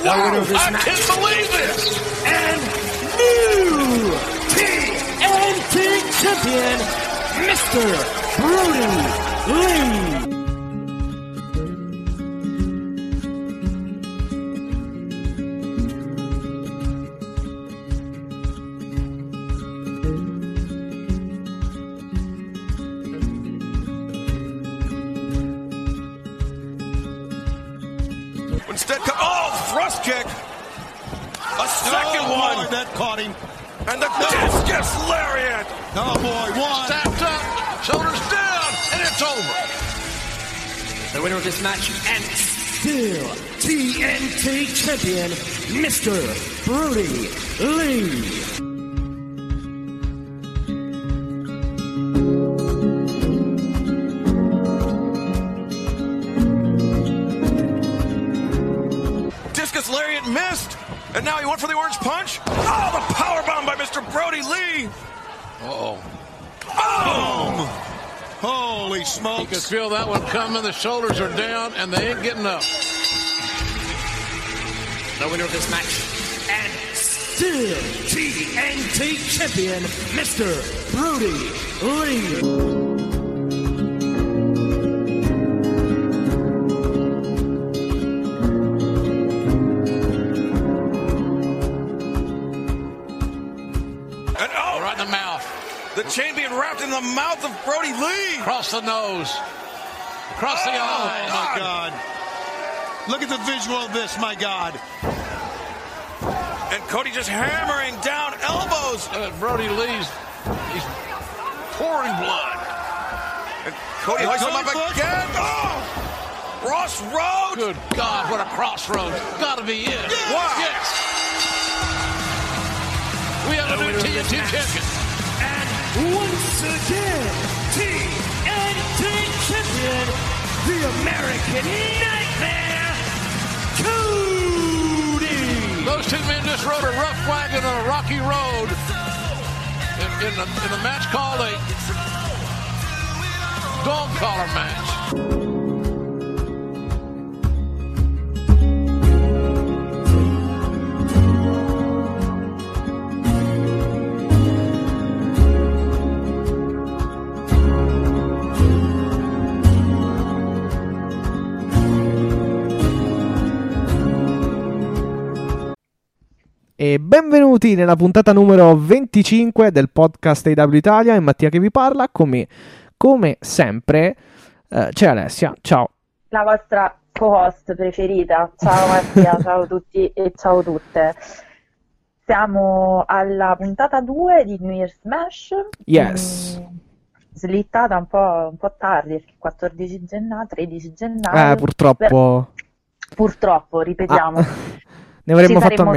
Wow, I can't believe this! And new TNT champion, Mr. Brody Lee. Instead, thrust kick. A second one. Boy, that caught him. And the discus lariat. Oh, boy, one. Tapped up, shoulders down, and it's over. The winner of this match and still TNT champion, Mr. Brody Lee. Lariat missed, and now he went for the orange punch. Oh, the powerbomb by Mr. Brody Lee. Uh-oh. Boom! Holy smokes. You can feel that one coming. The shoulders are down, and they ain't getting up. The winner of this match and still TNT champion, Mr. Brody Lee. The chain being wrapped in the mouth of Brody Lee. Across the nose. Across the eye. Oh, my God. Look at the visual of this, my God. And Cody just hammering down elbows. Brody Lee's, he's pouring blood. And Cody hoists him up again. Oh! Ross Road. Good God, what a crossroads. Gotta be it. Yeah. Wow. Yes. We have a new TNT champion. Once again, TNT champion, the American Nightmare, Cody. Those two men just rode a rough wagon on a rocky road in the match called a dog collar match. E benvenuti nella puntata numero 25 del podcast AEW Italia. È Mattia che vi parla. Come sempre c'è Alessia. Ciao. La vostra co-host preferita. Ciao Mattia, ciao a tutti e ciao a tutte. Siamo alla puntata 2 di New Year's Smash. Yes. Slittata un po' tardi, perché 14 gennaio, 13 gennaio. Purtroppo. Purtroppo, ripetiamo. Ne avremmo fatto a meno.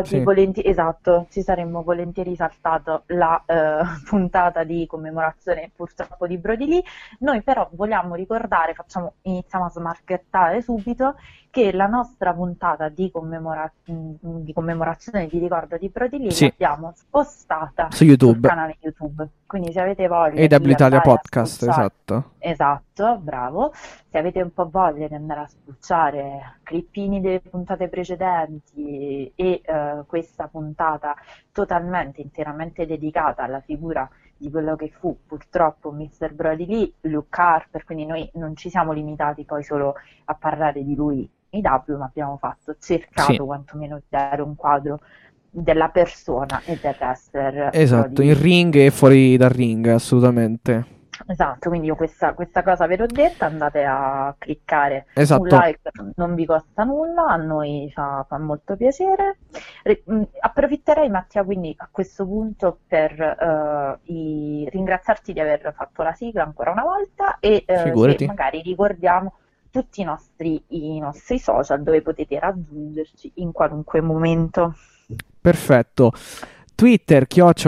Ci saremmo volentieri saltato la puntata di commemorazione purtroppo di Brody Lee. Noi però vogliamo ricordare, iniziamo a smarchettare subito, che la nostra puntata di commemorazione di ricordo di Brody Lee l'abbiamo spostata su YouTube, sul canale YouTube. Quindi se avete voglia AEW Italia Podcast, esatto, bravo. Se avete un po' voglia di andare a spulciare clippini delle puntate precedenti e questa puntata totalmente, interamente dedicata alla figura di quello che fu purtroppo Mr. Brody Lee, Luke Harper, quindi noi non ci siamo limitati poi solo a parlare di lui in AEW, ma abbiamo cercato quantomeno di dare un quadro della persona e del wrestler. Esatto, in ring e fuori dal ring, assolutamente. Esatto, quindi io questa cosa ve l'ho detta, andate a cliccare un like, non vi costa nulla, a noi fa molto piacere. Approfitterei, Mattia, quindi a questo punto per ringraziarti di aver fatto la sigla ancora una volta e se magari ricordiamo tutti i nostri social dove potete raggiungerci in qualunque momento. Perfetto. Twitter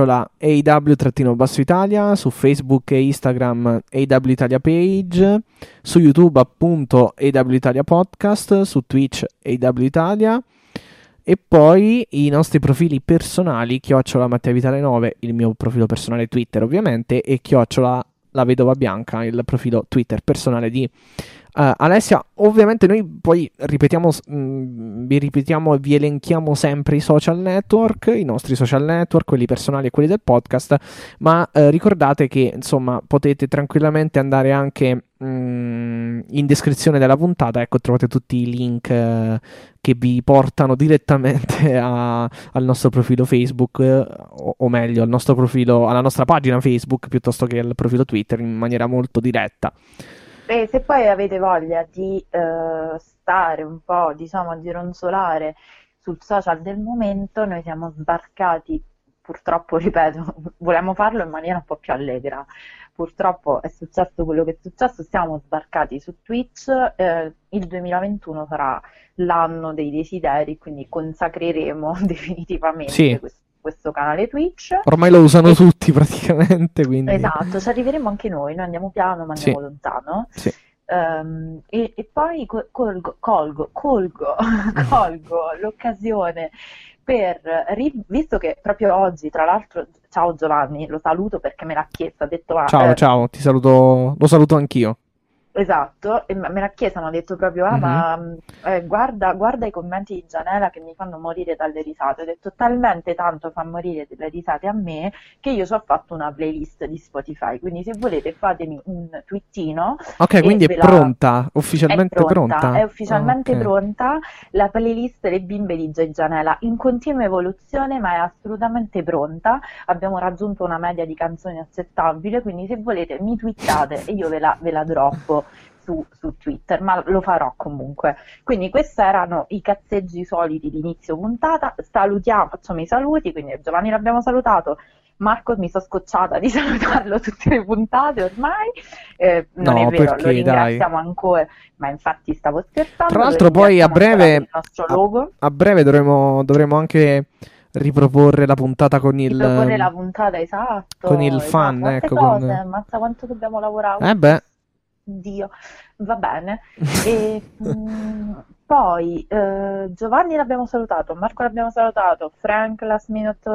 @AEW_Italia, su Facebook e Instagram AEW Italia Page, su YouTube appunto AEW Italia Podcast, su Twitch AEW Italia, e poi i nostri profili personali @MatteaVitale9, il mio profilo personale Twitter ovviamente, e @La Vedova Bianca, il profilo Twitter personale di Alessia, ovviamente noi poi vi ripetiamo e vi elenchiamo sempre i social network, i nostri social network, quelli personali e quelli del podcast, ma ricordate che insomma potete tranquillamente andare anche in descrizione della puntata, ecco, trovate tutti i link che vi portano direttamente al nostro profilo Facebook, o meglio al nostro profilo, alla nostra pagina Facebook piuttosto che al profilo Twitter, in maniera molto diretta. E se poi avete voglia di stare un po', diciamo, a gironzolare sul social del momento, noi siamo sbarcati, purtroppo, ripeto, volevamo farlo in maniera un po' più allegra. Purtroppo è successo quello che è successo, siamo sbarcati su Twitch, il 2021 sarà l'anno dei desideri, quindi consacreremo definitivamente questo canale Twitch. Ormai lo usano tutti praticamente, quindi... Esatto, ci arriveremo anche noi andiamo piano ma andiamo lontano. Sì. E poi colgo l'occasione per, visto che proprio oggi, tra l'altro, ciao Giovanni, lo saluto perché me l'ha chiesto, ha detto... Ciao, ti saluto, lo saluto anch'io. Esatto, e me l'ha chiesto, mi ha detto proprio, ma guarda i commenti di Gianela che mi fanno morire dalle risate. Ho detto, talmente tanto fa morire dalle risate a me che io ci ho fatto una playlist di Spotify, quindi se volete fatemi un twittino. Ok, quindi è pronta, ufficialmente pronta. È ufficialmente pronta la playlist Le bimbe di Joy Gianela, in continua evoluzione, ma è assolutamente pronta. Abbiamo raggiunto una media di canzoni accettabile, quindi se volete mi twittate e io ve la droppo su Twitter, ma lo farò comunque. Quindi questi erano i cazzeggi soliti di inizio puntata. Facciamo i saluti, quindi Giovanni l'abbiamo salutato, Marco mi sono scocciata di salutarlo tutte le puntate ormai, non è vero, lo ringraziamo ancora, ma infatti stavo scherzando. Tra l'altro poi a breve dovremo anche riproporre la puntata con il la puntata, esatto, con il fan, ecco, cose, ammazza quanto dobbiamo lavorare. Dio, va bene. E poi Giovanni l'abbiamo salutato, Marco l'abbiamo salutato, Frank Last Minute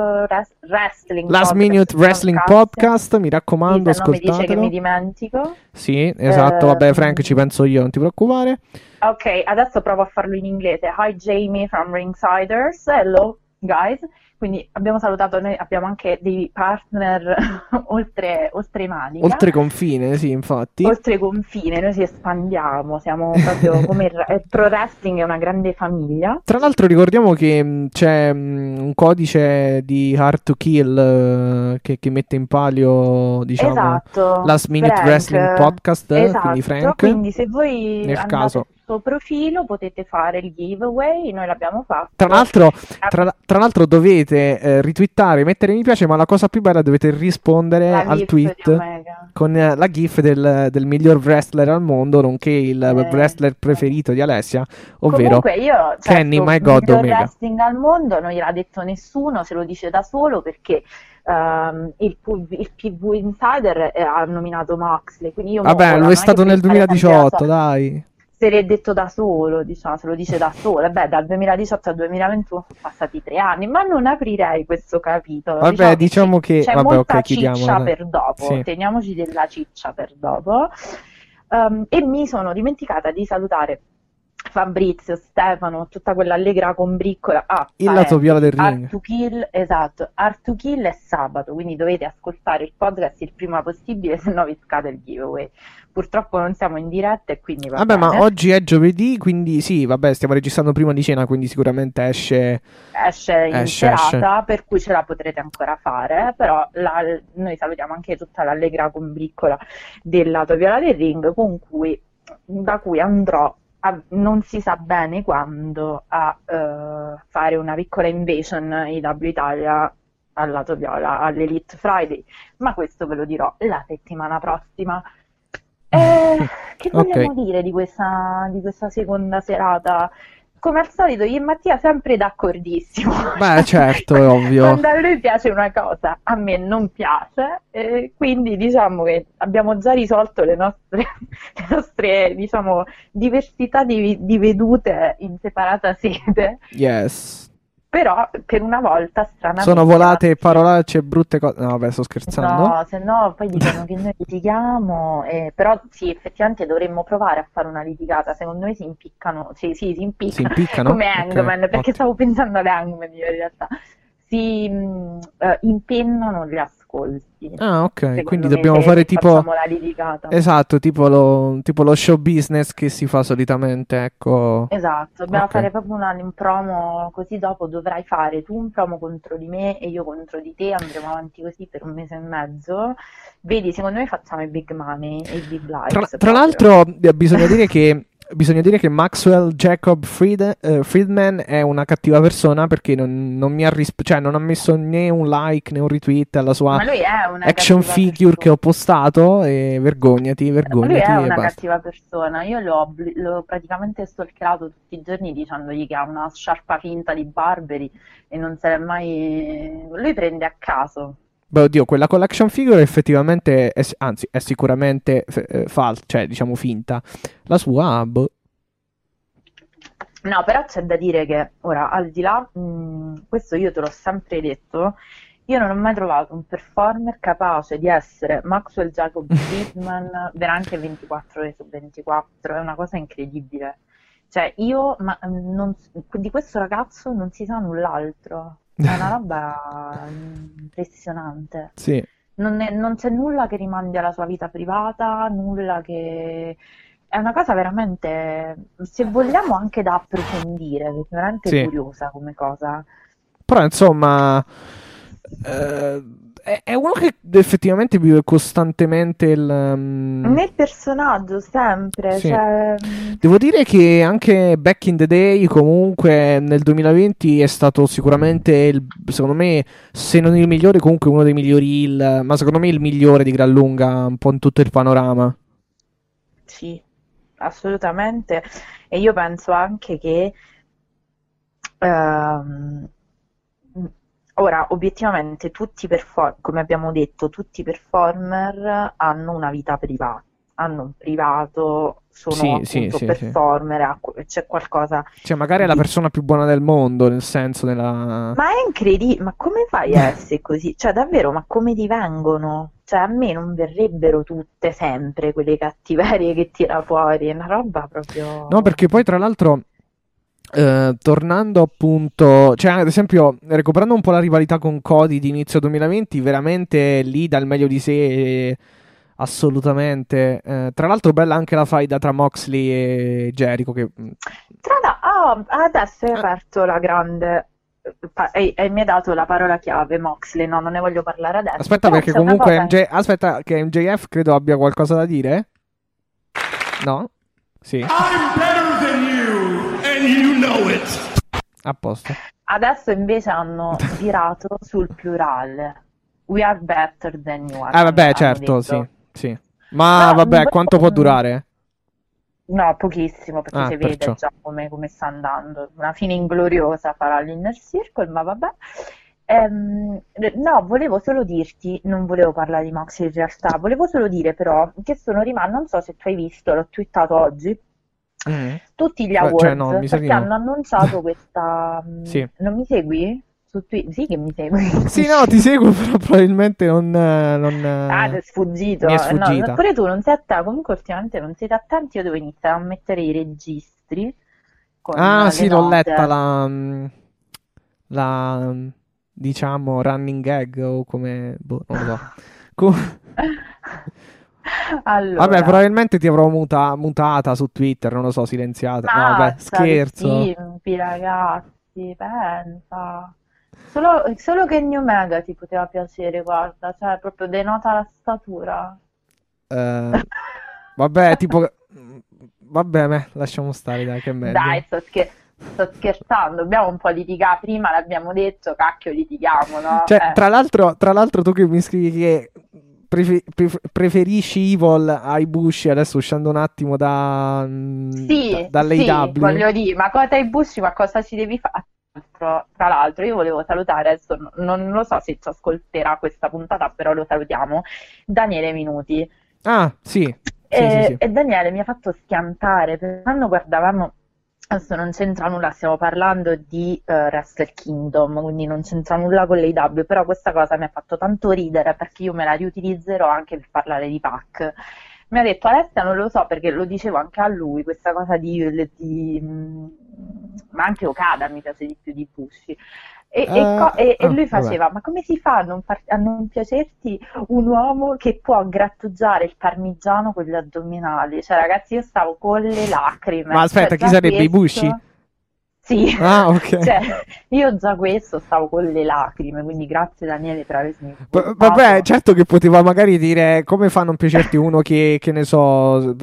Wrestling Podcast, mi raccomando, ascoltatelo. Mi dice che mi dimentico. Sì, esatto, vabbè Frank, ci penso io, non ti preoccupare. Ok, adesso provo a farlo in inglese. Hi Jamie from Ringsiders, hello guys. Quindi abbiamo salutato, noi abbiamo anche dei partner oltre Manica. Oltre confine, sì, infatti. Oltre confine, noi ci espandiamo, siamo proprio come il pro wrestling è una grande famiglia. Tra l'altro ricordiamo che c'è un codice di Hard to Kill che mette in palio, diciamo, esatto, Last Minute Wrestling Podcast, esatto, quindi Frank. Quindi se voi nel caso suo profilo potete fare il giveaway, noi l'abbiamo fatto. Tra l'altro dovete retweetare, mettere mi piace, ma la cosa più bella dovete rispondere al tweet con la gif del miglior wrestler al mondo, nonché il wrestler preferito di Alessia, ovvero Kenny My God Omega. Il miglior wrestling al mondo non gliel'ha detto nessuno, se lo dice da solo perché il PV Insider ha nominato Moxley, quindi io vabbè, lo è stato nel 2018, dai. Se l'è detto da solo, diciamo, se lo dice da solo, beh, dal 2018 al 2021 sono passati 3 anni, ma non aprirei questo capitolo. Vabbè, diciamo che c'è molta ciccia per dopo, sì. Teniamoci della ciccia per dopo. E mi sono dimenticata di salutare Fabrizio, Stefano, tutta quella allegra combriccola. Il lato viola del ring. Art to Kill, esatto, Art to Kill è sabato, quindi dovete ascoltare il podcast il prima possibile, se no vi scade il giveaway. Purtroppo non siamo in diretta e quindi vabbè, ma oggi è giovedì, quindi sì, vabbè, stiamo registrando prima di cena, quindi sicuramente esce in serata, per cui ce la potrete ancora fare, però noi salutiamo anche tutta l'allegra combriccola del lato viola del ring, da cui andrò non si sa bene quando a fare una piccola invasion IW Italia al lato viola all'Elite Friday, ma questo ve lo dirò la settimana prossima. Che vogliamo dire di questa seconda serata? Come al solito io e Mattia sempre d'accordissimo. Beh, certo, è ovvio. Quando a lui piace una cosa, a me non piace, quindi diciamo che abbiamo già risolto le nostre diciamo, diversità di vedute in separata sede. Yes. Però per una volta stranamente Sono volate parolacce e brutte cose. No, vabbè, sto scherzando. no, se no poi dicono che noi litighiamo, però sì, effettivamente dovremmo provare a fare una litigata, secondo me si impiccano, sì, si Si impiccano, impiccano? come Ok, Hangman, perché ottimo. stavo pensando ad Hangman io in realtà, si impennano gli ascolti, Ah, ok, quindi secondo me dobbiamo se fare tipo... facciamo la litigata. Esatto, tipo lo show business che si fa solitamente, ecco. Esatto, dobbiamo Ok. fare proprio un promo, così dopo dovrai fare tu un promo contro di me e io contro di te, andremo avanti così per un mese e mezzo. Vedi, secondo me facciamo i big money e i big Tra, likes tra proprio. l'altro, bisogna dire che Maxwell Jacob Friedman è una cattiva persona perché non mi ha cioè, non ha messo né un like né un retweet alla sua Ma lui è una action cattiva figure che ho persona. postato e vergognati, Ma lui è vergognati e una basta. cattiva persona. Io l'ho praticamente stalkerato tutti i giorni dicendogli che ha una sciarpa finta di Barberi e non se l'è mai... Lui prende a caso. Beh, oddio, quella con l'action figure effettivamente anzi, è sicuramente falsa, cioè, diciamo finta. La sua, boh. No, però c'è da dire che ora, al di là, questo io te l'ho sempre detto, io non ho mai trovato un performer capace di essere Maxwell Jacob Friedman veramente 24 ore su 24, è una cosa incredibile. Cioè, di questo ragazzo non si sa null'altro, è una roba impressionante. Sì. Non c'è nulla che rimandi alla sua vita privata, nulla che... È una cosa veramente, se vogliamo, anche da approfondire, perché è veramente Sì. curiosa come cosa. Però insomma, è uno che effettivamente vive costantemente il... Nel personaggio, sempre, sì. cioè... Devo dire che anche back in the day, comunque nel 2020 è stato sicuramente, secondo me, se non il migliore, comunque uno dei migliori heel, ma secondo me il migliore di gran lunga, un po' in tutto il panorama. Sì, assolutamente. E io penso anche che ehm, ora, obiettivamente, come abbiamo detto, tutti i performer hanno una vita privata, hanno un privato, sono Sì, sì, appunto sì, sì. performer, c'è qualcosa Cioè, magari è la di... persona più buona del mondo, nel senso della... Ma è incredibile, ma come fai a essere così? Cioè, davvero, ma come divengono? Cioè, a me non verrebbero tutte sempre quelle cattiverie che tira fuori, è una roba No, proprio... perché poi tra l'altro, tornando appunto, cioè ad esempio, recuperando un po' la rivalità con Cody di inizio 2020, veramente lì dà il meglio di sé, assolutamente. Tra l'altro bella anche la faida tra Moxley e Jericho, che... Adesso hai Ah, aperto la grande... e mi hai dato la parola chiave, Moxley, no, non ne voglio parlare adesso, aspetta, però perché c'è una comunque cosa... Aspetta, che MJF credo abbia qualcosa da dire? No? Sì? I'm better than you, and you know it. A posto. Adesso invece hanno virato sul plurale. We are better than you, Vabbè, hanno certo, sì, detto. sì. Ma Però vabbè, quanto può durare? no, pochissimo, perché Ah, si vede perciò. già come sta andando. Una fine ingloriosa farà l'Inner Circle, ma vabbè. No, volevo solo dirti, non volevo parlare di Mox in realtà, volevo solo dire però che sono rimasta, non so se tu hai visto, l'ho twittato oggi, Mm. tutti gli Cioè, no, mi awards, sa di perché no. hanno annunciato questa... Sì. Non mi segui? Sì che mi segui. Sì, no, ti seguo, però probabilmente Ah, ti è sfuggito. mi è No, sfuggita. pure tu non sei attento, comunque ultimamente non siete attenti, io devo iniziare a mettere i registri con Ah, le sì, l'ho letta note. la, diciamo, running gag o come, boh, non lo so. Com- Vabbè, Allora, probabilmente ti avrò mutata su Twitter, non lo so, silenziata. No, vabbè, mazza, che scherzo. simpi, ragazzi, pensa. Solo che New Mega ti poteva piacere, guarda, cioè proprio denota la statura. Eh, vabbè, tipo, vabbè, lasciamo stare, dai, che è Dai, meglio. sto scherzando, dobbiamo un po' litigare. Prima l'abbiamo detto, cacchio, litighiamo, no? Cioè, tra l'altro tu che mi scrivi che preferisci Evil ai Bush, adesso uscendo un attimo Sì, sì, dall'AEW. voglio dire, ma cosa i bussi, ma cosa ci devi fare? Tra l'altro, io volevo salutare, adesso non lo so se ci ascolterà questa puntata, però lo salutiamo, Daniele Minuti. Ah, sì, sì, sì, sì. E Daniele mi ha fatto schiantare, perché quando guardavamo Adesso non c'entra nulla, stiamo parlando di Wrestle Kingdom, quindi non c'entra nulla con l'AEW, però questa cosa mi ha fatto tanto ridere perché io me la riutilizzerò anche per parlare di Pac. Mi ha detto Alessia, non lo so perché lo dicevo anche a lui, questa cosa ma anche Okada mi piace di più di Bushi. E lui faceva, ma come si fa a non piacerti un uomo che può grattugiare il parmigiano con gli addominali? Cioè ragazzi, io stavo con le lacrime. Ma aspetta, chi sarebbe Ibushi? Sì, Ah, ok. cioè, io già questo stavo con le lacrime, quindi grazie Daniele per avermi Vabbè, certo che poteva magari dire come fa a non piacerti uno che ne so,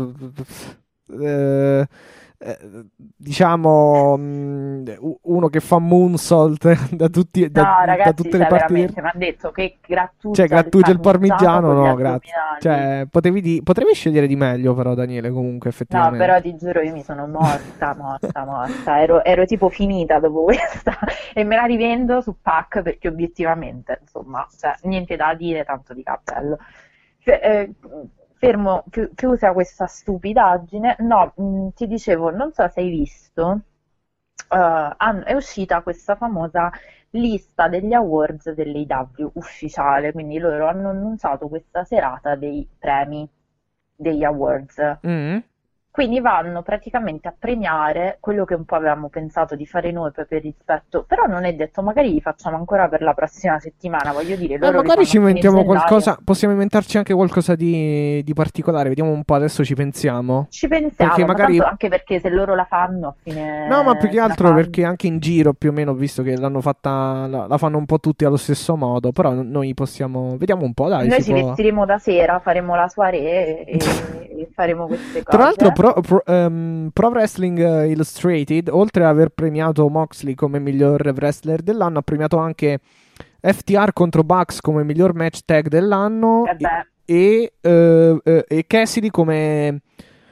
diciamo uno che fa moonsault da tutte ragazzi, le parti veramente mi ha detto che grattugia il parmigiano, no, grazie. Cioè, Potevi scegliere di meglio però, Daniele, comunque, no, effettivamente. però ti giuro io mi sono morta. Ero tipo finita dopo questa e me la rivendo su Pac perché obiettivamente, insomma, cioè, niente da dire, tanto di cappello. Cioè, fermo, chiusa questa stupidaggine, no, ti dicevo, non so se hai visto, è uscita questa famosa lista degli awards dell'AEW ufficiale, quindi loro hanno annunciato questa serata dei premi degli awards. Quindi vanno praticamente a premiare quello che un po' avevamo pensato di fare noi poi per rispetto, però non è detto, magari li facciamo ancora per la prossima settimana, voglio dire, loro magari ci inventiamo qualcosa, gennaio. possiamo inventarci anche qualcosa di particolare, vediamo un po', adesso ci pensiamo. Ci pensiamo, Perché ma magari... tanto anche perché se loro la fanno a fine... No, ma più che altro fanno. perché anche in giro più o meno ho visto che l'hanno fatta, la fanno un po' tutti allo stesso modo, però noi possiamo, vediamo un po', dai. Noi ci vestiremo da sera, faremo la soirée e faremo queste cose. Tra l'altro Pro Wrestling Illustrated, oltre ad aver premiato Moxley come miglior wrestler dell'anno, ha premiato anche FTR contro Bucks come miglior match tag dell'anno e Cassidy come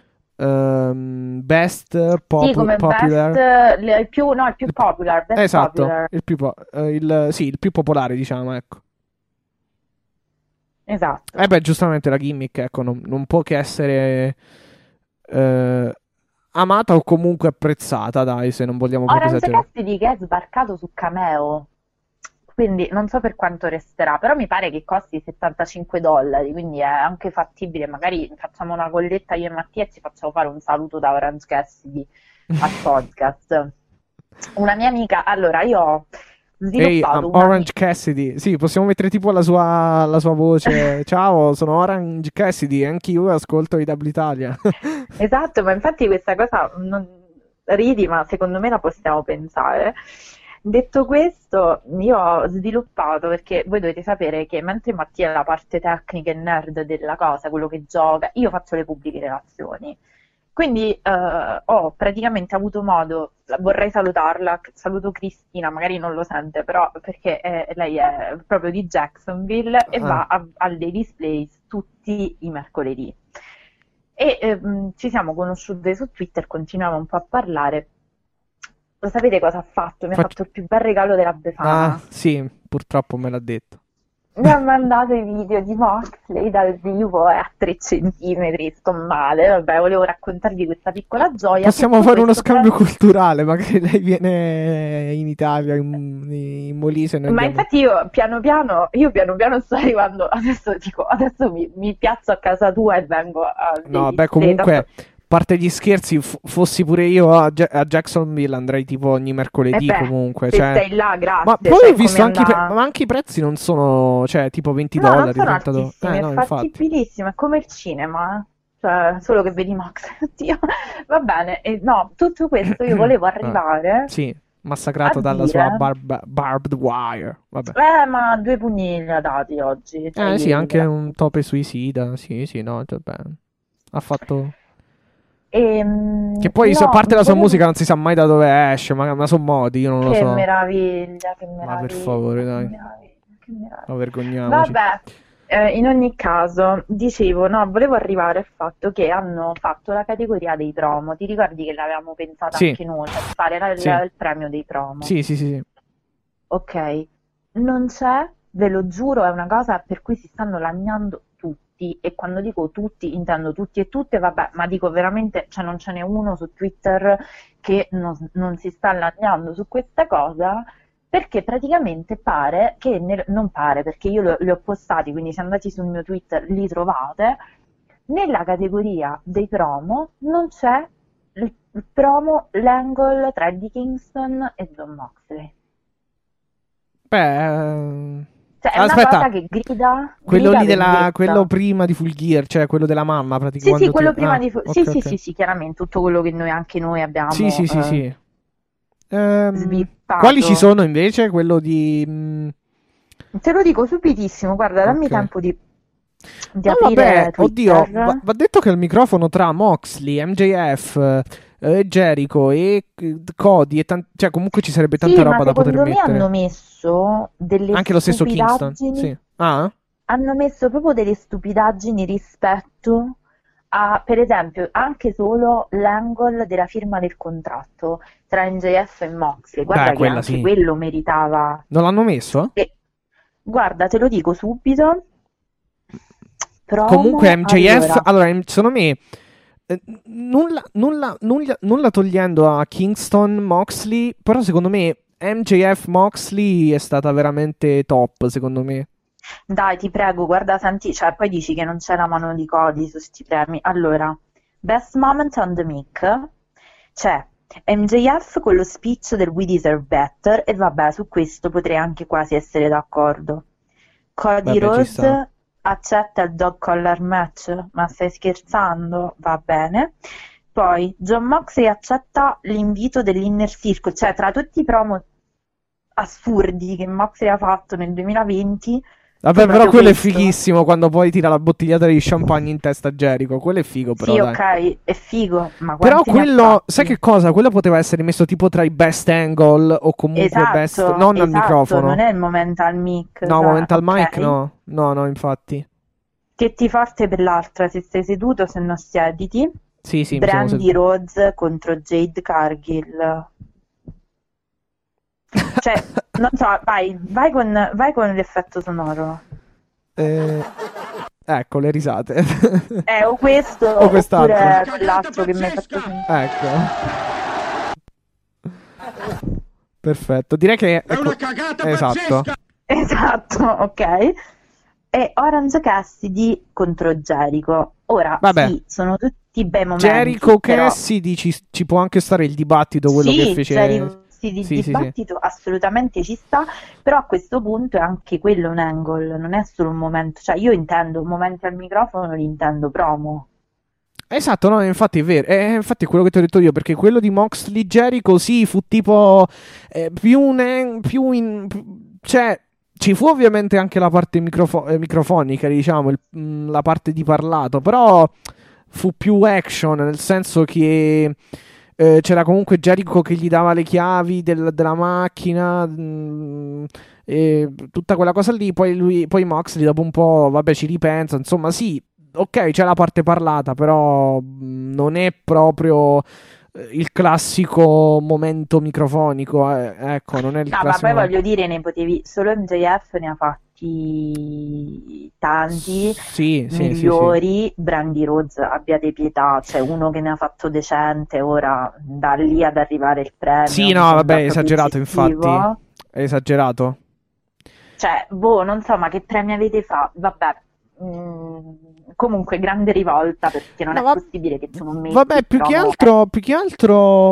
best popular. Il più popular. Best esatto, popular. il più popolare, diciamo, ecco. Esatto. Beh, giustamente la gimmick, ecco, non può che essere amata o comunque apprezzata, dai, se non vogliamo proprio Orange esagerare. Cassidy che è sbarcato su Cameo, quindi non so per quanto resterà, però mi pare che costi $75, quindi è anche fattibile, magari facciamo una colletta io e Mattia e ci facciamo fare un saluto da Orange Cassidy al podcast. Una mia amica, allora io ho sviluppato Orange Cassidy, sì, possiamo mettere tipo la sua voce. Ciao, sono Orange Cassidy, anch'io ascolto AEW Italia. Esatto, ma infatti questa cosa ridi, ma secondo me la possiamo pensare. Detto questo, io ho sviluppato, perché voi dovete sapere che mentre Mattia è la parte tecnica e nerd della cosa, quello che gioca, io faccio le pubbliche relazioni. Quindi ho praticamente avuto modo, vorrei salutarla, saluto Cristina, magari non lo sente, però perché lei è proprio di Jacksonville e va al Davis Place tutti i mercoledì. E ci siamo conosciute su Twitter, continuiamo un po' a parlare. Lo sapete cosa ha fatto? Mi ha fatto il più bel regalo della Befana. Ah, sì, purtroppo me l'ha detto. Mi ha mandato i video di Moxley dal vivo a 3 centimetri, sto male, vabbè, volevo raccontarvi questa piccola gioia. Possiamo fare uno scambio culturale, magari lei viene in Italia, in Molise. Ma infatti io piano piano sto arrivando, adesso mi piazzo a casa tua e vengo a... No, beh, comunque... parte gli scherzi, fossi pure io a Jacksonville, andrei tipo ogni mercoledì comunque. Se cioè... sei là, grazie. Ma poi ho visto ma anche i prezzi non sono, cioè, tipo $20, non sono $30. altissimi, è fattibilissimo, è come il cinema, cioè, solo che vedi Max, oddio. Va bene, no, tutto questo io volevo arrivare... Sì, massacrato dalla sua barbed wire. Vabbè. Ma 2 pugni li ha dati oggi. Cioè Sì, anche un tope suicida, sì, no, cioè, beh, ha fatto... Che poi, a parte la sua musica, non si sa mai da dove esce, ma sono modi, io non lo so. Che meraviglia. Ma per favore, dai. Che meraviglia. Ma vergogniamoci. Vabbè, in ogni caso, dicevo, no, volevo arrivare al fatto che hanno fatto la categoria dei promo. Ti ricordi che l'avevamo pensata anche noi, per fare il premio dei promo? Sì. Ok, non c'è, ve lo giuro, è una cosa per cui si stanno lagnando tutti, e quando dico tutti intendo tutti e tutte, vabbè, ma dico veramente, cioè non ce n'è uno su Twitter che non si sta lagnando su questa cosa, perché praticamente pare che, non pare, perché io li ho postati, quindi se andate sul mio Twitter li trovate, nella categoria dei promo non c'è il promo l'angle tra Eddie Kingston e Jon Moxley. Beh, Cioè, è una cosa che grida quello lì vendetta. quello prima di Full Gear, cioè quello della mamma praticamente. Sì, quello prima di ok. sì, chiaramente tutto quello che anche noi abbiamo Sì. svippato. Quali ci sono invece? Quello di... Te lo dico subitissimo, guarda, dammi Ok. tempo di No, aprire vabbè, oddio, Twitter. va detto che il microfono tra Moxley, MJF, Jericho e Cody, cioè comunque ci sarebbe tanta Sì, roba ma da poter secondo me mettere. hanno messo delle Anche lo stesso Kingston. stupidaggini. Sì. Ah? Hanno messo proprio delle stupidaggini rispetto a, per esempio, anche solo l'angle della firma del contratto tra MJF e Moxley. Guarda Beh, che quella anche sì. quello meritava. Non l'hanno messo? E, guarda, te lo dico subito. Comunque MJF, allora, secondo me, nulla togliendo a Kingston, Moxley, però secondo me MJF Moxley è stata veramente top, secondo me. dai, ti prego, guarda, senti, cioè, poi dici che non c'è la mano di Cody su sti premi. Allora, best moment on the mic, c'è MJF con lo speech del We Deserve Better, e vabbè, su questo potrei anche quasi essere d'accordo. Cody Vabbè, ci sta. Rhodes accetta il dog collar match, ma stai scherzando? Va bene. Poi Jon Moxley accetta l'invito dell'Inner Circle, cioè tra tutti i promo assurdi che Moxley ha fatto nel 2020. Vabbè, però proprio quello è questo. fighissimo quando poi tira la bottigliata di champagne in testa a Jericho. Quello è figo, però. Sì, dai. ok, è figo, ma Però quanti ne ha quello, fatti? sai che cosa? Quello poteva essere messo tipo tra i best angle o comunque Esatto, best. Non al esatto, microfono. non è il momental mic, No, cioè, momental ok. mic no. No, infatti. Che ti forte per l'altra, se sei seduto, se no siediti. Sì, mi sono Brandy seduto. Rhodes contro Jade Cargill. Cioè, non so, vai con l'effetto sonoro. Ecco, le risate. O questo, O quest'altro. oppure quell'altro che mi hai fatto sentire. Ecco. Perfetto. Direi che... È una cagata esatto. pazzesca! Esatto, ok. E Orange Cassidy contro Jericho. Ora, Vabbè. sì, sono tutti bei momenti, Jericho però... Cassidy ci può anche stare il dibattito, quello che fece... Jericho, sì, il Sì. dibattito assolutamente ci sta, però a questo punto è anche quello un angle, non è solo un momento, cioè io intendo momenti al microfono, li intendo promo. Esatto, no, infatti è vero. Infatti è quello che ti ho detto io, perché quello di Moxley Jericho sì, fu tipo cioè ci fu ovviamente anche la parte microfonica, diciamo, la parte di parlato, però fu più action, nel senso che c'era comunque Jericho che gli dava le chiavi della macchina, e tutta quella cosa lì, poi Moxley dopo un po', vabbè, ci ripensa, insomma, sì, ok, c'è la parte parlata, però non è proprio il classico momento microfonico, ecco, non è il No, ma classico poi momento. voglio dire, ne potevi, solo MJF ne ha fatti tanti, Sì. migliori. Brandy Rhodes, abbiate pietà, c'è uno che ne ha fatto decente, ora da lì ad arrivare il premio. Sì, mi no, sembra vabbè, è proprio esagerato, eccessivo. infatti. È esagerato. Cioè, boh, non so, ma che premi avete fatto? Vabbè, comunque grande rivolta, perché non No, è possibile che tu non metti Vabbè, il più che promo. altro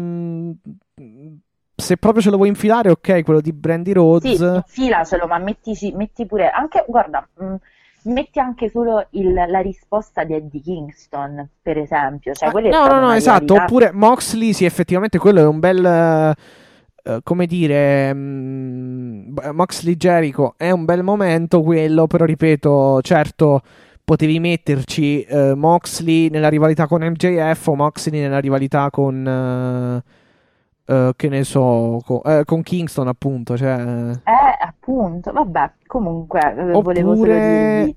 se proprio ce lo vuoi infilare, ok, quello di Brandy Rhodes. Sì, infilacelo, ma metti pure, anche, guarda, metti anche solo la risposta di Eddie Kingston, per esempio. Cioè, quella è stata No, una esatto. rivalità. Oppure Moxley, sì, effettivamente quello è un bel... come dire, Moxley Jericho è un bel momento quello, però ripeto, certo, potevi metterci Moxley nella rivalità con MJF o Moxley nella rivalità con che ne so, con Kingston, appunto, cioè... Appunto, vabbè, comunque, volevo solo dirvi.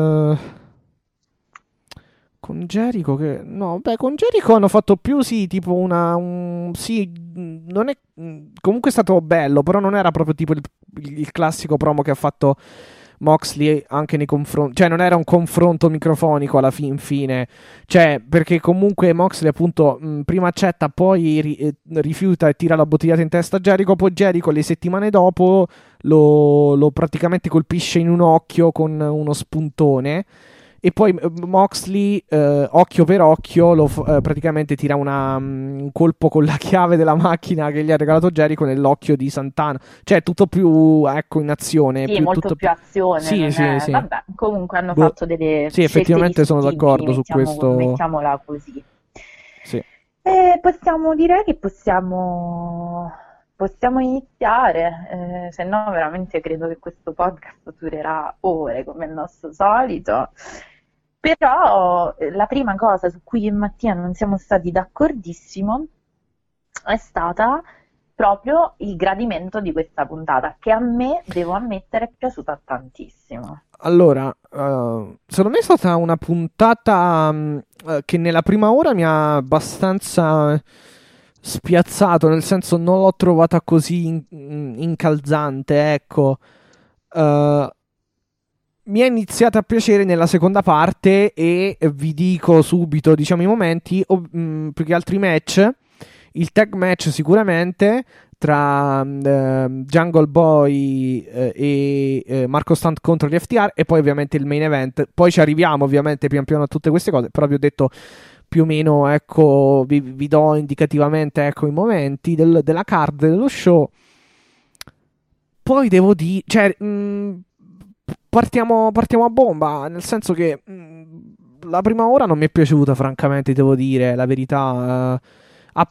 Con Jericho che... No, beh, con Jericho hanno fatto più, sì, tipo sì, non è... Comunque è stato bello, però non era proprio tipo il classico promo che ha fatto Moxley anche nei confronti, cioè non era un confronto microfonico alla fine, cioè perché comunque Moxley appunto prima accetta, poi rifiuta e tira la bottigliata in testa a Jericho, poi Jericho le settimane dopo lo praticamente colpisce in un occhio con uno spuntone. E poi Moxley, occhio per occhio, praticamente tira un colpo con la chiave della macchina che gli ha regalato Jericho nell'occhio di Santana. Cioè, tutto più, ecco, in azione. Sì, molto più azione. Sì, sì. Vabbè, comunque hanno fatto delle sì, effettivamente sono distintivi, d'accordo su questo. Mettiamola così. Sì. E direi che possiamo iniziare, se no veramente credo che questo podcast durerà ore come il nostro solito. Però la prima cosa su cui io e Mattia non siamo stati d'accordissimo è stata proprio il gradimento di questa puntata, che a me, devo ammettere, è piaciuta tantissimo. Allora, secondo me è stata una puntata che nella prima ora mi ha abbastanza spiazzato, nel senso non l'ho trovata così incalzante, ecco. Mi è iniziata a piacere nella seconda parte e vi dico subito, diciamo, i momenti, più che altri match. Il tag match sicuramente tra Jungle Boy e Marco Stunt contro gli FTR, e poi ovviamente il main event. Poi ci arriviamo ovviamente pian piano a tutte queste cose, però vi ho detto più o meno, ecco, vi do indicativamente, ecco, i momenti della card dello show. Poi devo dire, cioè, partiamo a bomba, nel senso che la prima ora non mi è piaciuta, francamente, devo dire la verità. A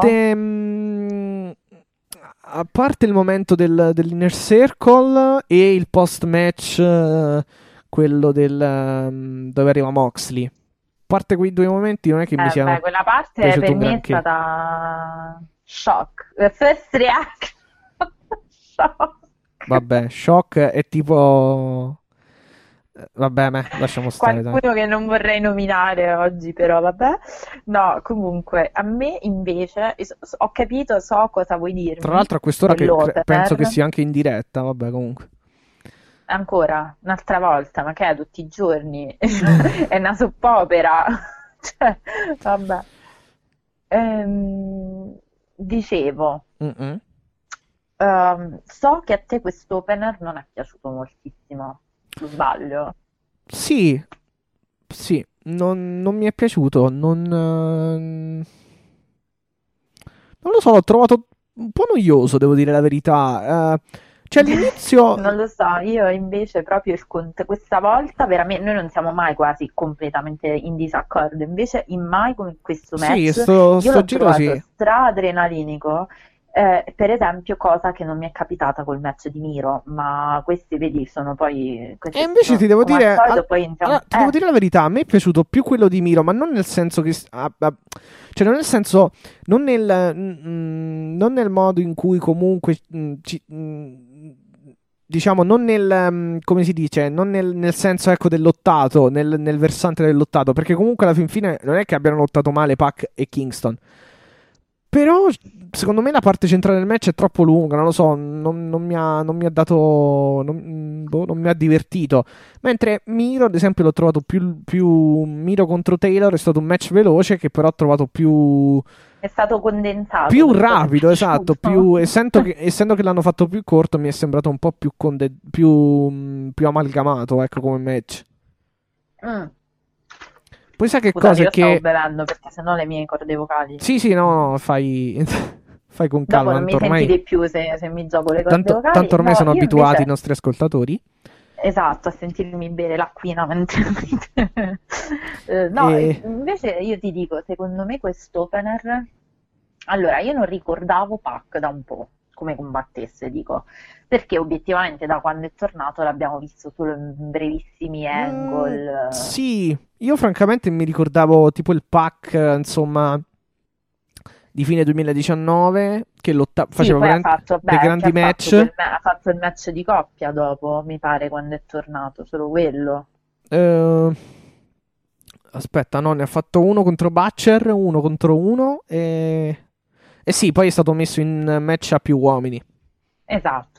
parte il momento dell'Inner Circle e il post-match, quello dove arriva Moxley. A parte quei due momenti non è che mi siano quella parte per me è stata shock. First reaction. Shock. Vabbè, shock è tipo... Vabbè, lasciamo stare. Qualcuno che non vorrei nominare oggi, però vabbè. No, comunque, a me invece, ho capito, so cosa vuoi dirmi. Tra l'altro a quest'ora penso che sia anche in diretta, vabbè, comunque. Ancora, un'altra volta, ma che è tutti i giorni? È una soppopera. Cioè, vabbè. Dicevo... so che a te questo opener non è piaciuto moltissimo, sbaglio? Sì, non mi è piaciuto, non lo so, l'ho trovato un po' noioso, devo dire la verità. Cioè all'inizio... Non lo so, io invece proprio questa volta veramente noi non siamo mai quasi completamente in disaccordo, invece mai come in questo match sì, io l'ho giro trovato stra-adrenalinico. Per esempio, cosa che non mi è capitata col match di Miro, ma questi, vedi, sono poi... E invece ti devo dire... ti devo dire la verità, a me è piaciuto più quello di Miro, ma non nel senso che... cioè, non nel senso... Non nel modo in cui comunque... diciamo, non nel... come si dice? Non nel senso, ecco, del lottato, nel versante del lottato, perché comunque alla fin fine non è che abbiano lottato male Pac e Kingston. Però secondo me la parte centrale del match è troppo lunga, non lo so, non mi ha dato, non mi ha divertito. Mentre Miro, ad esempio, l'ho trovato più Miro contro Taylor è stato un match veloce che però ho trovato più... È stato condensato. Più rapido, esatto, essendo che l'hanno fatto più corto mi è sembrato un po' più amalgamato, ecco, come match. Poi sai che cosa io che... stavo bevendo perché sennò le mie corde vocali... Sì, no, fai con calma. Dopo non mi sentite più se mi gioco le corde vocali. Tanto ormai sono abituati invece... i nostri ascoltatori. Esatto, a sentirmi bere l'acquina mentre... invece io ti dico, secondo me quest'opener... Allora, io non ricordavo Pac da un po', come combattesse, dico, perché obiettivamente da quando è tornato l'abbiamo visto solo in brevissimi angle. Sì, io francamente mi ricordavo tipo il Pac, insomma, di fine 2019, che faceva dei grandi match. Ha fatto il match di coppia dopo, mi pare, quando è tornato, solo quello. Aspetta, no, ne ha fatto uno contro Butcher, uno contro uno e sì, poi è stato messo in match a più uomini. Esatto.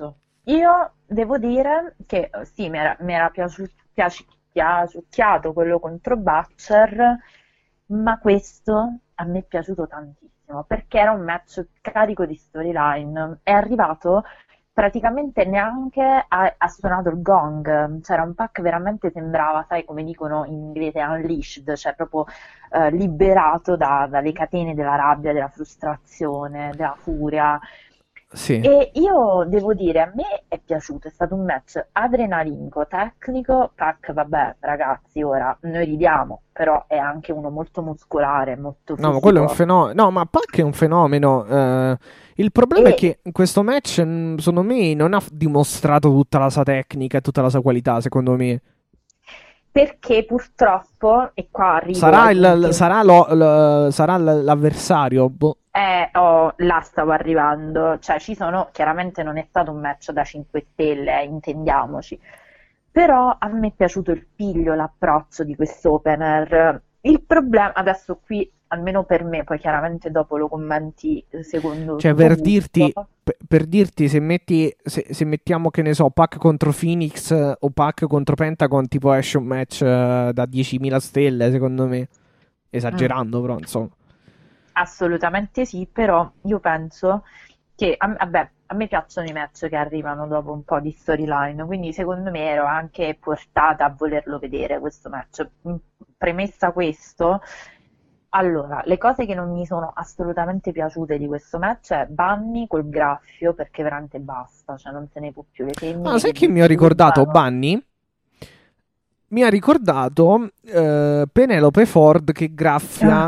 Io devo dire che sì, mi era piaciucchiato quello contro Butcher, ma questo a me è piaciuto tantissimo perché era un match carico di storyline. È arrivato praticamente neanche ha suonato il gong, c'era un pack veramente sembrava, sai come dicono in inglese, unleashed, cioè proprio liberato dalle catene della rabbia, della frustrazione, della furia. Sì. E io devo dire, a me è piaciuto, è stato un match adrenalinico, tecnico, Pac, vabbè, ragazzi, ora noi ridiamo, però è anche uno molto muscolare, molto No, ma quello è un fisico. fenomeno. No, ma Pac è un fenomeno. Il problema è E che in questo match, secondo me, non ha dimostrato tutta la sua tecnica e tutta la sua qualità, secondo me. perché purtroppo, e qua arrivo Sarà, ai punti. sarà l'avversario. Boh. Là stavo arrivando, cioè ci sono, chiaramente non è stato un match da 5 stelle, intendiamoci, però a me è piaciuto il piglio, l'approccio di quest'opener. Il problema, adesso qui, almeno per me, poi chiaramente dopo lo commenti secondo Cioè, il tuo per gusto, dirti, per dirti se mettiamo, che ne so, Pac contro Phoenix o Pac contro Pentagon, tipo esce un match da 10.000 stelle, secondo me. mm, Esagerando, però, insomma. assolutamente sì, però io penso che, vabbè, a me piacciono i match che arrivano dopo un po' di storyline, quindi secondo me ero anche portata a volerlo vedere questo match. Premessa questo, allora, le cose che non mi sono assolutamente piaciute di questo match è Bunny col graffio, perché veramente basta, cioè non se ne può più, le Ah, femmine sai che chi mi ha ricordato disturbano. Bunny? Mi ha ricordato Penelope Ford che Ah, graffia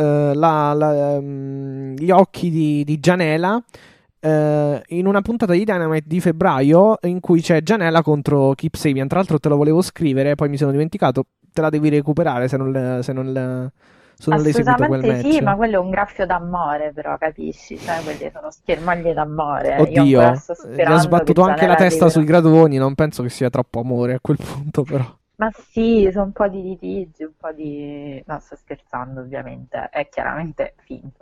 gli occhi di Gianela in una puntata di Dynamite di febbraio in cui c'è Gianela contro Kip Sabian. Tra l'altro te lo volevo scrivere, poi mi sono dimenticato. Te la devi recuperare se non l'hai seguito quel assolutamente sì, match. ma quello è un graffio d'amore, però capisci? Cioè, quelle sono schermaglie d'amore. Io ancora Oddio, sto gli ha sperando che sbattuto anche la Gianella testa sui arriverà. gradoni. Non penso che sia troppo amore a quel punto, però. Ma sì, sono un po' di litigi, un po' di... No, sto scherzando ovviamente, è chiaramente finto.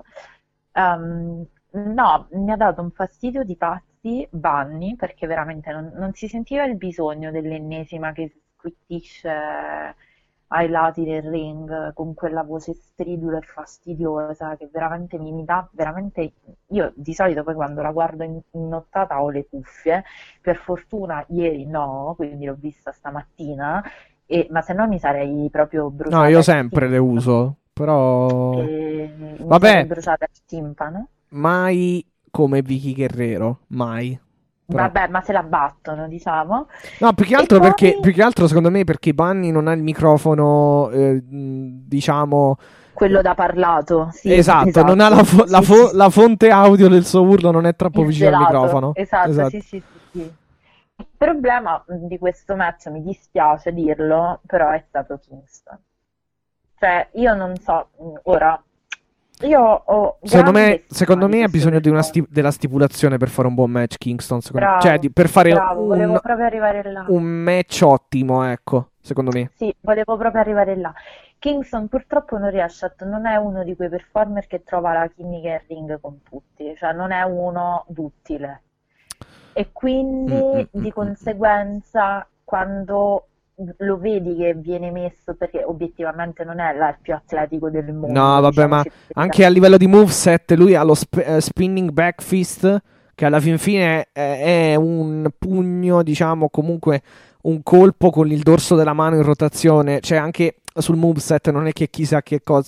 No, mi ha dato un fastidio di pazzi Bunny, perché veramente non si sentiva il bisogno dell'ennesima che squittisce ai lati del ring con quella voce stridula e fastidiosa che veramente mi dà veramente... Io di solito poi quando la guardo in nottata ho le cuffie, per fortuna ieri no, quindi l'ho vista stamattina, ma se no mi sarei proprio No, bruciata io il sempre le timpano. uso, però... Mi sarei Vabbè, bruciata il timpano. mai come Vicky Guerrero, mai. Però... Vabbè, ma se la battono, diciamo. No, più che E altro perché, poi più che altro secondo me perché Bunny non ha il microfono, diciamo... quello da parlato, sì, Esatto, non ha esatto. Sì, sì, la fonte audio del suo urlo non è troppo il vicino al gelato, microfono. esatto, sì, Esatto. sì, sì, sì. Il problema di questo match, mi dispiace dirlo, però è stato Kingston. Cioè, io non so, ora, io ho grande stima Secondo di me ha queste bisogno di persone. della stipulazione per fare un buon match, Kingston. Cioè, Bravo, per fare bravo, volevo proprio arrivare là. un match ottimo, ecco, secondo me. Sì, volevo proprio arrivare là. Kingston purtroppo non riesce non è uno di quei performer che trova la chimica in ring con tutti, cioè non è uno duttile. E Mm, mm, quindi mm, di mm, mm. conseguenza quando lo vedi che viene messo, perché obiettivamente non è il più atletico del No, mondo, vabbè, ma diciamoci la anche verità. a livello di moveset, lui ha lo spinning back fist, che alla fin fine è un pugno, diciamo, comunque un colpo con il dorso della mano in rotazione. Cioè, anche sul moveset non è che chissà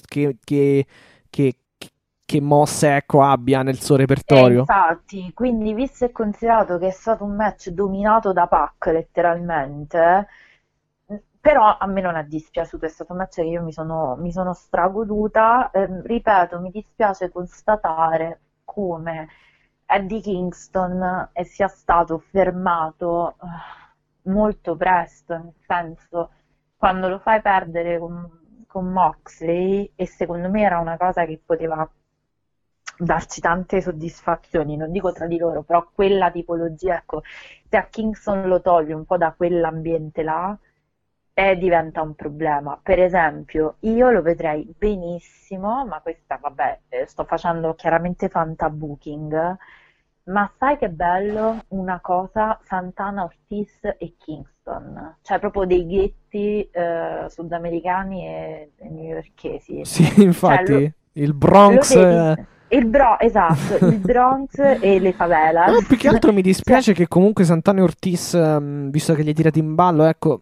che, che mosse, ecco, abbia nel suo repertorio. Infatti, quindi visto e considerato che è stato un match dominato da Pac letteralmente, però a me non è dispiaciuto, è stato un match che io mi sono stragoduta. Ripeto, mi dispiace constatare come Eddie Kingston sia stato fermato molto presto, nel senso, quando lo fai perdere con Moxley, e secondo me era una cosa che poteva darci tante soddisfazioni, non dico tra di loro, però quella tipologia, ecco, se a Kingston lo togli un po' da quell'ambiente là, diventa un problema. Per esempio, io lo vedrei benissimo, ma questa, vabbè, sto facendo chiaramente fantabooking, Ma sai che bello una cosa, Santana, Ortiz e Kingston, cioè proprio dei ghetti sudamericani e newyorkesi. Sì, Cioè, infatti, il lo Bronx... vedi? Esatto, il Bronx e le favelas. Più che altro mi Cioè, dispiace che comunque Santana e Ortiz, visto che li hai tirati in ballo, ecco,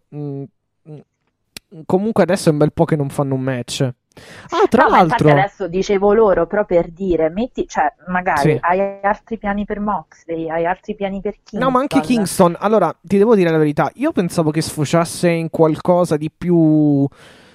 comunque adesso è un bel po' che non fanno un match. Ah, tra no, ma infatti l'altro... adesso dicevo loro, però per dire, cioè, magari Sì. hai altri piani per Moxley, hai altri piani per No, ma anche Kingston. Kingston, allora, ti devo dire la verità, io pensavo che sfociasse in qualcosa di più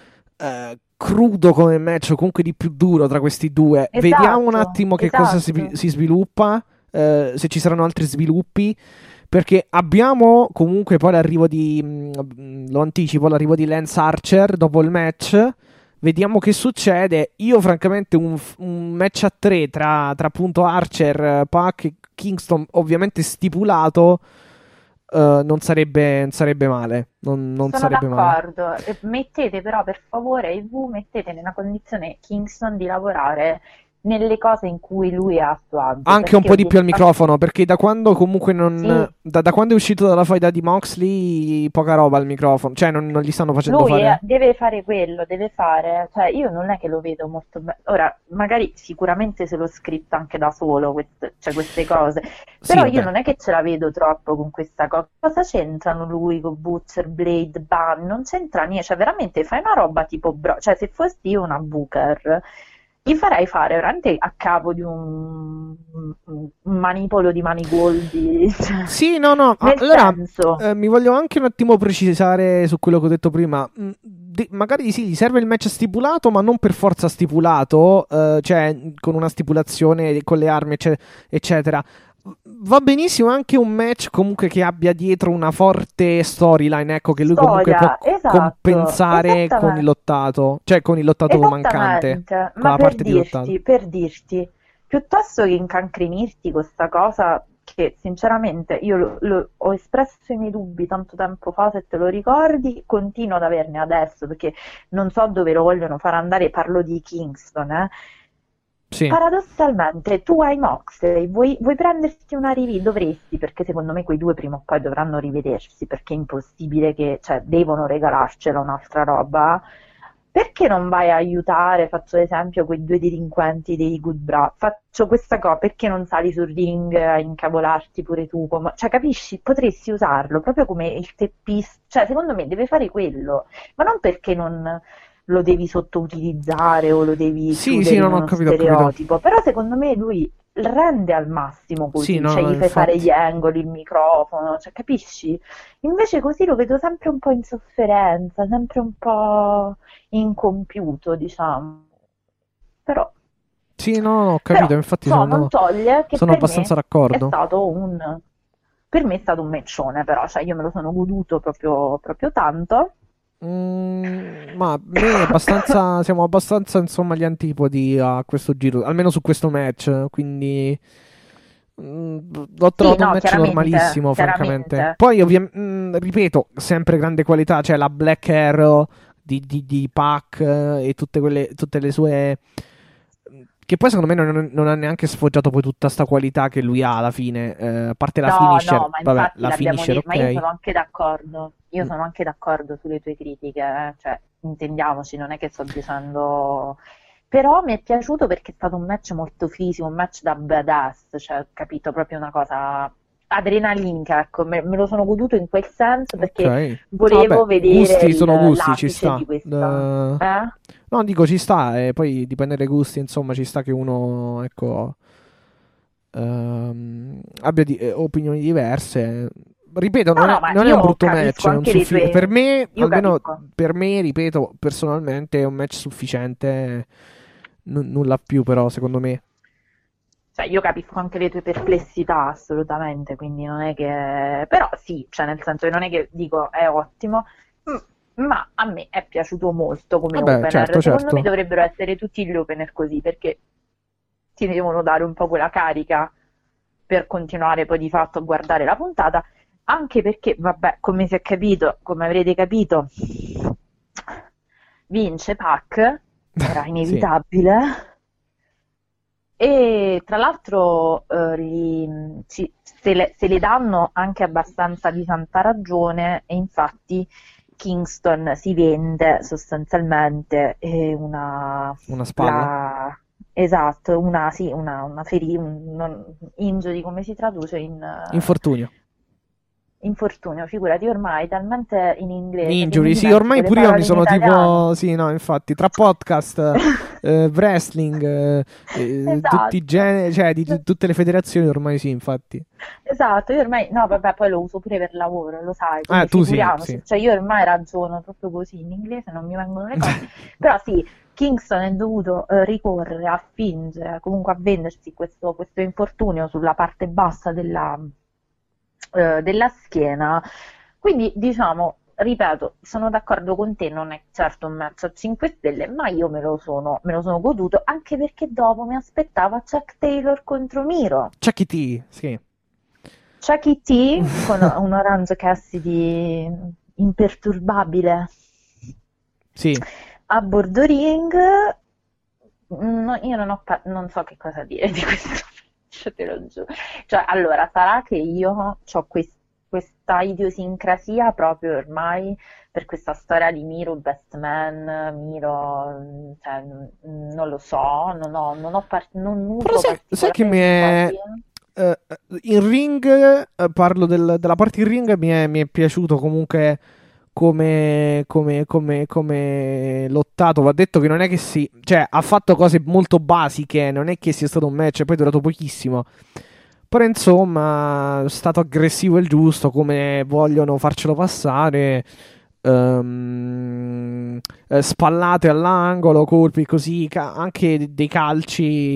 crudo come match, o comunque di più duro tra questi due. Vediamo un Esatto, attimo che cosa esatto. si sviluppa, se ci saranno altri sviluppi, perché abbiamo comunque poi l'arrivo lo anticipo, l'arrivo di Lance Archer dopo il match. Vediamo che succede. Io, francamente, un match a tre tra appunto Archer, Pac e Kingston, ovviamente stipulato, non sarebbe male. Non Sono sarebbe male. d'accordo. E mettete però per favore IV, mettete nella condizione Kingston di lavorare nelle cose in cui lui è a suo agio, Anche un perché po' di più al microfono, perché da quando comunque non. sì, Da quando è uscito dalla faida di Moxley, poca roba al microfono. Cioè, non gli stanno facendo lui fare. deve fare quello, deve fare, cioè io non è che lo vedo molto bene. Ora, magari sicuramente se l'ho scritto anche da solo, cioè queste cose, Sì, però io vabbè. non è che ce la vedo troppo con questa cosa. Cosa c'entrano lui con Butcher, Blade, Bunny? Non c'entra niente, cioè veramente fai una roba tipo, cioè se fossi io una Booker, gli farei fare veramente a capo di un manipolo di manigoldi, cioè, Sì, no, no. nel Allora, senso, mi voglio anche un attimo precisare su quello che ho detto prima. Magari sì, gli serve il match stipulato, ma non per forza stipulato, cioè con una stipulazione con le armi, eccetera. Va benissimo anche un match comunque che abbia dietro una forte storyline, ecco, che lui comunque può storia, esatto, compensare con il esattamente. lottato, cioè con il lottato mancante, Esattamente, con ma la parte di lottato. per dirti, piuttosto che incancrenirti con sta cosa che sinceramente io ho espresso i miei dubbi tanto tempo fa, se te lo ricordi, continuo ad averne adesso perché non so dove lo vogliono far andare, parlo di Kingston, eh. Sì, Paradossalmente, tu hai Moxley, vuoi prenderti una dovresti, perché secondo me quei due prima o poi dovranno rivedersi, perché è impossibile che, cioè, devono regalarcela un'altra roba. Perché non vai a aiutare, faccio l'esempio, quei due delinquenti dei Good Brothers? Faccio questa cosa, perché non sali sul ring a incavolarti pure tu? Cioè, capisci? Potresti usarlo proprio come il teppista, cioè, secondo me deve fare quello, ma non perché non lo devi sottoutilizzare o lo devi sì, sì, chiudere in non ho uno capito, ho capito. stereotipo, però secondo me lui rende al massimo Sì, così, no, cioè no, gli fai fare infatti. gli angoli, il microfono, cioè capisci? Invece così lo vedo sempre un po' in sofferenza, sempre un po' incompiuto, diciamo. Però, Sì, no, no, ho capito, però infatti ciò non toglie che sono abbastanza d'accordo. per me è stato un matchone, però, cioè io me lo sono goduto proprio, proprio tanto. Ma a me siamo abbastanza insomma gli antipodi a questo giro, almeno su questo match, quindi l'ho Sì, trovato un no, match chiaramente, normalissimo, francamente. chiaramente. Poi, ripeto, sempre grande qualità, cioè la Black Arrow di Pac e tutte le sue... Che poi secondo me non ha neanche sfoggiato poi tutta sta qualità che lui ha alla fine, a parte la No, finisher, no, ma vabbè, infatti la l'abbiamo finisher detto, ma io ok. sono anche d'accordo, io Mm, sono anche d'accordo sulle tue critiche, cioè, intendiamoci, non è che sto dicendo... Però mi è piaciuto perché è stato un match molto fisico, un match da badass, cioè, ho capito, proprio una cosa adrenalinica, ecco, me lo sono goduto in quel senso perché ok. Vabbè, volevo vedere gusti sono gusti, ci l'apice sta. di questa... Eh? No, dico ci sta, e poi dipende dai gusti, insomma, ci sta che uno, ecco, abbia opinioni diverse. Ripeto, No, no, ma non è un io brutto match, capisco è un anche le per tue... me, Io almeno capisco. per me, ripeto, personalmente è un match sufficiente, nulla più però, secondo me. Cioè, io capisco anche le tue perplessità, assolutamente, quindi non è che... Però sì, cioè nel senso che non è che dico è ottimo, ma a me è piaciuto molto come Vabbè, certo, opener. Secondo me certo. dovrebbero essere tutti gli opener così, perché ti devono dare un po' quella carica per continuare poi di fatto a guardare la puntata, anche perché, vabbè, come si è capito, come avrete capito, vince Pac, era Sì. inevitabile. E tra l'altro se le danno anche abbastanza di santa ragione, e infatti Kingston si vende sostanzialmente Una spalla. esatto, un injury, come si traduce Infortunio. infortunio, figurati, ormai talmente in inglese che mi Injury, sì, dimentico ormai le pure io mi parole in sono italiano. tipo, sì, no, infatti, tra podcast, wrestling, tutti i Esatto. generi, cioè tutte le federazioni ormai sì, infatti. Esatto, io ormai, no, vabbè, poi lo uso pure per lavoro, lo sai, quindi Tu sì, figuriamoci, sì. cioè io ormai ragiono proprio così, in inglese non mi vengono le cose, però sì, Kingston è dovuto ricorrere a fingere, comunque a vendersi questo infortunio sulla parte bassa della schiena, quindi diciamo, ripeto, sono d'accordo con te, non è certo un match a 5 stelle, ma io me lo sono goduto, anche perché dopo mi aspettava Chuck Taylor contro Miro. Chucky T, sì. Chucky T con un Orange Cassidy imperturbabile Sì. a bordo ring. Io non so che cosa dire di questo match, te lo giuro. Cioè, allora, sarà che io ho questa idiosincrasia proprio ormai per questa storia di Miro, best man, Miro, cioè, non lo so, non Però nutro sai che mi particolare è... simpatia. in ring, parlo della parte in ring, mi è piaciuto comunque come lottato. Va detto che non è che cioè, ha fatto cose molto basiche, non è che sia stato un match, poi è durato pochissimo. Però insomma, è stato aggressivo il giusto, come vogliono farcelo passare. Spallate all'angolo, colpi così, anche dei calci.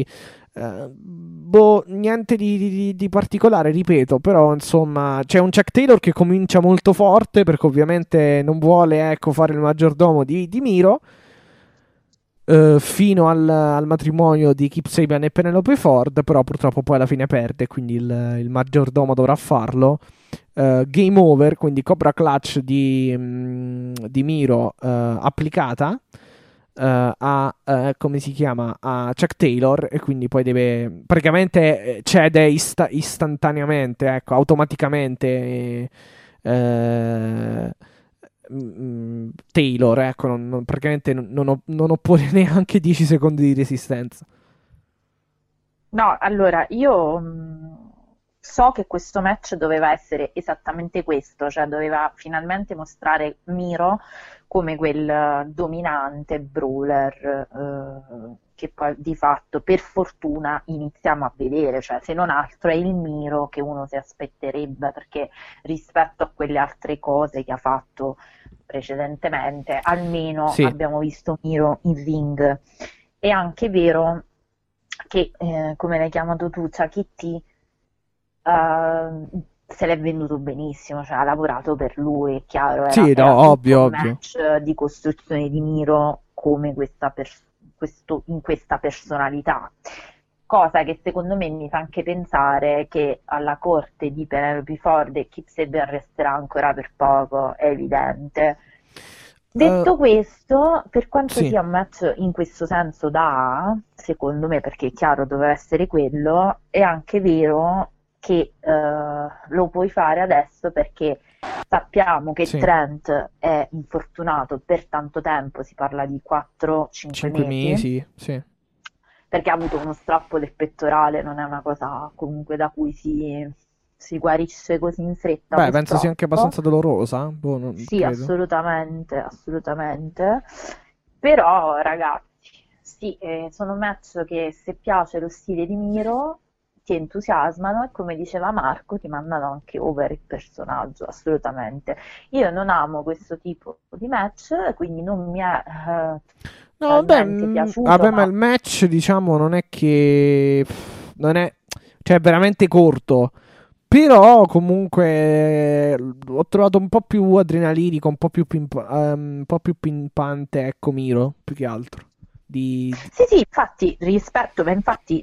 Niente di particolare, ripeto, però insomma c'è un Chuck Taylor che comincia molto forte perché ovviamente non vuole, ecco, fare il maggiordomo di Miro, fino al matrimonio di Kip Sabian e Penelope Ford, però purtroppo poi alla fine perde, quindi il maggiordomo dovrà farlo. Game over, quindi Cobra Clutch di Miro applicata come si chiama, a Chuck Taylor, e quindi poi deve praticamente cede istantaneamente, ecco, automaticamente, Taylor, ecco, praticamente non oppone neanche 10 secondi di resistenza. No, allora io so che questo match doveva essere esattamente questo, cioè doveva finalmente mostrare Miro come quel dominante brawler che poi di fatto per fortuna iniziamo a vedere, cioè se non altro è il Miro che uno si aspetterebbe, perché rispetto a quelle altre cose che ha fatto precedentemente, almeno Sì, abbiamo visto Miro in ring. È anche vero che, come l'hai chiamato tu, Chucky T, se l'è venduto benissimo, cioè ha lavorato per lui, è chiaro, sì, no, era tutto ovvio, un ovvio. match di costruzione di Miro come in questa personalità. Cosa che secondo me mi fa anche pensare che alla corte di Penelope Ford e Kip Sabian resterà ancora per poco, è evidente. Detto questo, per quanto Sì, sia un match in questo senso secondo me, perché è chiaro doveva essere quello, è anche vero che lo puoi fare adesso perché sappiamo che sì, Trent è infortunato per tanto tempo, si parla di 4-5 5 mesi, mesi, sì. perché ha avuto uno strappo del pettorale, non è una cosa comunque da cui si guarisce così in fretta, Beh, penso sia anche purtroppo. abbastanza dolorosa, boh, non Sì, credo. assolutamente, assolutamente. Però, ragazzi, sì, sono match che se piace lo stile di Miro ti entusiasmano e come diceva Marco ti mandano anche over il personaggio, assolutamente. Io non amo questo tipo di match, quindi non mi è No, vabbè, talmente piaciuto, vabbè, ma ma il match, diciamo, non è che... non è... cioè, è veramente corto. Però, comunque, ho trovato un po' più adrenalinico, un po' più pimpante, ecco, Miro, più che altro. sì, sì, infatti rispetto, ma infatti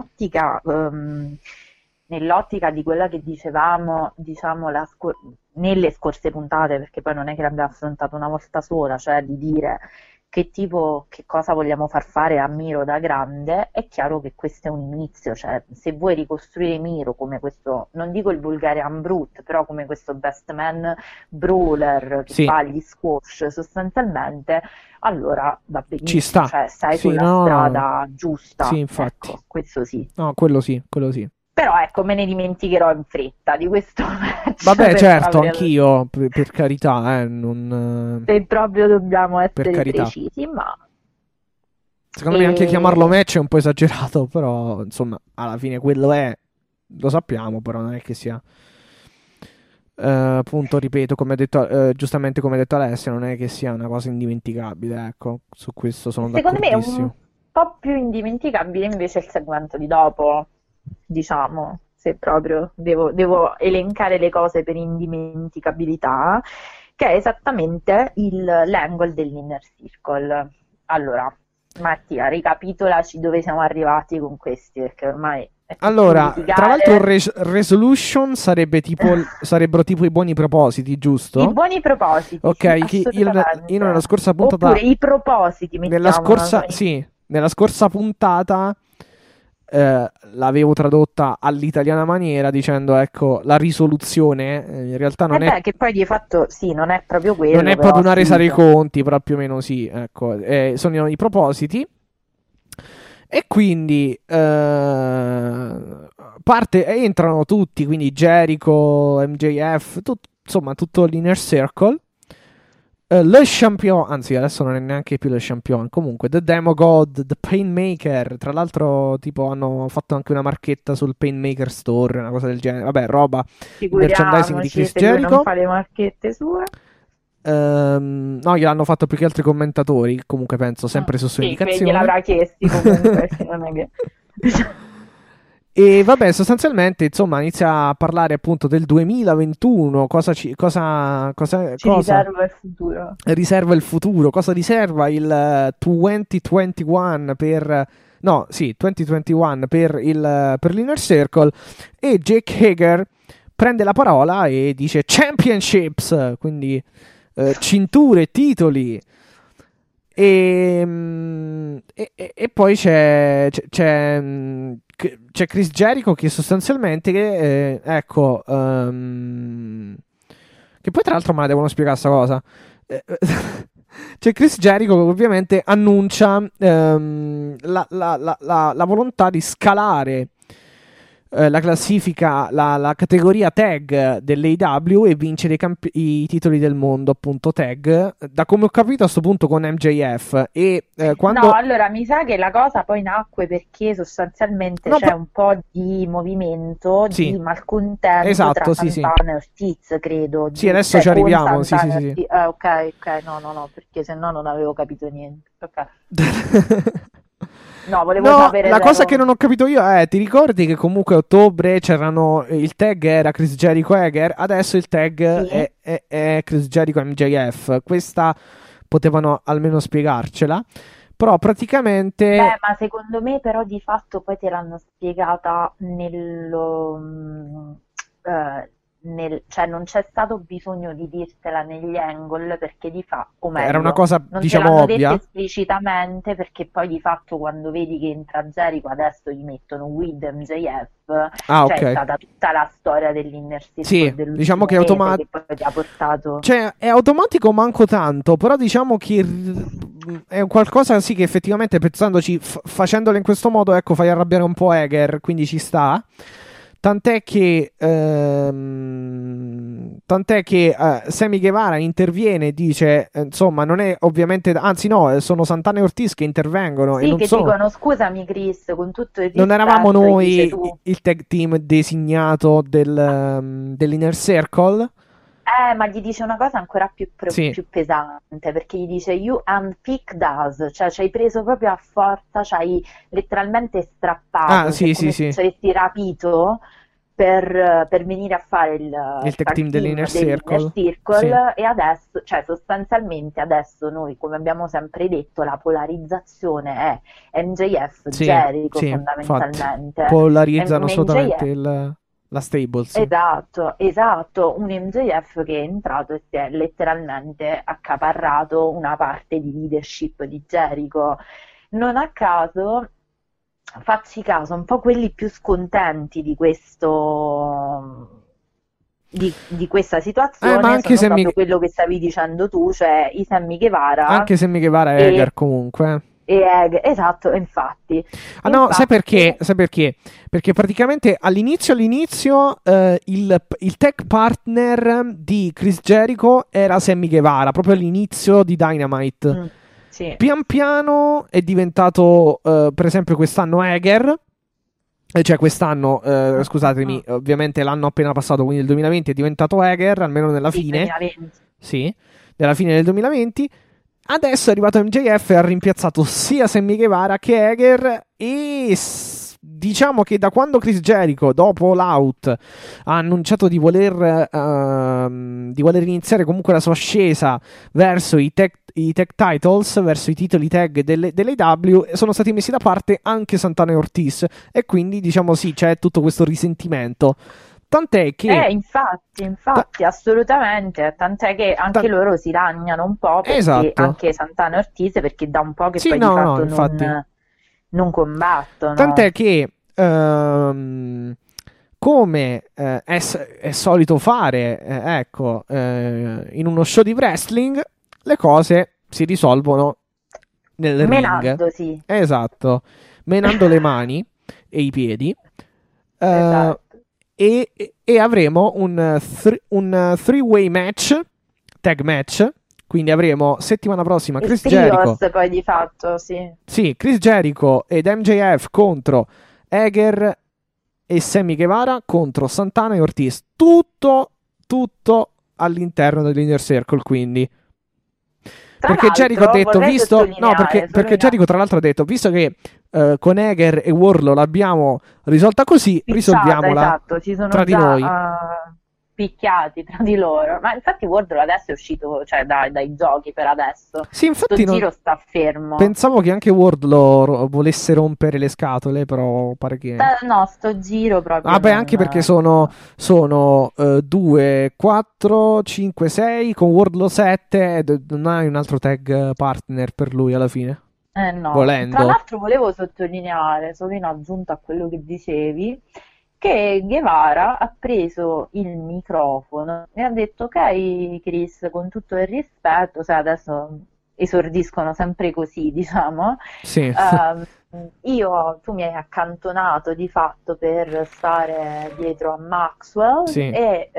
nell'ottica di quella che dicevamo, diciamo, nelle scorse puntate, perché poi non è che l'abbiamo affrontato una volta sola, cioè di dire che cosa vogliamo far fare a Miro da grande, è chiaro che questo è un inizio, cioè se vuoi ricostruire Miro come questo, non dico il Bulgarian Brute, però come questo best man brawler che fa gli squash sostanzialmente, allora va benissimo, ci sta. Cioè stai sulla strada giusta. Sì, infatti. Ecco, questo sì. No, quello sì. Però ecco, me ne dimenticherò in fretta di questo match. Vabbè, certo, anch'io, per carità, non... Se proprio dobbiamo essere carità. precisi, ma... Secondo me anche chiamarlo match è un po' esagerato, però, insomma, alla fine quello è... Lo sappiamo, però non è che sia... appunto, ripeto, come ha detto, giustamente come ha detto Alessia, non è che sia una cosa indimenticabile, ecco, su questo sono d'accordissimo. Secondo me un po' più indimenticabile invece il segmento di dopo. Diciamo, se proprio devo elencare le cose per indimenticabilità, che è esattamente l'angle dell'Inner Circle. Allora, Mattia, ricapitolaci dove siamo arrivati con questi, perché ormai è allora, tra l'altro resolution sarebbero tipo i buoni propositi, giusto? I buoni propositi, ok, sì, io nella scorsa puntata... Oppure i propositi, nella scorsa puntata l'avevo tradotta all'italiana maniera dicendo, ecco, la risoluzione in realtà non è... che poi di fatto sì, non è proprio quello. Non è proprio una resa dei conti, però più o meno sì, ecco, sono i propositi. E quindi entrano tutti, quindi Jericho, MJF, insomma tutto l'Inner Circle. Le Champion, anzi adesso non è neanche più Le Champion, comunque The Demogod, The Painmaker, tra l'altro tipo hanno fatto anche una marchetta sul Painmaker Store, una cosa del genere, vabbè, roba, merchandising di Chris Jericho. Non fa le marchette sue. No, gliel'hanno fatto più che altri commentatori, comunque penso sempre su sue indicazioni. Gliel'avrà chiesti comunque, non è che... E vabbè, sostanzialmente, insomma, inizia a parlare appunto del 2021, cosa riserva il futuro. Riserva il futuro, cosa riserva il 2021 per 2021 per l'Inner Circle, e Jake Hager prende la parola e dice championships, quindi cinture, titoli. E poi c'è Chris Jericho che sostanzialmente che poi tra l'altro me la devono spiegare sta cosa. C'è Chris Jericho che ovviamente annuncia la volontà di scalare la classifica, la categoria tag dell'AEW e vincere i titoli del mondo, appunto tag, da come ho capito a sto punto con MJF. No, allora mi sa che la cosa poi nacque perché sostanzialmente c'è un po' di movimento, di malcontento tra Santana e Ortiz, credo. Sì, adesso ci arriviamo. Sì. Ok, no, perché sennò non avevo capito niente. Ok. No, volevo sapere. La cosa che non ho capito io è: ti ricordi che comunque a ottobre il tag era Chris Jericho Hager, adesso il tag è Chris Jericho MJF. Questa potevano almeno spiegarcela. Però praticamente... ma secondo me però di fatto poi te l'hanno spiegata cioè non c'è stato bisogno di dirtela negli angle, perché di fatto, o meglio, era una cosa, non diciamo, te l'hanno ovvia, detto esplicitamente, perché poi di fatto quando vedi che entra Jericho adesso gli mettono with MJF, è stata tutta la storia dell'Inner Circle, sì, diciamo che che poi ti ha portato, cioè è automatico manco tanto, però diciamo che è qualcosa sì che effettivamente pensandoci, facendolo in questo modo, ecco, fai arrabbiare un po' Hager, quindi ci sta. Tant'è che Sammy Guevara interviene e dice, insomma, non è ovviamente, anzi no, sono Santana e Ortiz che intervengono, sì, e non che dicono scusami Chris, con tutto il rispetto, non eravamo noi il tag team designato dell'Inner Circle. Ma gli dice una cosa ancora più pesante, perché gli dice you unpicked us, cioè ci hai preso proprio a forza, ci hai letteralmente strappato, sì. ci avessi rapito per venire a fare il tag team dell'Inner Circle. Sì. E adesso, cioè sostanzialmente adesso noi, come abbiamo sempre detto, la polarizzazione è MJF, Jericho fondamentalmente. Infatti, polarizzano assolutamente la stable, sì. Esatto, un MJF che è entrato e si è letteralmente accaparrato una parte di leadership di Jericho. Non a caso, facci caso, un po' quelli più scontenti di questo... Di questa situazione ma anche sono se proprio quello che stavi dicendo tu, cioè i Sammy Guevara. Anche Sammy Guevara e Hager comunque. Esatto, infatti. No, sai perché? Perché praticamente all'inizio il tech partner di Chris Jericho era Sammy Guevara, proprio all'inizio di Dynamite. Sì. Pian piano è diventato, per esempio quest'anno Hager, cioè quest'anno, scusatemi, ovviamente l'anno appena passato, quindi il 2020 è diventato Hager, almeno nella fine. 2020. Sì, nella fine del 2020. Adesso è arrivato MJF e ha rimpiazzato sia Sammy Guevara che Hager e diciamo che da quando Chris Jericho, dopo l'out, ha annunciato di voler iniziare comunque la sua ascesa verso i tech titles, verso i titoli tag dell'AEW, sono stati messi da parte anche Santana e Ortiz e quindi diciamo sì, c'è tutto questo risentimento. Tant'è che... infatti, assolutamente, tant'è che anche loro si lagnano un po', perché esatto. Anche Santana e Ortiz, perché da un po' che sì, poi no, di fatto non combattono. Tant'è che come è solito fare, in uno show di wrestling, le cose si risolvono nel ring. Sì. Esatto, menando le mani e i piedi. Esatto. E avremo un three-way match, tag match. Quindi avremo settimana prossima Chris Jericho. Poi di fatto, sì. Sì, Chris Jericho ed MJF contro Hager e Sammy Guevara contro Santana e Ortiz. Tutto all'interno dell'Inner Circle, quindi. Perché Jericho ha detto, perché Jericho tra l'altro ha detto, visto che con Hager e Wardlow l'abbiamo risolta così, risolviamola ci sono tra di noi. Picchiati tra di loro, ma infatti Wardlow adesso è uscito, cioè dai giochi per adesso. Sì, infatti giro sta fermo. Pensavo che anche Wardlow volesse rompere le scatole, però pare che no, sto giro proprio anche perché sono 2, 4, 5, 6 con Wardlow 7, non hai un altro tag partner per lui alla fine? No. Volendo. Tra l'altro volevo sottolineare, solo in aggiunta a quello che dicevi, che Guevara ha preso il microfono e ha detto: ok Chris, con tutto il rispetto, cioè adesso esordiscono sempre così, diciamo, sì. Tu mi hai accantonato di fatto per stare dietro a Maxwell, sì. E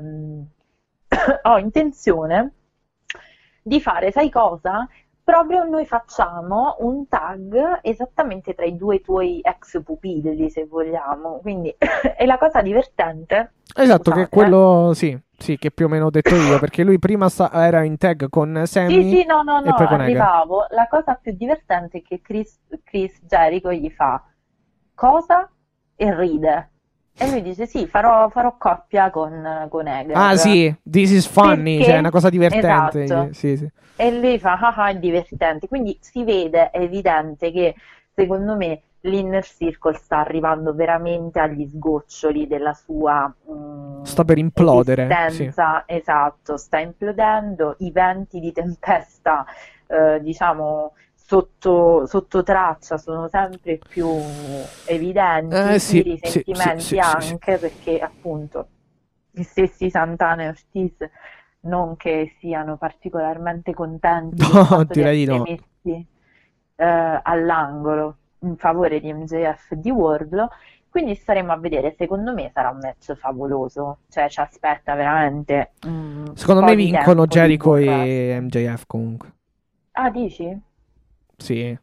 ho intenzione di fare, sai cosa? Proprio noi facciamo un tag esattamente tra i due tuoi ex pupilli, se vogliamo, quindi è la cosa divertente. Esatto, che è quello, sì, che più o meno ho detto io, perché lui prima era in tag con Sammy sì, no, e poi con arrivavo. La cosa più divertente è che Chris Jericho gli fa cosa e ride. E lui dice sì, farò coppia con Hager. Ah sì, this is funny, perché... cioè è una cosa divertente. Esatto. Sì. E lui fa è divertente. Quindi si vede, è evidente che secondo me l'Inner Circle sta arrivando veramente agli sgoccioli della sua sta per implodere. esistenza. Sì. Esatto, sta implodendo. I venti di tempesta, diciamo, sotto traccia sono sempre più evidenti, i risentimenti anche. Perché appunto gli stessi Santana e Ortiz non che siano particolarmente contenti del fatto direi di di no. essere messi all'angolo in favore di MJF e di Wardlow. Quindi staremo a vedere. Secondo me sarà un match favoloso, cioè ci aspetta veramente secondo me vincono Jericho e MJF comunque. Ah, dici? Sì.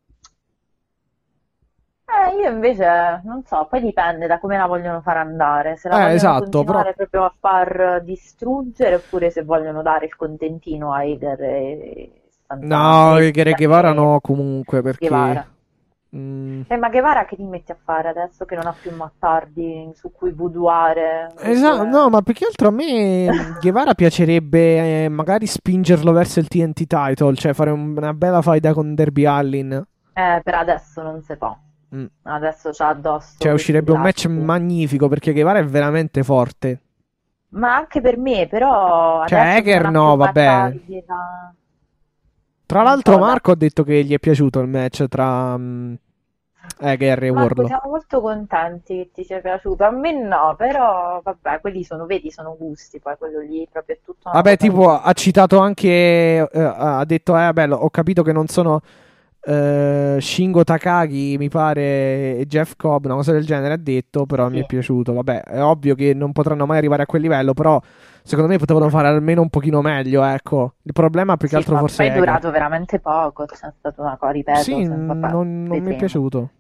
Io invece non so, poi dipende da come la vogliono far andare, se la vogliono continuare proprio a far distruggere, oppure se vogliono dare il contentino a Hager e Santana. No, Hager e Guevara no, comunque, perché Guevara. Ma Guevara che ti metti a fare adesso che non ha più Mattardi su cui buduare? Esatto, no, ma più che altro a me Guevara piacerebbe magari spingerlo verso il TNT title, cioè fare una bella faida con Darby Allin. Per adesso non si può. Adesso c'ha addosso Cioè, questi uscirebbe un match lasci. magnifico perché Guevara è veramente forte. Ma anche per me, però Cioè, adesso Hager non ha no, più vabbè. battaglie da... Tra Non l'altro, so, Marco ha detto che gli è piaciuto il match tra Hager e Marco, Wardlow. siamo molto contenti che ti sia piaciuto. A me no, però vabbè, quelli sono, vedi, sono gusti, poi quello lì proprio è tutta una Vabbè, cosa di tipo, ha gusti. citato anche. Ha detto, vabbè, ho capito che non sono Shingo Takagi, mi pare, e Jeff Cobb, una cosa del genere. Ha detto, però mi è Sì, piaciuto. Vabbè, è ovvio che non potranno mai arrivare a quel livello, però secondo me potevano fare almeno un pochino meglio. Ecco, il problema più che sì, altro ma forse poi è è Hager. durato veramente poco, c'è stato una cosa, ripeto, Sì, vabbè, non mi è vedremo. piaciuto.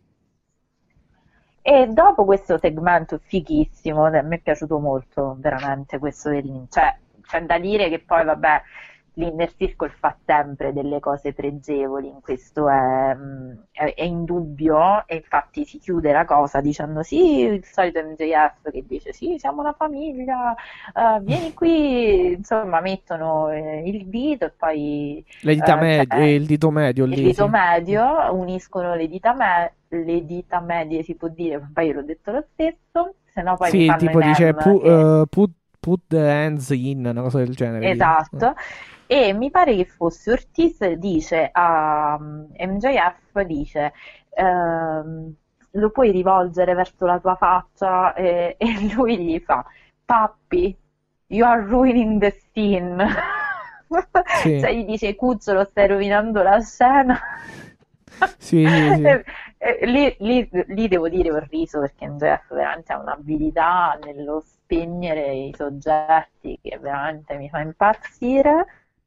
E dopo questo segmento fighissimo, a me è piaciuto molto, veramente, questo cioè, c'è da dire che poi, vabbè, l'Inner Circle fa sempre delle cose pregevoli, in questo è indubbio, e infatti si chiude la cosa dicendo sì, il solito MJF che dice sì, siamo una famiglia, vieni qui, insomma, mettono il dito e poi c'è Il dito medio il lì, dito sì. medio, uniscono le dita medie, si può dire, ma poi io l'ho detto lo stesso, se no poi mi Sì, fanno i tipo dice meme che... put the hands in, una cosa del genere. Esatto, e mi pare che fosse Ortiz dice a MJF, dice lo puoi rivolgere verso la tua faccia e lui gli fa Pappi, you are ruining the scene. Sì, Cioè gli dice Cucciolo, stai rovinando la scena. sì, sì, sì. Lì devo dire ho riso perché MJF veramente ha un'abilità nello spegnere i soggetti che veramente mi fa impazzire.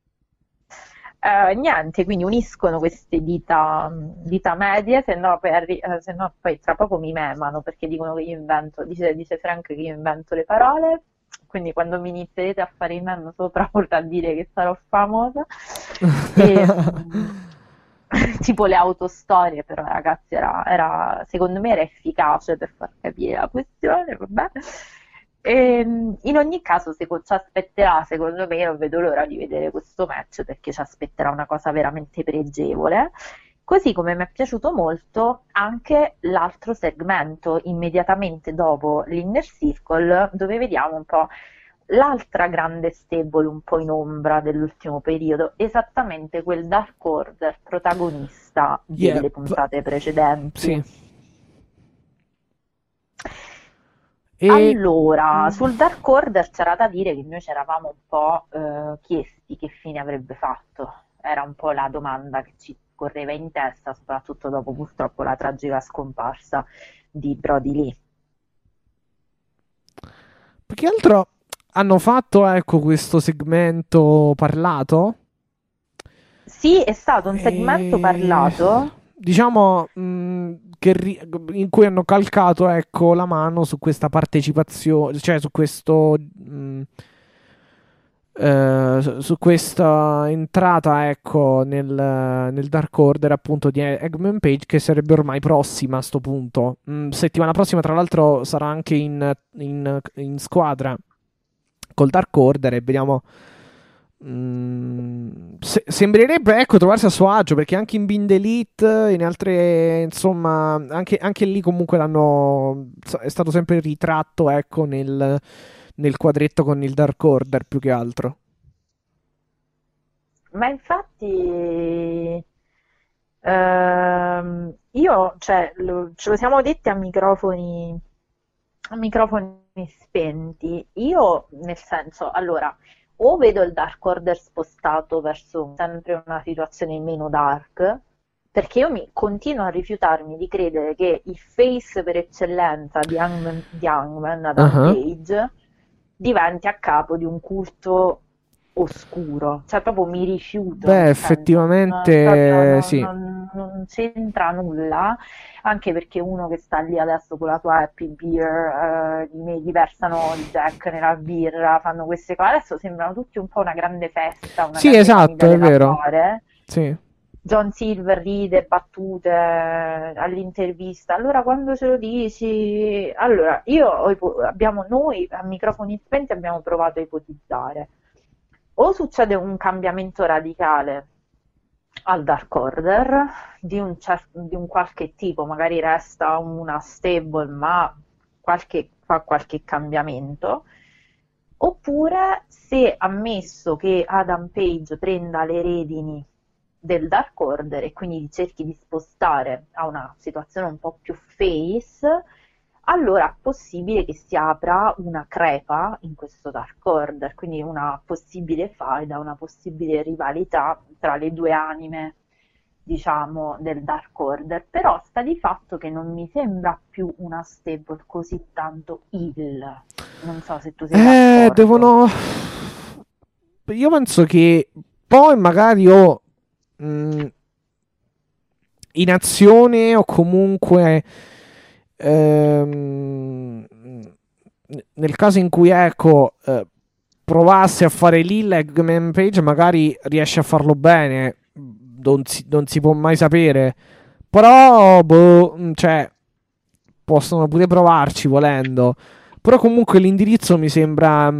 Niente, quindi uniscono queste dita medie, se no poi tra poco mi memano perché dicono che io invento, dice Frank che io invento le parole, quindi quando mi inizierete a fare i meme sopra vorrà dire che sarò famosa. E, tipo le autostorie, però ragazzi secondo me era efficace per far capire la questione, vabbè. In ogni caso ci aspetterà, secondo me, non vedo l'ora di vedere questo match perché ci aspetterà una cosa veramente pregevole. Così come mi è piaciuto molto anche l'altro segmento immediatamente dopo l'Inner Circle, dove vediamo un po' l'altra grande stable un po' in ombra dell'ultimo periodo, esattamente quel Dark Order protagonista Yeah, delle puntate precedenti. sì. E Allora, sul Dark Order c'era da dire che noi ci eravamo un po' chiesti che fine avrebbe fatto. Era un po' la domanda che ci correva in testa, soprattutto dopo purtroppo la tragica scomparsa di Brody Lee. più che altro hanno fatto, ecco, questo segmento parlato. Sì, è stato un segmento E... parlato. Diciamo in cui hanno calcato, ecco, la mano su questa partecipazione, cioè su questo su questa entrata, ecco, nel Dark Order appunto di Eggman Page, che sarebbe ormai prossima a sto punto. Settimana prossima, tra l'altro, sarà anche in squadra col Dark Order e vediamo. Sembrerebbe, ecco, trovarsi a suo agio perché anche in Bind Elite, in altre, insomma, anche lì comunque è stato sempre ritratto, ecco, nel quadretto con il Dark Order più che altro. Ma infatti io, cioè, ce lo siamo detti a microfoni spenti. Io, nel senso, allora, o vedo il Dark Order spostato verso sempre una situazione meno dark, perché io continuo a rifiutarmi di credere che il face per eccellenza di Hangman, Adam Ah. Page, diventi a capo di un culto oscuro, cioè proprio mi rifiuto, Beh, nel senso, effettivamente sì. non c'entra nulla, anche perché uno che sta lì adesso con la sua Happy Beer, gli versano il Jack nella birra, fanno queste cose, adesso sembrano tutti un po' una grande festa, una Sì, grande esatto, famiglia è della vero. Core. Sì. John Silver ride, battute all'intervista. Allora, quando ce lo dici, allora noi a microfoni spenti abbiamo provato a ipotizzare. O succede un cambiamento radicale al Dark Order di un qualche tipo, magari resta una stable ma fa qualche cambiamento, oppure se ammesso che Adam Page prenda le redini del Dark Order e quindi cerchi di spostare a una situazione un po' più face, allora è possibile che si apra una crepa in questo Dark Order, quindi una possibile faida, una possibile rivalità tra le due anime, diciamo, del Dark Order. Però sta di fatto che non mi sembra più una stable così tanto heel. Non so se tu sei d'accordo. Devono... Io penso che poi magari in azione o comunque nel caso in cui provasse a fare l'Eggman Page, magari riesce a farlo bene, non si può mai sapere, però cioè possono pure provarci volendo, però comunque l'indirizzo mi sembra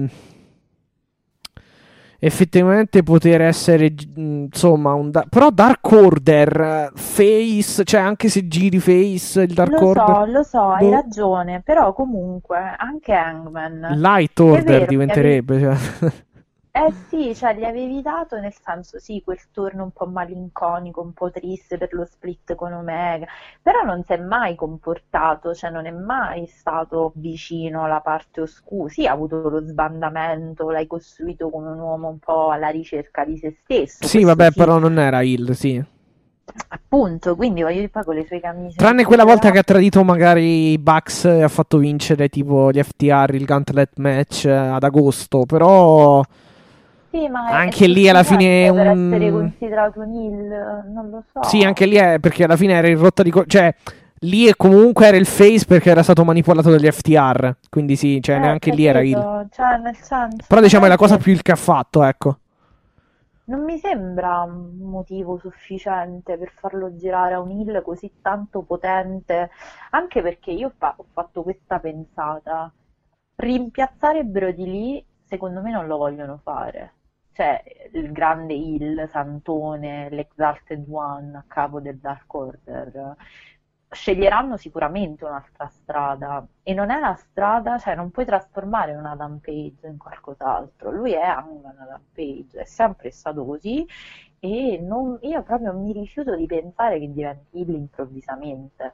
effettivamente poter essere insomma però Dark Order face, cioè anche se giri face il Dark Order, lo so, hai ragione, però comunque anche Hangman Light Order diventerebbe, cioè. Sì, cioè gli avevi dato, nel senso, sì, quel turno un po' malinconico, un po' triste per lo split con Omega, però non si è mai comportato, cioè non è mai stato vicino alla parte oscura. Sì, ha avuto lo sbandamento, l'hai costruito come un uomo un po' alla ricerca di se stesso. Sì, vabbè, sì. Però non era heel, sì. Appunto, quindi voglio dire, poi con le sue camicie. Tranne quella volta che ha tradito magari i Bucks e ha fatto vincere tipo gli FTR, il Gauntlet match ad agosto, però... Sì, ma anche lì alla fine per essere considerato un heel, non lo so. Sì, anche lì è perché alla fine era in rotta di cioè lì comunque era il face perché era stato manipolato dagli FTR, quindi sì, cioè neanche lì era heel. Cioè, nel senso, però diciamo è la cosa più il che ha fatto, ecco. Non mi sembra un motivo sufficiente per farlo girare a un heel così tanto potente, anche perché io ho fatto questa pensata. Rimpiazzare Brody Lee, secondo me non lo vogliono fare. Cioè, il grande heel, Santone, l'Exalted One a capo del Dark Order, sceglieranno sicuramente un'altra strada, e non è la strada, cioè non puoi trasformare un Adam Page in qualcos'altro. Lui è anche un Adam Page, è sempre stato così, e io proprio mi rifiuto di pensare che diventi heel improvvisamente.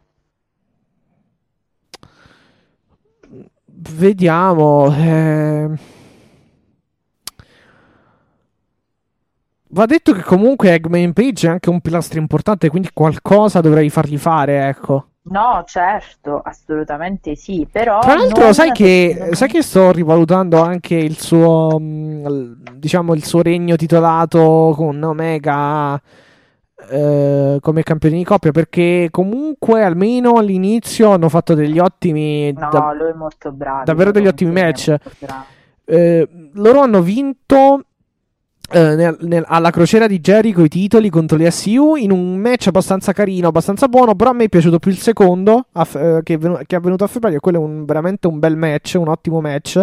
Vediamo. Va detto che comunque Eggman Page è anche un pilastro importante, quindi qualcosa dovrei fargli fare, ecco. No, certo, assolutamente sì, però... Tra l'altro sai che sto rivalutando anche il suo, diciamo, il suo regno titolato con Omega come campione di coppia, perché comunque almeno all'inizio hanno fatto degli ottimi... No, lui è molto bravo. Davvero degli ottimi match. Loro hanno vinto... alla crociera di Jericho i titoli contro le SU in un match abbastanza carino, abbastanza buono, però a me è piaciuto più il secondo che è avvenuto a febbraio. Quello è veramente un bel match, un ottimo match,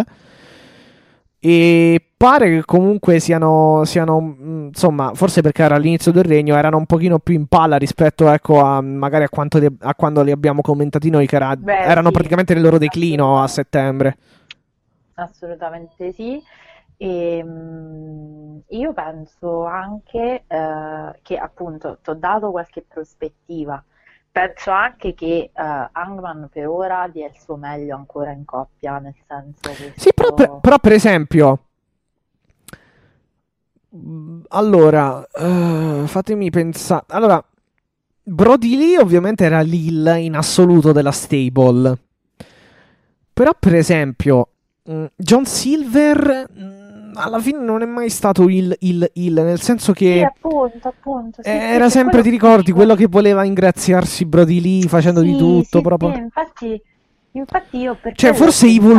e pare che comunque siano insomma, forse perché era all'inizio del regno, erano un pochino più in palla rispetto, ecco, a magari a quando li abbiamo commentati noi, che erano sì, praticamente nel loro declino a settembre. Assolutamente sì. E io penso anche che, appunto, ti ho dato qualche prospettiva. Penso anche che Hangman per ora dia il suo meglio ancora in coppia, nel senso che... Sì, però per esempio, allora, fatemi pensare. Allora, Brody Lee ovviamente era l'heel in assoluto della stable, però per esempio John Silver alla fine non è mai stato il nel senso che sì, appunto, sì, era sempre, ti ricordi, quello che voleva ingraziarsi Brody Lee facendo di tutto, sì, proprio. Sì, infatti io per cioè forse Evil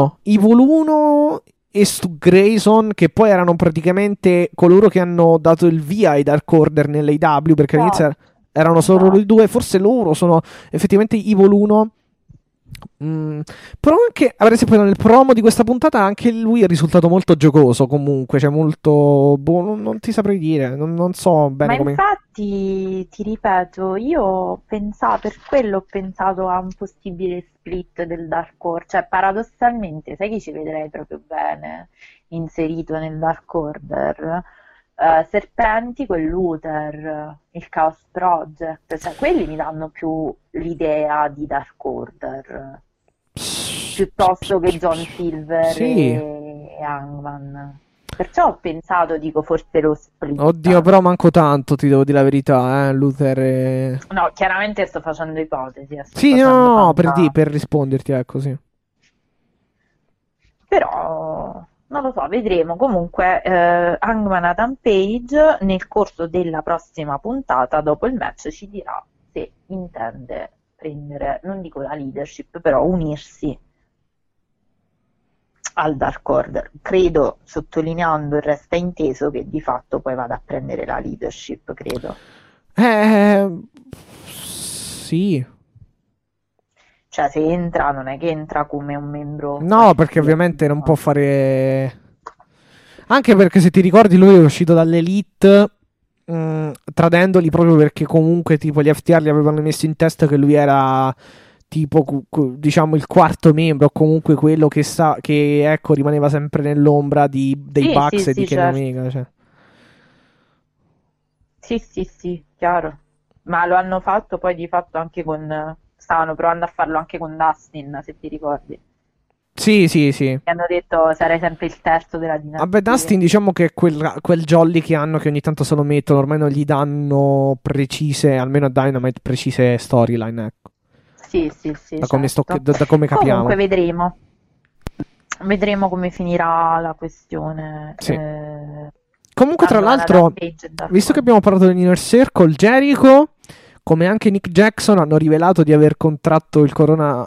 1 e Stu Grayson, che poi erano praticamente coloro che hanno dato il via ai Dark Order nell'AEW, perché all'inizio erano solo i due, forse loro sono effettivamente Evil 1 Però anche, per esempio, nel promo di questa puntata anche lui è risultato molto giocoso comunque, cioè molto, boh, non ti saprei dire, non so bene Ma come... infatti, ti ripeto, io per quello ho pensato a un possibile split del Dark Order, cioè paradossalmente, sai chi ci vedrei proprio bene inserito nel Dark Order? Serpenti con Luther, il Chaos Project, cioè quelli mi danno più l'idea di Dark Order, piuttosto che John Silver Sì. e Hangman. Perciò ho pensato, dico, forse lo split. Oddio, però manco tanto, ti devo dire la verità, Luther e... No, chiaramente sto facendo ipotesi. Sì, facendo no, tanta- per risponderti, ecco, sì. Però non lo so, vedremo. Comunque, Hangman Adam Page nel corso della prossima puntata, dopo il match, ci dirà se intende prendere, non dico la leadership, però unirsi al Dark Order. Credo, sottolineando il resta inteso, che di fatto poi vada a prendere la leadership, credo. Sì. Cioè, se entra, non è che entra come un membro No, perché ovviamente non può fare... Anche perché se ti ricordi lui è uscito dall'Elite tradendoli proprio perché comunque tipo gli FTR gli avevano messo in testa che lui era tipo diciamo il quarto membro o comunque quello che ecco rimaneva sempre nell'ombra dei Sì, Bucks sì, e di sì, Kenny certo. Omega, cioè. Sì, chiaro. Ma lo hanno fatto poi di fatto anche con... Stavano provando a farlo anche con Dustin, se ti ricordi. Sì. Mi hanno detto sarai sempre il terzo della dinastia. Vabbè, Dustin diciamo che è quel jolly che hanno che ogni tanto se lo mettono, ormai non gli danno precise, almeno a Dynamite, precise storyline, ecco. Sì, Da come, certo. da come capiamo. Comunque vedremo. Vedremo come finirà la questione. Sì. Comunque, tra l'altro, visto che abbiamo parlato dell'Inner Circle, Jericho, come anche Nick Jackson, hanno rivelato di aver contratto il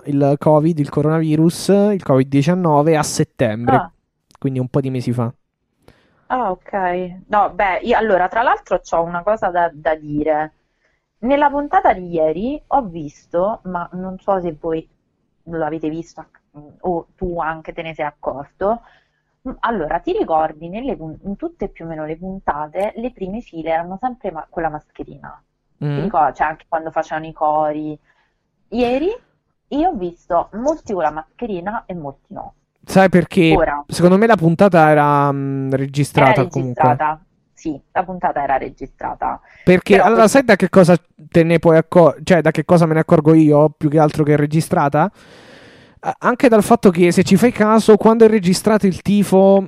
coronavirus, il Covid-19 a settembre, quindi un po' di mesi fa. Ah, ok. No, beh, io allora, tra l'altro c'ho una cosa da dire. Nella puntata di ieri ho visto, ma non so se voi l'avete visto o tu anche te ne sei accorto. Allora, ti ricordi, in tutte più o meno le puntate, le prime file erano sempre con la mascherina. Ti ricordi? Cioè, anche quando facevano i cori. Ieri io ho visto molti con la mascherina e molti no. Sai perché? Ora, Secondo me la puntata era registrata comunque. Sì, la puntata era registrata. Perché Però allora sai da che cosa te ne puoi cioè da che cosa me ne accorgo io più che altro che è registrata? Anche dal fatto che se ci fai caso quando è registrato il tifo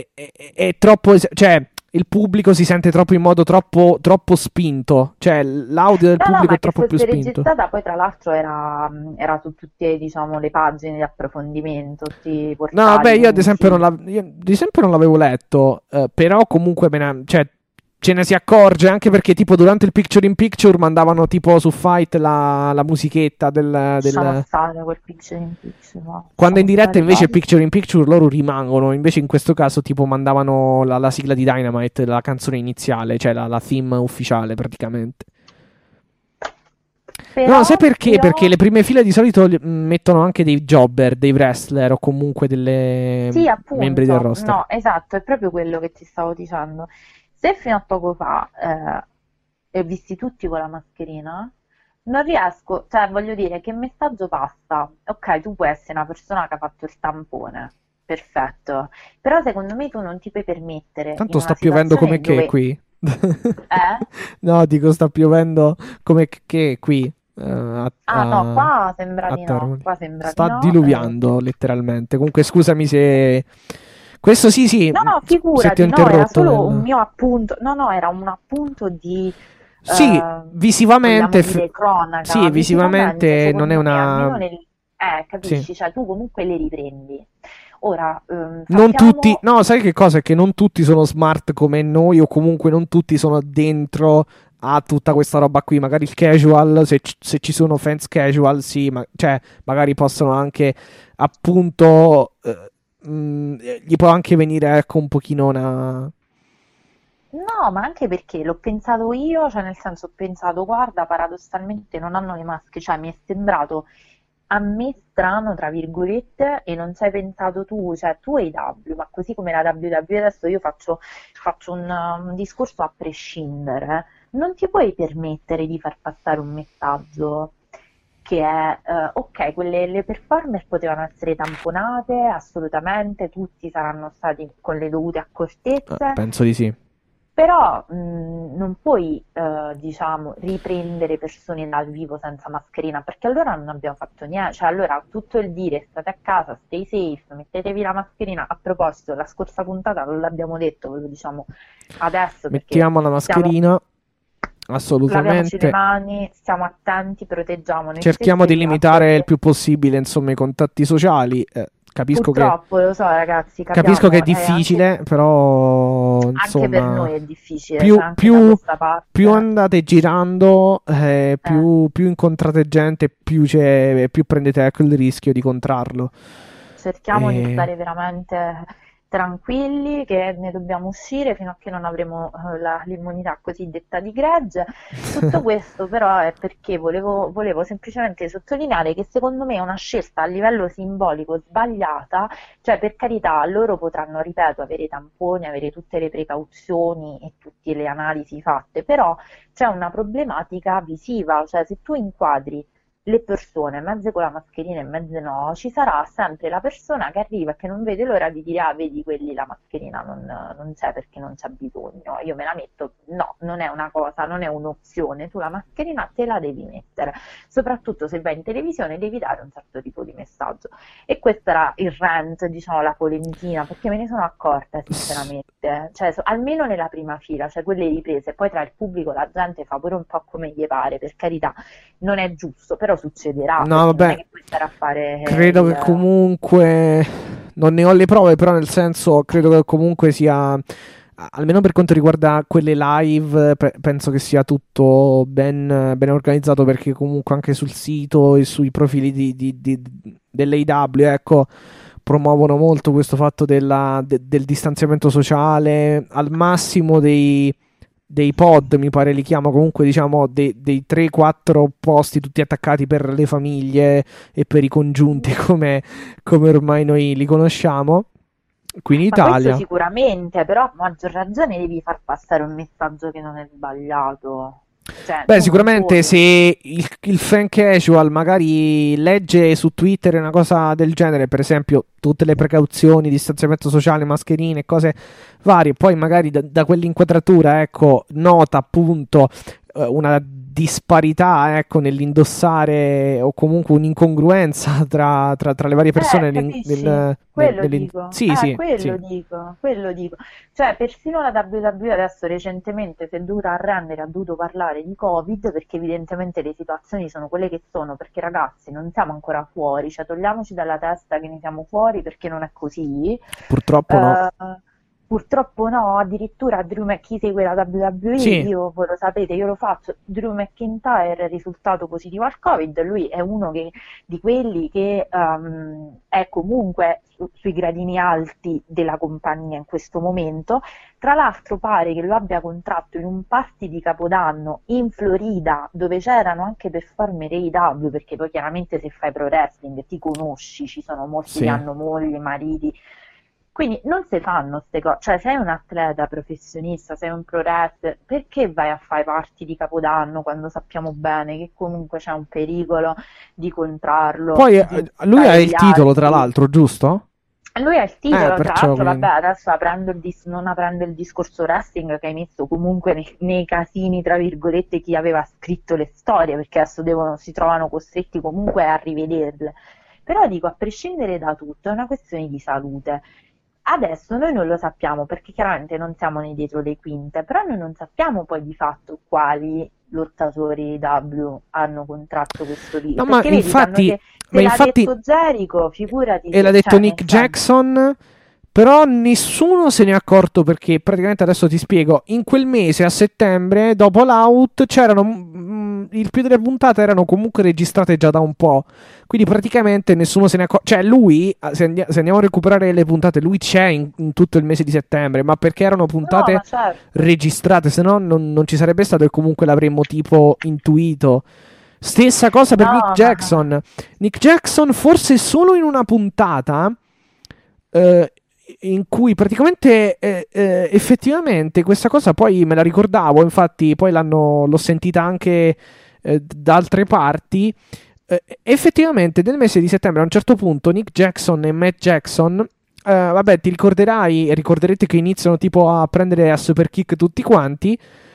è troppo, cioè il pubblico si sente troppo in modo troppo spinto, cioè l'audio del pubblico è troppo più spinto. Ma registrata poi tra l'altro era su tutte, diciamo, le pagine di approfondimento, tutti i portali. No, vabbè, io ad esempio non l'avevo letto, però comunque cioè, ce ne si accorge anche perché tipo durante il picture in picture mandavano tipo su Fight la musichetta Lasciamo stare quel picture in picture, no? Quando in diretta invece il picture in picture loro rimangono, invece in questo caso tipo mandavano la sigla di Dynamite, la canzone iniziale, cioè la theme ufficiale praticamente. Però no, sai perché? Perché le prime file di solito mettono anche dei jobber, dei wrestler o comunque delle sì, appunto, membri del roster. No, esatto, è proprio quello che ti stavo dicendo. Se fino a poco fa e visti tutti con la mascherina, non riesco, cioè voglio dire, che messaggio passa? Ok, tu puoi essere una persona che ha fatto il tampone, perfetto, però secondo me tu non ti puoi permettere. Tanto sta piovendo come che qui. No, dico sta piovendo come che qui. No, qua sembra di no. Qua sembra sta diluviando letteralmente. Comunque scusami se... Questo sì. No, figurati, no, era solo un mio appunto. No, era un appunto di... Sì, visivamente... cronaca. Sì, visivamente non è una... capisci? Sì. Cioè tu comunque le riprendi. Ora, non tutti... No, sai che cosa? È che non tutti sono smart come noi o comunque non tutti sono dentro a tutta questa roba qui. Magari il casual, se ci sono fans casual, sì, cioè magari possono anche appunto... gli può anche venire ecco un pochino una... No, ma anche perché l'ho pensato io, cioè nel senso ho pensato, guarda, paradossalmente non hanno le maschere, cioè mi è sembrato a me strano, tra virgolette, e non ci hai pensato tu, cioè tu AEW, ma così come la WWE, adesso io faccio un discorso a prescindere, non ti puoi permettere di far passare un messaggio che è, ok, le performer potevano essere tamponate, assolutamente, tutti saranno stati con le dovute accortezze, Penso di sì. però non puoi, diciamo, riprendere persone dal vivo senza mascherina, perché allora non abbiamo fatto niente, cioè allora tutto il dire state a casa, stay safe, mettetevi la mascherina, a proposito, la scorsa puntata non l'abbiamo detto, ve lo diciamo adesso, perché Mettiamo la mascherina, laviamoci le assolutamente. mani, stiamo attenti, proteggiamo noi Cerchiamo stessi di e gli limitare altri. il più possibile, insomma, i contatti sociali. Capisco Purtroppo, lo so ragazzi, capisco che è capiamo, difficile, però anche per insomma, noi è difficile, più, cioè anche da più, questa parte. più andate girando, più incontrate gente, più prendete, ecco, il rischio di contrarlo. Cerchiamo di E- stare veramente tranquilli, che ne dobbiamo uscire fino a che non avremo l'immunità cosiddetta di gregge. Tutto questo però è perché volevo semplicemente sottolineare che secondo me è una scelta a livello simbolico sbagliata, cioè per carità loro potranno, ripeto, avere i tamponi, avere tutte le precauzioni e tutte le analisi fatte, però c'è una problematica visiva, cioè se tu inquadri le persone, mezze con la mascherina e mezze no, ci sarà sempre la persona che arriva e che non vede l'ora di dire: ah, vedi, quelli la mascherina non c'è perché non c'è bisogno, io me la metto. No, non è una cosa, non è un'opzione, tu la mascherina te la devi mettere, soprattutto se vai in televisione devi dare un certo tipo di messaggio. E questo era il rant, diciamo, la polemichina, perché me ne sono accorta sinceramente, cioè almeno nella prima fila, cioè quelle riprese, poi tra il pubblico la gente fa pure un po' come gli pare, per carità, non è giusto, però succederà, No, perché non è vabbè, che puoi stare a fare credo che comunque non ne ho le prove, però nel senso credo che comunque sia, almeno per quanto riguarda quelle live, penso che sia tutto ben organizzato, perché comunque anche sul sito e sui profili dell'AEW, ecco, promuovono molto questo fatto del distanziamento sociale, al massimo dei pod, mi pare li chiamo, comunque diciamo dei 3-4 posti tutti attaccati per le famiglie e per i congiunti come ormai noi li conosciamo qui in Ma questo Italia. sicuramente, però a maggior ragione devi far passare un messaggio che non è sbagliato. Cioè, Beh, tu non sicuramente puoi. se il fan casual magari legge su Twitter una cosa del genere, per esempio tutte le precauzioni, distanziamento sociale, mascherine, cose varie, poi magari da quell'inquadratura, ecco, nota appunto una disparità, ecco, nell'indossare, o comunque un'incongruenza tra le varie persone Capisci? Quello dico. Sì, sì, Quello sì. dico, quello dico. Cioè, persino la WWE adesso recentemente si è dovuta arrendere, ha dovuto parlare di Covid, perché evidentemente le situazioni sono quelle che sono, perché ragazzi non siamo ancora fuori, cioè togliamoci dalla testa che ne siamo fuori, perché non è così. Purtroppo no. Purtroppo no, addirittura chi segue la WWE, Sì. io, voi lo sapete, io lo faccio, Drew McIntyre è risultato positivo al Covid, lui è uno di quelli che è comunque sui gradini alti della compagnia in questo momento. Tra l'altro pare che lo abbia contratto in un party di Capodanno in Florida, dove c'erano anche performer AEW, perché poi chiaramente se fai pro wrestling ti conosci, ci sono molti Sì. che hanno mogli, mariti. Quindi non si fanno queste cose, cioè sei un atleta professionista, sei un pro wrestler, perché vai a fare party di Capodanno quando sappiamo bene che comunque c'è un pericolo di contrarlo, Poi di lui ha infettare il gli titolo, tra altri? l'altro, giusto? Lui ha il titolo, tra Perciò l'altro, quindi. vabbè, adesso non aprendo il discorso wrestling che hai messo comunque nei casini, tra virgolette, chi aveva scritto le storie, perché adesso si trovano costretti comunque a rivederle. Però dico, a prescindere da tutto, è una questione di salute. Adesso noi non lo sappiamo perché chiaramente non siamo nei dietro le quinte, però noi non sappiamo poi di fatto quali lottatori W hanno contratto questo virus. No, ma Perché vedi, infatti, se l'ha infatti, detto Jericho, figurati e l'ha se, detto cioè, Nick nel senso. Jackson, però nessuno se ne è accorto, perché praticamente, adesso ti spiego, in quel mese a settembre, dopo l'out, il più delle puntate erano comunque registrate già da un po', quindi praticamente nessuno se ne è accorto, cioè lui, se andiamo a recuperare le puntate, lui c'è in tutto il mese di settembre, ma perché erano No, puntate ma certo. registrate, se no non ci sarebbe stato, e comunque l'avremmo tipo intuito. Stessa cosa per No, Nick Jackson. Nick Jackson forse solo in una puntata in cui praticamente effettivamente questa cosa poi me la ricordavo, infatti poi l'ho sentita anche da altre parti. Effettivamente nel mese di settembre a un certo punto Nick Jackson e Matt Jackson, vabbè, ricorderete che iniziano tipo a prendere a super kick tutti quanti,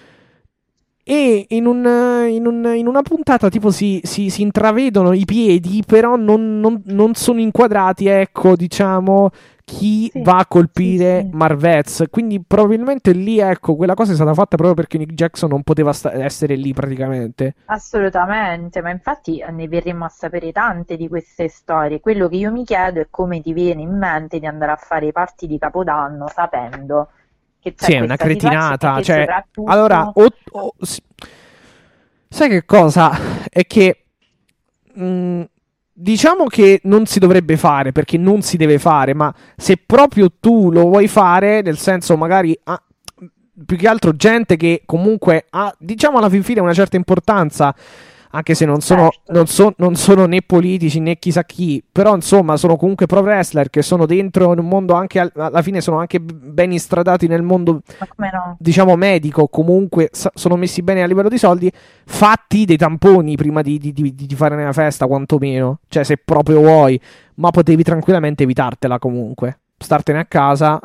e in una puntata tipo si intravedono i piedi, però non sono inquadrati, ecco, diciamo, chi Sì, va a colpire sì. Marvez. Quindi probabilmente lì, ecco, quella cosa è stata fatta proprio perché Nick Jackson non poteva essere lì praticamente. Assolutamente, ma infatti ne verremo a sapere tante di queste storie. Quello che io mi chiedo è come ti viene in mente di andare a fare i party di Capodanno sapendo che c'è Sì, è una questa situazione cretinata. e che Cioè, soprattutto... allora, sai che cosa? È che diciamo che non si dovrebbe fare perché non si deve fare, ma se proprio tu lo vuoi fare, nel senso magari più che altro gente che comunque ha, diciamo, alla fin fine una certa importanza, anche se non sono, Certo. non sono né politici né chissà chi, però insomma sono comunque pro wrestler che sono dentro in un mondo anche alla fine sono anche ben istradati nel mondo, Ma come no? diciamo, medico, comunque sono messi bene a livello di soldi. Fatti dei tamponi prima di fare una festa, quantomeno, cioè se proprio vuoi, ma potevi tranquillamente evitartela comunque, startene a casa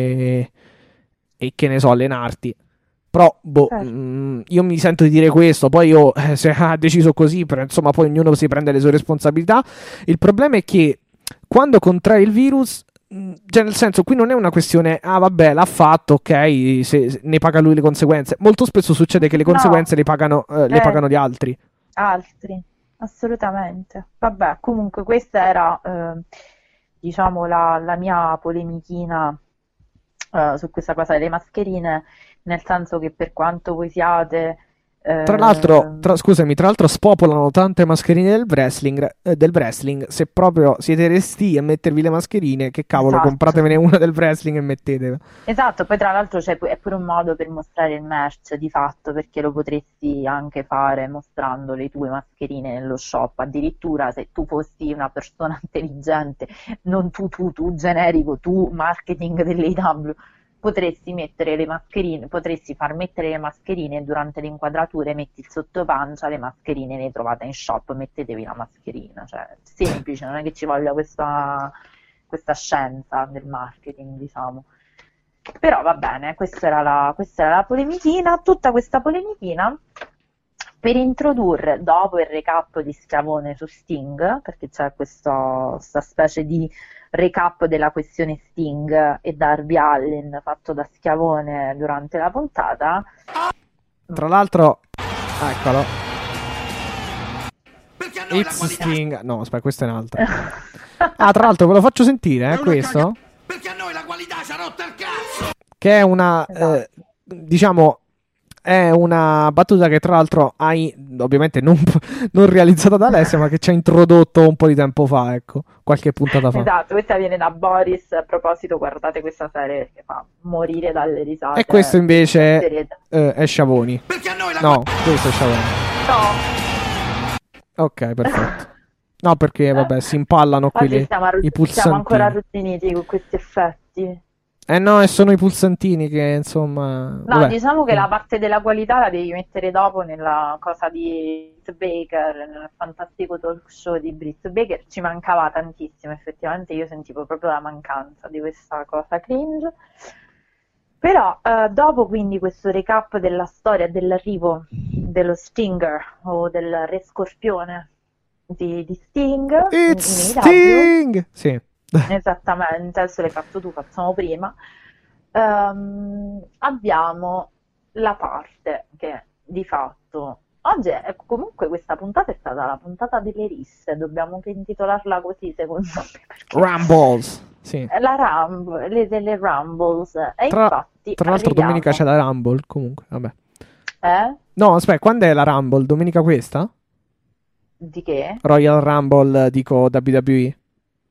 e che ne so, allenarti. Però, boh, Certo. io mi sento di dire questo, poi io, se ha deciso così, però insomma poi ognuno si prende le sue responsabilità. Il problema è che quando contrai il virus, cioè nel senso, qui non è una questione, ah vabbè, l'ha fatto, ok, se ne paga lui le conseguenze. Molto spesso succede che le No, conseguenze le pagano gli altri. altri, assolutamente. Vabbè, comunque questa era, diciamo, la mia polemichina su questa cosa delle mascherine, nel senso che per quanto voi siate... Tra l'altro, ehm, scusami, tra l'altro spopolano tante mascherine del wrestling. Se proprio siete resti a mettervi le mascherine, che cavolo, esatto. compratevene una del wrestling e mettetela. Esatto, poi tra l'altro è pure un modo per mostrare il merch di fatto, perché lo potresti anche fare mostrando le tue mascherine nello shop. Addirittura se tu fossi una persona intelligente, non tu generico, tu marketing dell'AEW, potresti mettere le mascherine, potresti far mettere le mascherine e durante le inquadrature metti il sottopancia, le mascherine le trovate in shop, mettetevi la mascherina, cioè semplice, non è che ci voglia questa scienza del marketing, diciamo. Però va bene, questa era la polemichina, tutta questa polemichina per introdurre, dopo il recap di Schiavone su Sting, perché c'è questa specie di recap della questione Sting e Darby Allin fatto da Schiavone durante la puntata. Tra l'altro, eccolo. Perché a noi la It's qualità... Sting. No, aspetta, questa è un'altra. Ah, tra l'altro ve lo faccio sentire, questo. Perché a noi la qualità ci ha rotto il cazzo! Che è una, Esatto. diciamo, è una battuta che tra l'altro hai, ovviamente non realizzata da Alessia, ma che ci ha introdotto un po' di tempo fa, ecco, qualche puntata fa. Esatto, questa viene da Boris. A proposito, guardate questa serie che fa morire dalle risate. E questo invece Serie- è Sciavoni. Perché a noi la No, questo è Sciavoni. No, Ok, perfetto. No, perché vabbè, si impallano qui oggi i siamo ancora pulsantini. arrugginiti con questi effetti. No, e sono i pulsantini che insomma. No, Vabbè. diciamo che la parte della qualità la devi mettere dopo nella cosa di Britt Baker, nel fantastico talk show di Britt Baker. Ci mancava tantissimo, effettivamente io sentivo proprio la mancanza di questa cosa cringe. Però dopo quindi questo recap della storia dell'arrivo dello Stinger o del Re Scorpione di Sting It's in AEW, Sting! Sì. esattamente, adesso l'hai fatto tu, facciamo prima. Abbiamo la parte che di fatto oggi comunque questa puntata è stata la puntata delle risse, dobbiamo che intitolarla così secondo me, perché Rumbles. Sì. è la delle Rumbles e infatti Tra l'altro domenica c'è arriviamo. la Rumble, comunque, vabbè. No, aspetta, quando è la Rumble? Domenica questa? di che? Royal Rumble, dico WWE.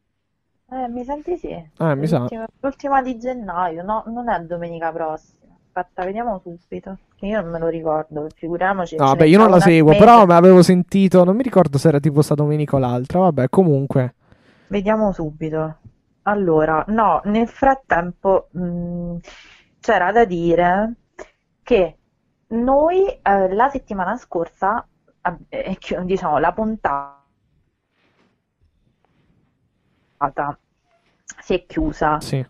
Mi senti sì, Mi sa. l'ultima di gennaio, no, non è domenica prossima, aspetta, vediamo subito, che io non me lo ricordo, figuriamoci. No, ce vabbè, ne io non sta la una al seguo, mese. però avevo sentito, non mi ricordo se era tipo sta domenica o l'altra, vabbè, comunque. Vediamo subito. Allora, no, nel frattempo c'era da dire che noi la settimana scorsa, diciamo, la puntata si è chiusa Sì.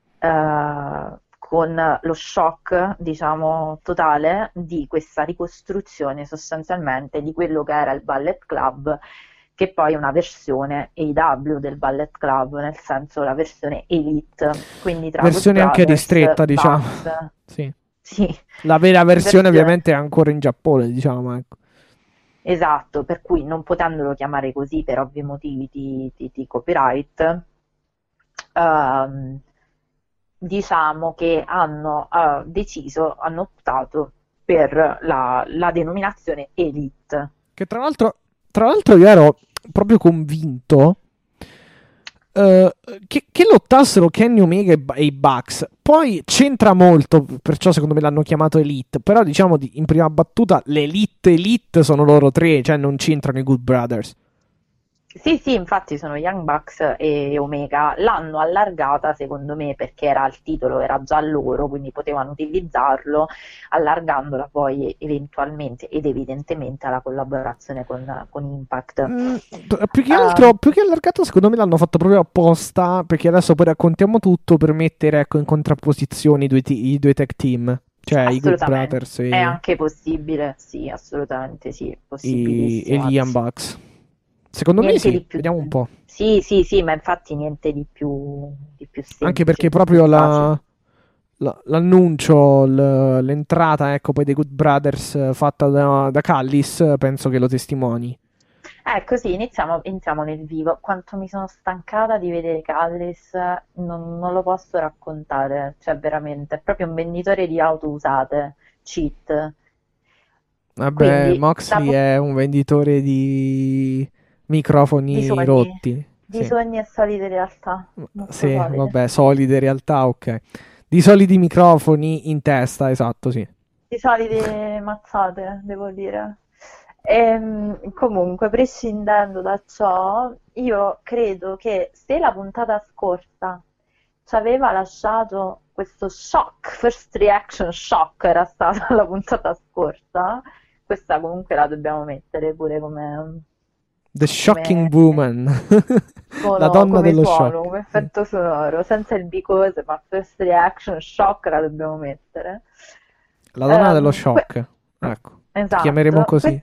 con lo shock, diciamo, totale di questa ricostruzione sostanzialmente di quello che era il Ballet Club, che poi è una versione AEW del Ballet Club, nel senso la versione Elite, quindi tra Versione Good anche Brothers, ristretta, diciamo. Bucks. Sì. Sì, La vera versione versione ovviamente è ancora in Giappone, diciamo, ecco. esatto, per cui non potendolo chiamare così per ovvi motivi di copyright, diciamo che hanno hanno optato per la denominazione Elite. Che tra l'altro io ero proprio convinto che lottassero Kenny Omega e i Bucks. Poi c'entra molto, perciò secondo me l'hanno chiamato Elite. Però diciamo in prima battuta le Elite sono loro tre, cioè non c'entrano i Good Brothers. Sì, sì, infatti sono Young Bucks e Omega. L'hanno allargata secondo me perché il titolo era già loro, quindi potevano utilizzarlo, allargandola poi eventualmente ed evidentemente alla collaborazione con Impact. Più che altro, più che allargato, secondo me l'hanno fatto proprio apposta, perché adesso poi raccontiamo tutto per mettere, ecco, in contrapposizione i due tag team, cioè i Good Assolutamente, Brothers è anche possibile, sì, assolutamente sì, e possibilissimo. gli Young Bucks. Secondo me Niente sì, di più. vediamo un po'. Sì, sì, sì, ma infatti niente di più semplice, Anche perché di più proprio facile. l'annuncio, l'entrata, ecco, poi dei Good Brothers fatta da Callis, penso che lo testimoni. Così iniziamo nel vivo. Quanto mi sono stancata di vedere Callis, non lo posso raccontare, cioè veramente, è proprio un venditore di auto usate, cheat. Vabbè, Quindi, Moxley è un venditore di di microfoni sogni, rotti. di Sì, sogni e solide realtà, molto sì, solide. vabbè, solide in realtà, ok. Di solidi microfoni in testa, esatto, sì. Di solide mazzate, devo dire. Comunque, prescindendo da ciò, io credo che se la puntata scorsa ci aveva lasciato questo shock, first reaction shock era stata la puntata scorsa, questa comunque la dobbiamo mettere pure The Shocking come Woman. La donna come dello suono, shock. come effetto sonoro, senza il because, ma first reaction shock la dobbiamo mettere. La donna dello Que- shock. Ecco, ti esatto, chiameremo così.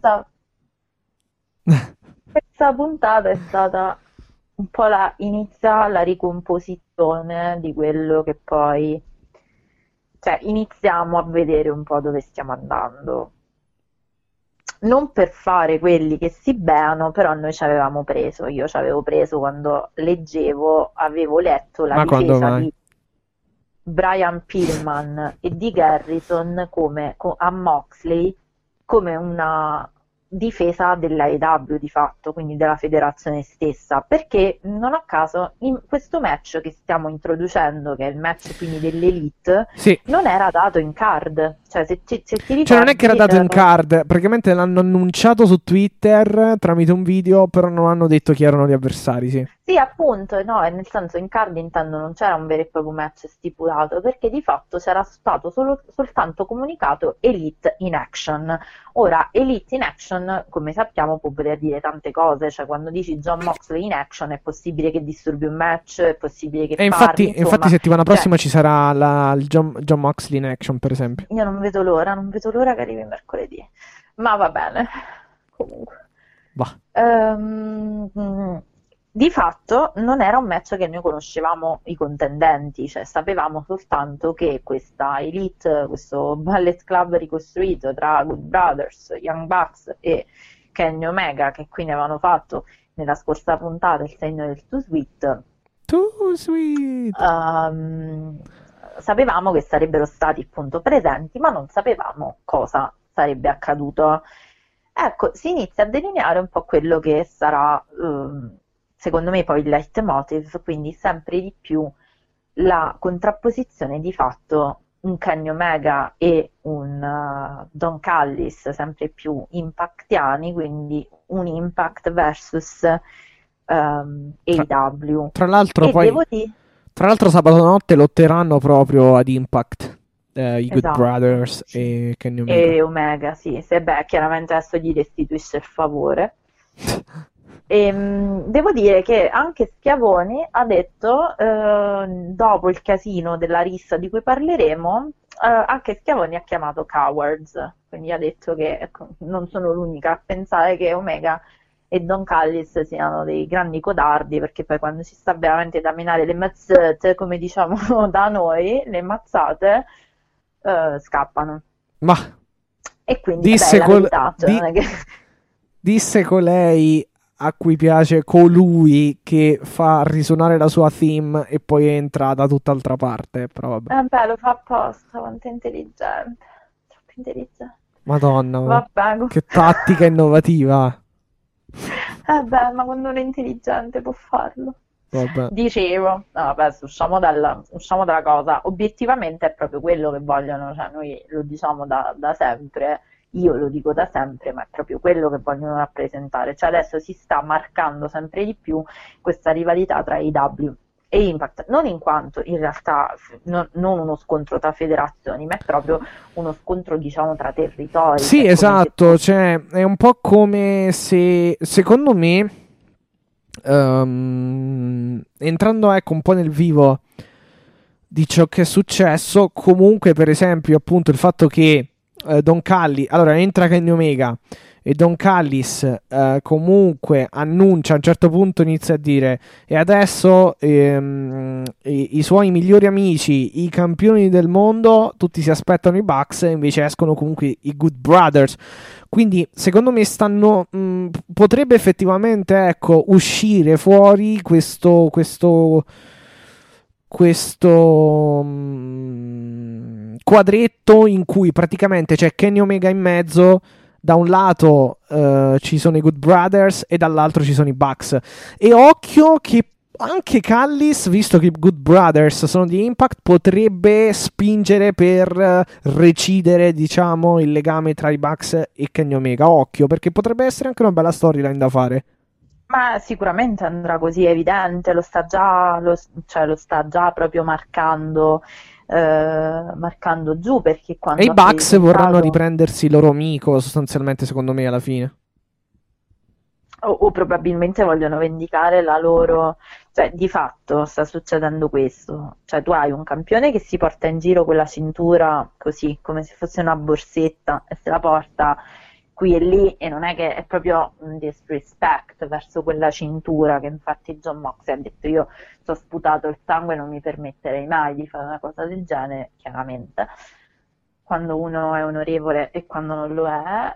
questa puntata è stata un po' la ricomposizione di quello che poi, cioè iniziamo a vedere un po' dove stiamo andando. Non per fare quelli che si beano, però noi ci avevamo preso, io ci avevo preso quando avevo letto la Ma quando difesa mai? di Brian Pillman e Dick Harrison a Moxley come una difesa dell'AEW di fatto, quindi della federazione stessa, perché non a caso in questo match che stiamo introducendo, che è il match quindi dell'Elite, Sì. non era dato in card, cioè se ti ricordi, Cioè non è che era dato in card, praticamente l'hanno annunciato su Twitter tramite un video, però non hanno detto chi erano gli avversari, sì. Sì, appunto, no, nel senso in card intendo non c'era un vero e proprio match stipulato, perché di fatto c'era stato soltanto comunicato Elite in Action. Ora, Elite in Action, come sappiamo, può voler dire tante cose, cioè quando dici John Moxley in Action è possibile che disturbi un match, è possibile che E parli, infatti insomma, settimana cioè, prossima ci sarà il John Moxley in action, per esempio. io non vedo l'ora che arrivi mercoledì, ma va bene, comunque. Va. Di fatto non era un match che noi conoscevamo i contendenti, cioè sapevamo soltanto che questa Elite, questo Ballet Club ricostruito tra Good Brothers, Young Bucks e Kenny Omega, che qui ne avevano fatto nella scorsa puntata il segno del Too Sweet, Too sweet. sapevamo che sarebbero stati appunto presenti, ma non sapevamo cosa sarebbe accaduto. Ecco, si inizia a delineare un po' quello che sarà, secondo me, poi il leitmotiv, quindi sempre di più la contrapposizione di fatto un Kenny Omega e un Don Callis sempre più impactiani, quindi un Impact versus AEW. Tra l'altro, E poi, devo dire, tra l'altro sabato notte lotteranno proprio ad Impact, i Good esatto, Brothers sì. e Kenny Omega. E Omega, sì, se beh, chiaramente adesso gli restituisce il favore. Devo dire che anche Schiavoni ha detto, dopo il casino della rissa di cui parleremo, anche Schiavoni ha chiamato cowards, quindi ha detto che ecco, non sono l'unica a pensare che Omega e Don Callis siano dei grandi codardi, perché poi quando si sta veramente da menare le mazzate, come diciamo da noi, le mazzate, scappano. Ma E quindi disse, è la verità, cioè, non è che... disse colei a cui piace colui che fa risuonare la sua theme e poi entra da tutt'altra parte, però vabbè. Beh, lo fa apposta, quanto è intelligente, troppo intelligente. Madonna, Vabbè, che tattica innovativa. beh, ma quando uno è intelligente può farlo. Vabbè. Dicevo, no, vabbè, usciamo dalla cosa, obiettivamente è proprio quello che vogliono, cioè noi lo diciamo da sempre, io lo dico da sempre, ma è proprio quello che vogliono rappresentare, cioè adesso si sta marcando sempre di più questa rivalità tra AEW e Impact, non in quanto in realtà non uno scontro tra federazioni, ma è proprio uno scontro, diciamo, tra territori. Sì, cioè, esatto, cioè è un po' come se, secondo me, entrando ecco un po' nel vivo di ciò che è successo, comunque per esempio appunto il fatto che Don Callis, allora entra Kenny Omega e Don Callis comunque annuncia, a un certo punto inizia a dire e adesso i suoi migliori amici, i campioni del mondo, tutti si aspettano i Bucks e invece escono comunque i Good Brothers. Quindi secondo me potrebbe effettivamente ecco uscire fuori questo quadretto in cui praticamente c'è Kenny Omega in mezzo, da un lato ci sono i Good Brothers e dall'altro ci sono i Bucks, e occhio che anche Callis, visto che i Good Brothers sono di Impact, potrebbe spingere per recidere, diciamo, il legame tra i Bucks e Kenny Omega. Occhio, perché potrebbe essere anche una bella storyline da fare. Ma sicuramente andrà così, è evidente, lo sta già proprio marcando giù, perché quando E i ha Bucks presentato... vorranno riprendersi il loro amico, sostanzialmente, secondo me, alla fine. O probabilmente vogliono vendicare la loro... Cioè, di fatto sta succedendo questo. Cioè, tu hai un campione che si porta in giro quella cintura così, come se fosse una borsetta, e se la porta qui e lì, e non è che è proprio un disrespect verso quella cintura, che infatti Jon Moxley ha detto io ci ho sputato il sangue e non mi permetterei mai di fare una cosa del genere, chiaramente, quando uno è onorevole e quando non lo è.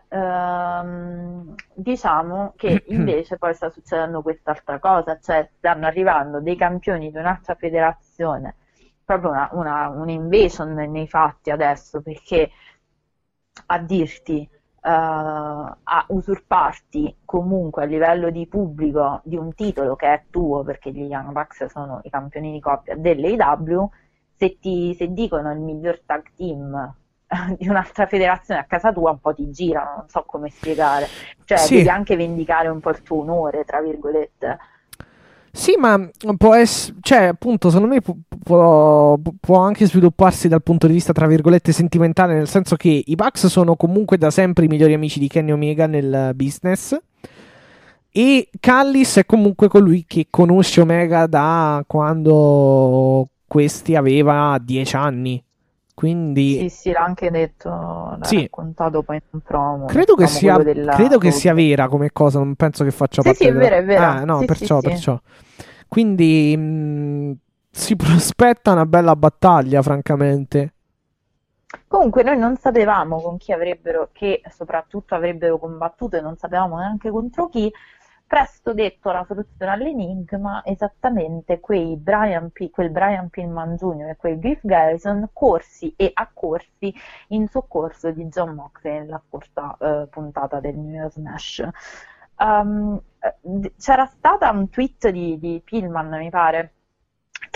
Diciamo che invece poi sta succedendo quest'altra cosa, cioè stanno arrivando dei campioni di un'altra federazione, proprio un'invasion nei fatti adesso, perché a dirti a usurparti comunque a livello di pubblico di un titolo che è tuo, perché gli Young Bucks sono i campioni di coppia dell'AEW, se dicono il miglior tag team di un'altra federazione a casa tua, un po' ti girano, non so come spiegare, cioè sì, devi anche vendicare un po' il tuo onore, tra virgolette. sì, ma può essere, cioè, appunto, secondo me può anche svilupparsi dal punto di vista, tra virgolette, sentimentale, nel senso che i Bucks sono comunque da sempre i migliori amici di Kenny Omega nel business, e Callis è comunque colui che conosce Omega da quando questi aveva 10 anni. Quindi Sì, l'ha anche detto, l'ha raccontato poi in un promo. Credo che sia vera come cosa, non penso che faccia parte Sì, è vero, è vero. no, Sì, perciò. Quindi si prospetta una bella battaglia, francamente. Comunque noi non sapevamo con chi che soprattutto avrebbero combattuto, e non sapevamo neanche contro chi. Presto detto la soluzione all'enigma, esattamente quel Brian Pillman Jr. e quel Griff Garrison corsi e accorsi in soccorso di Jon Moxley nella scorsa puntata del New Year's Smash. C'era stata un tweet di Pillman, mi pare,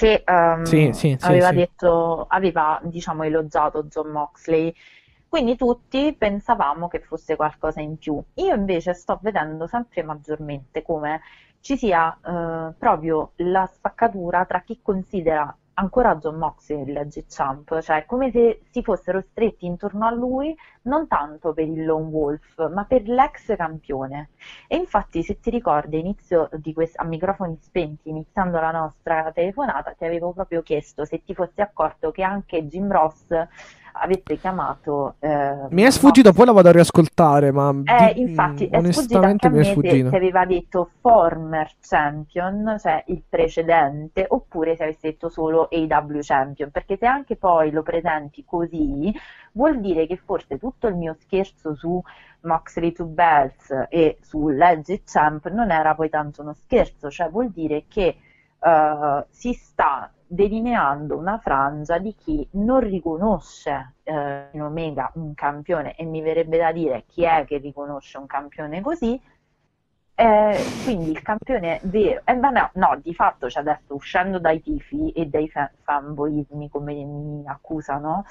che Sì, aveva sì. diciamo elogiato Jon Moxley. Quindi tutti pensavamo che fosse qualcosa in più. Io invece sto vedendo sempre maggiormente come ci sia proprio la spaccatura tra chi considera ancora Jon Moxley il legit champ, cioè come se si fossero stretti intorno a lui non tanto per il Lone Wolf, ma per l'ex campione. E infatti, se ti ricordi, a microfoni spenti, iniziando la nostra telefonata, ti avevo proprio chiesto se ti fossi accorto che anche Jim Ross avesse chiamato Mi è sfuggito, poi la vado a riascoltare, ma infatti è sfuggito anche onestamente a mi è me se sfuggito. ti aveva detto former champion, cioè il precedente, oppure se avessi detto solo AW champion, perché se anche poi lo presenti così, vuol dire che forse tutto il mio scherzo su Moxley to Belts e su Legit Champ non era poi tanto uno scherzo, cioè vuol dire che si sta delineando una frangia di chi non riconosce in Omega un campione, e mi verrebbe da dire chi è che riconosce un campione così. Quindi il campione vero, no, di fatto, cioè adesso uscendo dai tifi e dai fanboismi come mi accusano,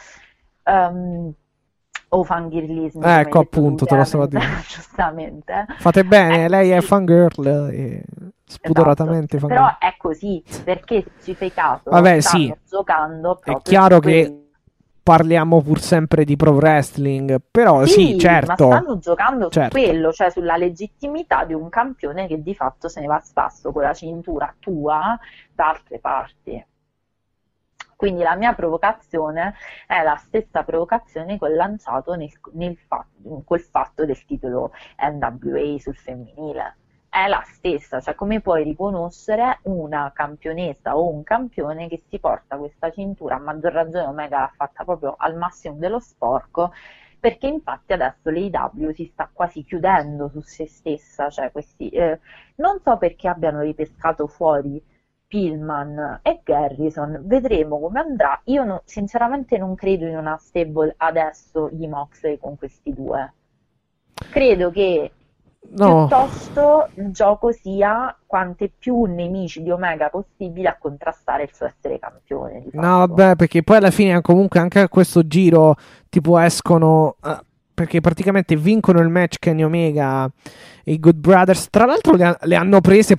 o fangirlismi come hai Ecco, detto tu, appunto, te lo stavo a dire. giustamente. Fate bene, lei è Sì, fangirl e spudoratamente esatto. Però fangirl. è così, perché se ci fai caso, Vabbè, stanno sì, giocando è proprio su chiaro quello. che parliamo pur sempre di pro wrestling, però sì, Sì, ma certo, stanno giocando su certo. quello, cioè sulla legittimità di un campione che di fatto se ne va a spasso con la cintura tua da altre parti. Quindi la mia provocazione è la stessa provocazione che ho lanciato col fatto del titolo NWA sul femminile. È la stessa, cioè come puoi riconoscere una campionessa o un campione che si porta questa cintura, a maggior ragione Omega l'ha fatta proprio al massimo dello sporco, perché infatti adesso l'AEW si sta quasi chiudendo su se stessa, cioè non so perché abbiano ripescato fuori Pillman e Garrison, vedremo come andrà. Io sinceramente non credo in una stable adesso di Moxley con questi due. Credo che No, piuttosto il gioco sia quante più nemici di Omega possibile a contrastare il suo essere campione, di no, fatto. vabbè, perché poi alla fine comunque anche a questo giro tipo escono, perché praticamente vincono il match Kenny Omega e i Good Brothers. Tra l'altro le hanno prese,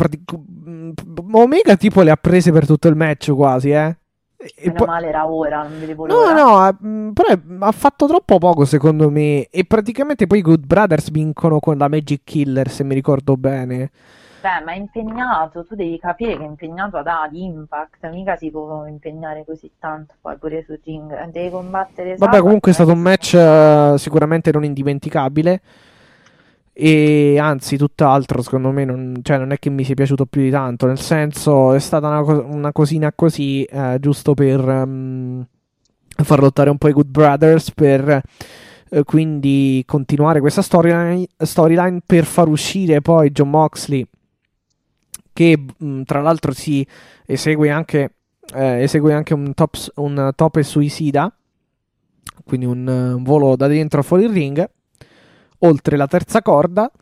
Omega tipo le ha prese per tutto il match quasi, eh. E Meno poi, male era ora, non vedevo no, l'ora. no, però ha fatto troppo poco secondo me. E praticamente poi i Good Brothers vincono con la Magic Killer, se mi ricordo bene. Beh, ma è impegnato, tu devi capire che è impegnato ad Impact, mica si può impegnare così tanto poi pure su Ring, devi combattere Vabbè, sabato, comunque è non è stato che un si può. match sicuramente non indimenticabile. E anzi, tutt'altro, secondo me, cioè, non è che mi sia piaciuto più di tanto. Nel senso, è stata una cosina così, giusto per far lottare un po' i Good Brothers. Per quindi continuare questa storyline per far uscire poi Jon Moxley, che tra l'altro si esegue anche un tope suicida, quindi un volo da dentro a fuori il ring, oltre la terza corda.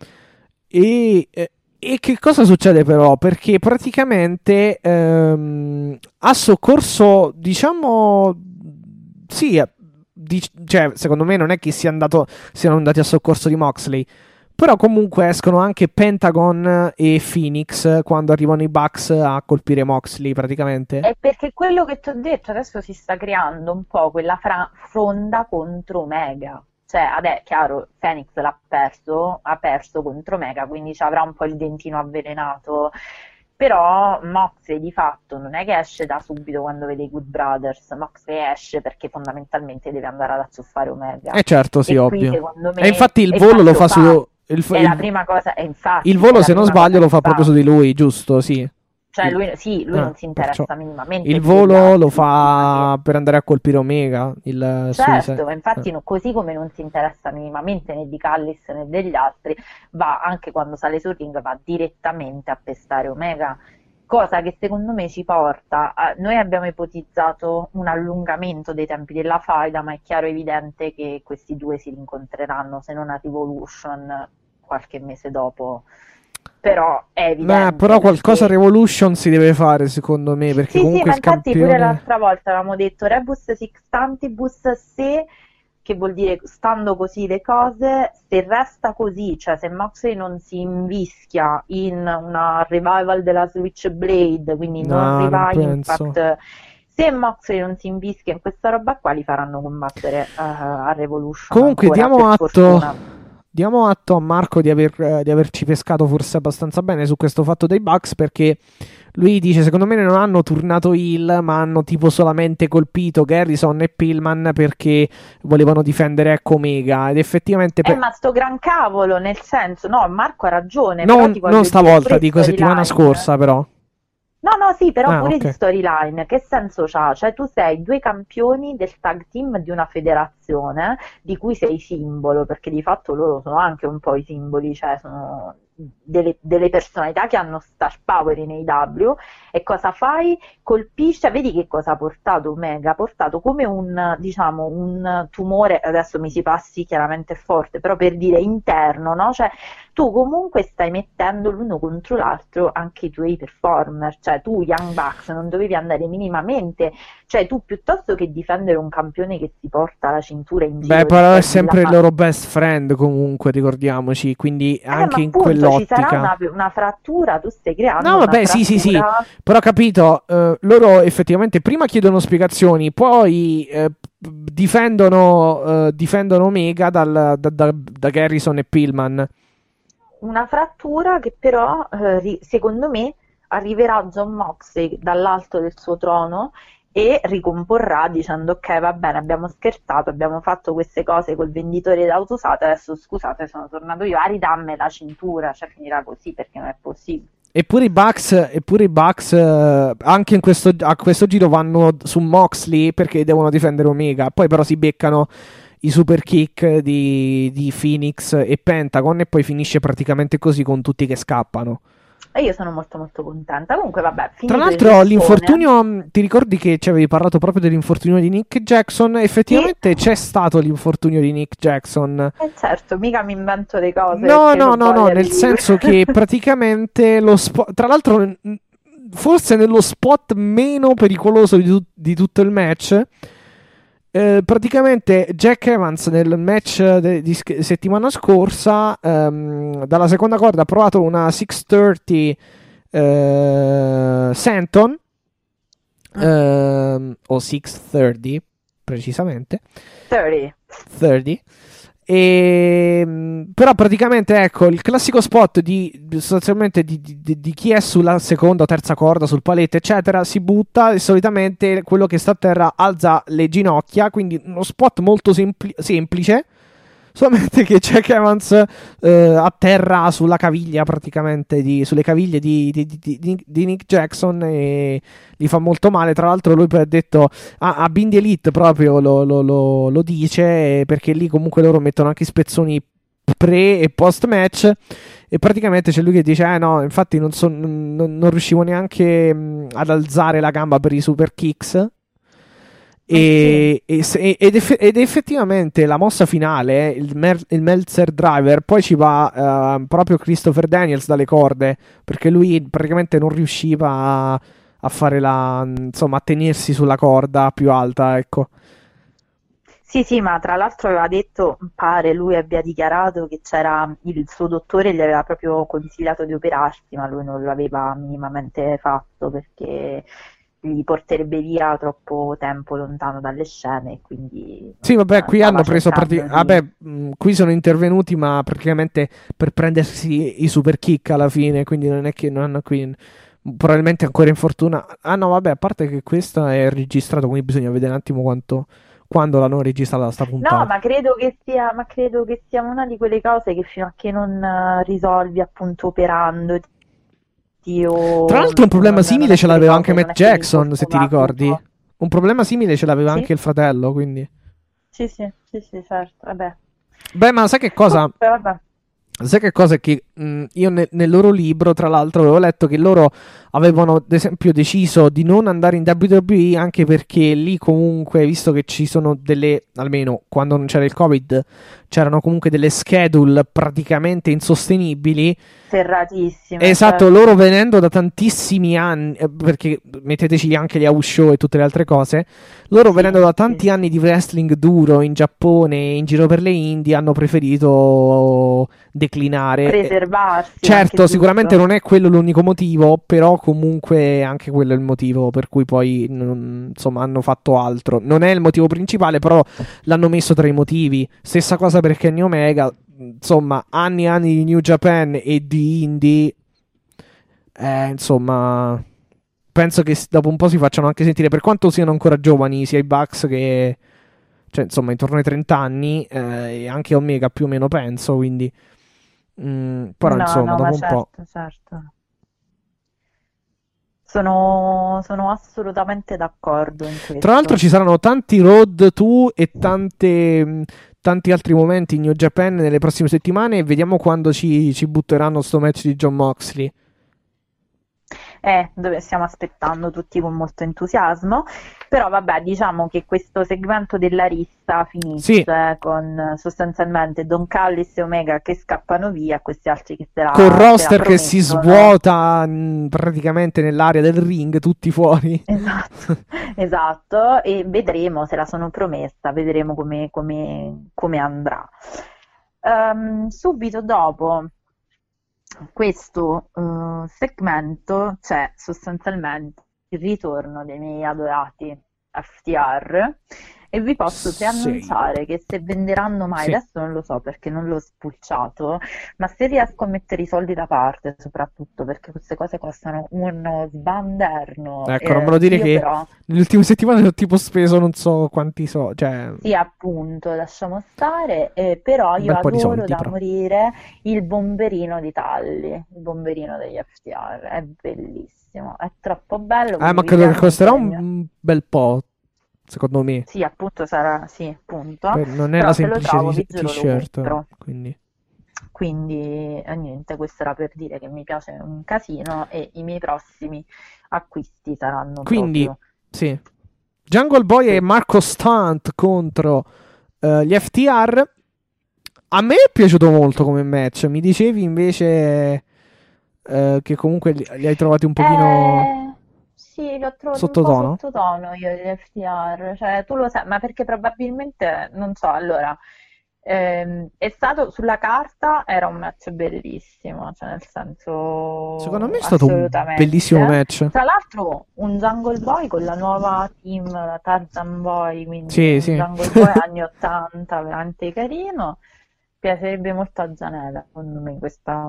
E che cosa succede però? Perché praticamente ha soccorso, diciamo, sì, cioè, secondo me non è che siano andati a soccorso di Moxley, però comunque escono anche Pentagon e Phoenix quando arrivano i Bucks a colpire Moxley praticamente. È perché quello che ti ho detto adesso si sta creando un po' quella fronda contro Omega. Cioè, è chiaro, Phoenix ha perso contro Omega, quindi ci avrà un po' il dentino avvelenato. Però Moxley di fatto non è che esce da subito quando vede i Good Brothers, Moxley esce perché fondamentalmente deve andare ad acciuffare Omega. Certo, sì, E qui ovvio. secondo me, E infatti il e volo infatti lo lo fa fa, è la il, prima cosa, e infatti il è volo, la se non prima cosa sbaglio, lo che fa proprio fa. su di lui, giusto? Sì. Cioè lui non si Perciò. interessa minimamente Il degli volo lo altri, prima fa per andare a colpire Omega. certo, ma infatti così come non si interessa minimamente né di Callis né degli altri, va anche quando sale sul ring, va direttamente a pestare Omega, cosa che secondo me ci porta noi abbiamo ipotizzato un allungamento dei tempi della faida, ma è chiaro e evidente che questi due si rincontreranno, se non a Revolution qualche mese dopo. però è evidente. Però qualcosa a perché... Revolution si deve fare, secondo me, perché Sì, comunque ma il infatti campione... pure l'altra volta avevamo detto rebus sixtantibus se, che vuol dire stando così le cose, se resta così, cioè se Moxley non si invischia in una revival della Switchblade, quindi non No, non revive penso. Impact, se Moxley non si invischia in questa roba qua, li faranno combattere a Revolution. Comunque ancora, per fortuna. diamo atto a Marco di averci pescato forse abbastanza bene su questo fatto dei Bucks, perché lui dice secondo me non hanno turnato heel, ma hanno tipo solamente colpito Garrison e Pillman perché volevano difendere ecco Omega, ed effettivamente Ma sto gran cavolo, nel senso, no, Marco ha ragione, non, però ti voglio non dire, stavolta, pure dico settimana storyline. scorsa però. No, no, sì, però pure ok. di storyline, che senso c'ha? Cioè tu sei due campioni del tag team di una federazione di cui sei simbolo, perché di fatto loro sono anche un po' i simboli, cioè sono delle personalità che hanno star power in AEW, e cosa fai? Colpisce, vedi che cosa ha portato Omega? Ha portato come diciamo, un tumore, adesso mi si passi chiaramente forte, però per dire interno, no? Cioè tu comunque stai mettendo l'uno contro l'altro anche i tuoi performer, cioè tu Young Bucks non dovevi andare minimamente, cioè tu piuttosto che difendere un campione che si porta la cintura in giro, Beh, però è sempre il loro best friend comunque, ricordiamoci, quindi anche ma in appunto, quell'ottica ci sarà una frattura, tu stai creando no, una vabbè, sì, frattura. però capito, loro effettivamente prima chiedono spiegazioni, poi difendono Omega da Garrison e Pillman. Una frattura che però, secondo me, arriverà Jon Moxley dall'alto del suo trono e ricomporrà dicendo ok, va bene, abbiamo scherzato, abbiamo fatto queste cose col venditore d'auto usate, adesso scusate, sono tornato io, ridammi la cintura, cioè finirà così perché non è possibile. Eppure i Bucks anche a questo giro vanno su Moxley perché devono difendere Omega, poi però si beccano i super kick di Phoenix e Pentagon e poi finisce praticamente così con tutti che scappano. E io sono molto molto contenta. Comunque vabbè, tra l'altro l'infortunio, ti ricordi che ci avevi parlato proprio dell'infortunio di Nick Jackson? Effettivamente c'è stato l'infortunio di Nick Jackson. Certo, mica mi invento le cose. No, nel senso che praticamente tra l'altro forse nello spot meno pericoloso di tutto il match, praticamente Jack Evans nel match di settimana scorsa dalla seconda corda ha provato una 630 Senton o 630 precisamente 30. Però praticamente ecco il classico spot sostanzialmente di chi è sulla seconda o terza corda sul paletto eccetera, si butta e solitamente quello che sta a terra alza le ginocchia, quindi uno spot molto semplice, solamente che Jack Evans atterra sulla caviglia praticamente sulle caviglie di Nick Jackson e gli fa molto male. Tra l'altro lui poi ha detto a Bindi Elite proprio lo dice, perché lì comunque loro mettono anche i spezzoni pre e post match e praticamente c'è lui che dice no, infatti non riuscivo neanche ad alzare la gamba per i super kicks. Ed effettivamente la mossa finale, il Meltzer Driver, poi ci va proprio Christopher Daniels dalle corde, perché lui praticamente non riusciva a fare insomma a tenersi sulla corda più alta, ecco. Sì, ma tra l'altro aveva detto, pare lui abbia dichiarato che c'era il suo dottore gli aveva proprio consigliato di operarsi, ma lui non l'aveva minimamente fatto perché gli porterebbe via troppo tempo lontano dalle scene e quindi sì, vabbè, qui hanno preso qui sono intervenuti ma praticamente per prendersi i super kick alla fine, quindi non è che non hanno qui probabilmente ancora infortunato. No, vabbè, a parte che questo è registrato, quindi bisogna vedere un attimo quando l'hanno registrata sta puntata. No, ma credo che sia una di quelle cose che fino a che non risolvi appunto operando. Tra l'altro un problema simile ce l'aveva anche Matt Jackson, se ti ricordi. Un problema simile ce l'aveva anche il fratello, quindi. Sì, certo, vabbè. Beh, ma sai che cosa? Vabbè. Sai che cosa? Che io nel loro libro, tra l'altro, avevo letto che loro avevano, ad esempio, deciso di non andare in WWE anche perché lì comunque, visto che ci sono almeno quando non c'era il Covid, c'erano comunque delle schedule praticamente insostenibili. Ferratissime. Esatto, certo. loro venendo da tantissimi anni, perché metteteci anche gli house show e tutte le altre cose, loro Sì, venendo da tanti sì. anni di wrestling duro in Giappone e in giro per le Indie, hanno preferito declinare. Preservarsi, Certo, anche sicuramente giusto. non è quello l'unico motivo, però comunque anche quello è il motivo per cui poi insomma hanno fatto altro. Non è il motivo principale, però l'hanno messo tra i motivi. Stessa cosa per Kenny Omega. Insomma, anni e anni di New Japan e di Indie. Insomma, penso che dopo un po' si facciano anche sentire. Per quanto siano ancora giovani, sia i Bucks che, cioè, insomma, intorno ai 30 anni, e anche Omega più o meno, penso. Quindi, però, No, insomma, no, ma dopo un po'. certo, certo. Sono assolutamente d'accordo in Tra l'altro, questo. ci saranno tanti road to e tanti altri momenti in New Japan nelle prossime settimane. E vediamo quando ci butteranno sto match di Jon Moxley. Dove stiamo aspettando tutti con molto entusiasmo, però vabbè, diciamo che questo segmento della rissa Sì, finisce con sostanzialmente Don Callis e Omega che scappano via, questi altri che col se la roster che si promettono. svuota praticamente nell'area del ring, tutti fuori. Esatto, esatto, e vedremo se la sono promessa, vedremo come andrà. Subito dopo questo segmento c'è sostanzialmente il ritorno dei miei adorati FTR e vi posso Sì, preannunciare che se venderanno mai, sì. adesso non lo so perché non l'ho spulciato, ma se riesco a mettere i soldi da parte, soprattutto perché queste cose costano uno sbanderno, Ecco, non me lo dire io che però nelle ultime settimane ho tipo speso non so quanti so, cioè sì, appunto, lasciamo stare, però un io bel po' di adoro soldi da però. morire il bomberino di Talli, il bomberino degli FTR, è bellissimo, è troppo bello, Ma quindi vi credo che preannuncio costerà che il mio... un bel po', secondo me. Sì, appunto sarà, sì, appunto, Non è la però se lo semplice trovo, vi giuro, lo t-shirt, compro. quindi. Quindi, niente, questo era per dire che mi piace un casino e i miei prossimi acquisti saranno Quindi, proprio sì. Jungle Boy e questi. Marco Stunt contro gli FTR. A me è piaciuto molto come match. Mi dicevi invece che comunque li hai trovati un pochino Sì, li ho trovati un po' sottotono. sottotono io gli FTR, cioè tu lo sai, ma perché probabilmente, non so, allora, è stato sulla carta, era un match bellissimo, cioè nel Secondo me senso è stato un bellissimo assolutamente. match. Tra l'altro un Jungle Boy con la nuova team Tarzan Boy, quindi Sì, un sì. Jungle Boy anni 80, veramente carino. Piacerebbe molto a Gianella, secondo me,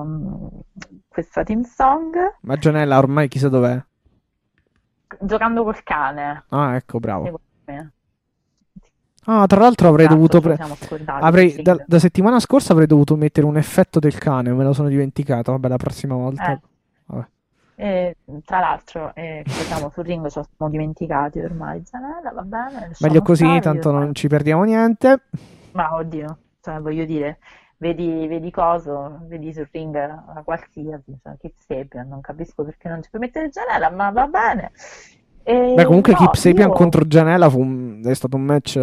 questa team song. Ma Gianella ormai chissà dov'è. Giocando col cane, Ah, ecco, bravo. secondo me. Ah, tra l'altro avrei Esatto, dovuto ce lo siamo scordati sul avrei ring. da settimana scorsa avrei dovuto mettere un effetto del cane, me lo sono dimenticato. Vabbè, la prossima volta. Eh, Vabbè. tra l'altro, ce lo siamo sul ring, ce lo siamo dimenticati ormai. Gianella, va bene, Meglio lasciamo così, stare, tanto ormai. non ci perdiamo niente. Ma oddio, cioè, voglio dire, vedi coso, vedi sul ring la qualsiasi, cioè, Keith Sabian, non capisco perché non ci puoi mettere Gianella, ma va bene. Beh, comunque Keep No, Sapian io... contro Gianella è stato un match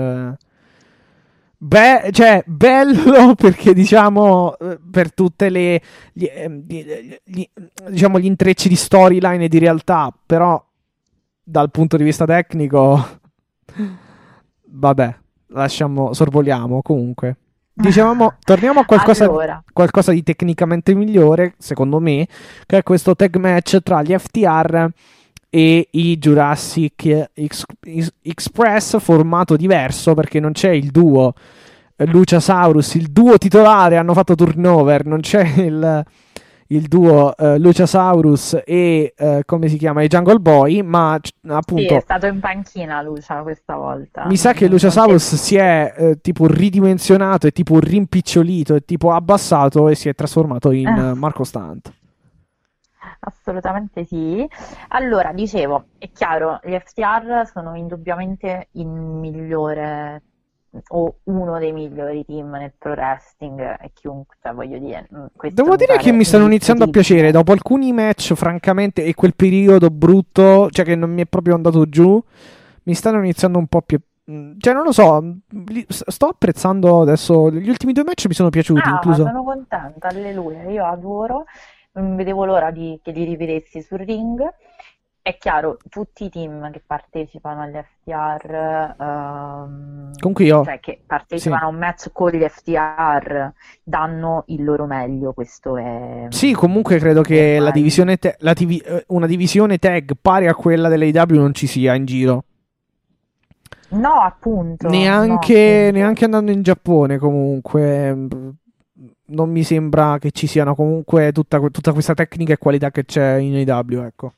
cioè bello perché diciamo per tutte diciamo gli intrecci di storyline e di realtà, però dal punto di vista tecnico vabbè, sorvoliamo comunque. Dicevamo, torniamo a Allora, qualcosa di tecnicamente migliore, secondo me, che è questo tag match tra gli FTR e i Jurassic Express, formato diverso perché non c'è il duo Luchasaurus, il duo titolare, hanno fatto turnover, non c'è il duo Luchasaurus e come si chiama, i Jungle Boy, ma sì, è appunto stato in panchina Lucia questa volta, mi sa che non si è Luchasaurus si è tipo ridimensionato e tipo rimpicciolito e tipo abbassato e si è trasformato in Marco Stunt. Assolutamente sì. Allora, dicevo, è chiaro, gli FTR sono indubbiamente il migliore o uno dei migliori team nel pro wrestling e chiunque, cioè voglio dire, questo Devo mi dire che pare mi stanno iniziando a piacere indiscutibile. dopo alcuni match, francamente, e quel periodo brutto, cioè che non mi è proprio andato giù, mi stanno iniziando un po' più. Cioè, non lo so, sto apprezzando adesso. Gli ultimi due match mi sono piaciuti, Ah, ma incluso. sono contenta, alleluia, io adoro. non vedevo l'ora che li rivedessi sul ring. È chiaro, tutti i team che partecipano agli FTR, Comunque io cioè che partecipano a un match con gli FTR, danno il loro meglio, questo è... Sì, comunque credo che ormai. la divisione una divisione tag pari a quella dell'AEW non ci sia in giro. No, appunto. Neanche No, appunto. andando in Giappone, comunque. Non mi sembra che ci siano comunque tutta questa tecnica e qualità che c'è in AEW, ecco.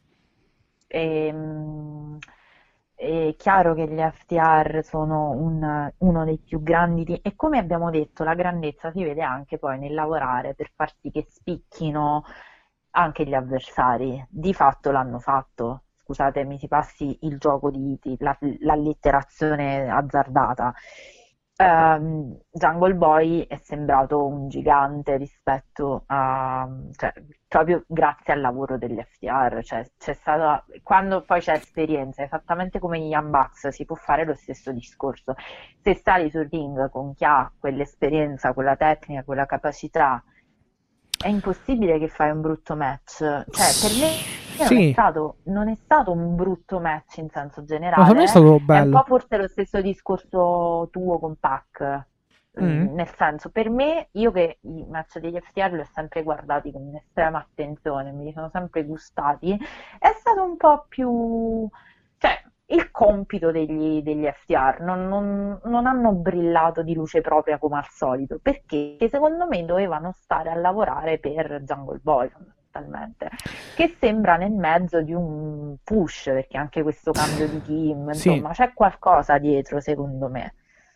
È chiaro che gli FTR sono uno dei più grandi e come abbiamo detto, la grandezza si vede anche poi nel lavorare per far sì che spicchino anche gli avversari. Di fatto l'hanno fatto. Scusatemi, si passi il gioco l'allitterazione azzardata. Jungle Boy è sembrato un gigante rispetto a, cioè, proprio grazie al lavoro degli FTR, cioè, c'è stata, quando poi c'è esperienza, esattamente come gli Young Bucks, si può fare lo stesso discorso. Se stai sul ring con chi ha quell'esperienza, quella tecnica, quella capacità, è impossibile che fai un brutto match. Cioè, per me Sì, non è stato un brutto match in senso ma secondo me è generale. stato È un po' bello. forse lo stesso discorso tuo con Pac. Mm. Nel senso, per me, io che i match degli FTR li ho sempre guardati con estrema attenzione, me li sono sempre gustati, è stato un po' più, cioè, il compito degli FTR, non hanno brillato di luce propria come al solito, perché secondo me dovevano stare a lavorare per Jungle Boy, fondamentalmente, che sembra nel mezzo di un push, perché anche questo cambio di team, Sì. insomma, c'è qualcosa dietro, secondo me.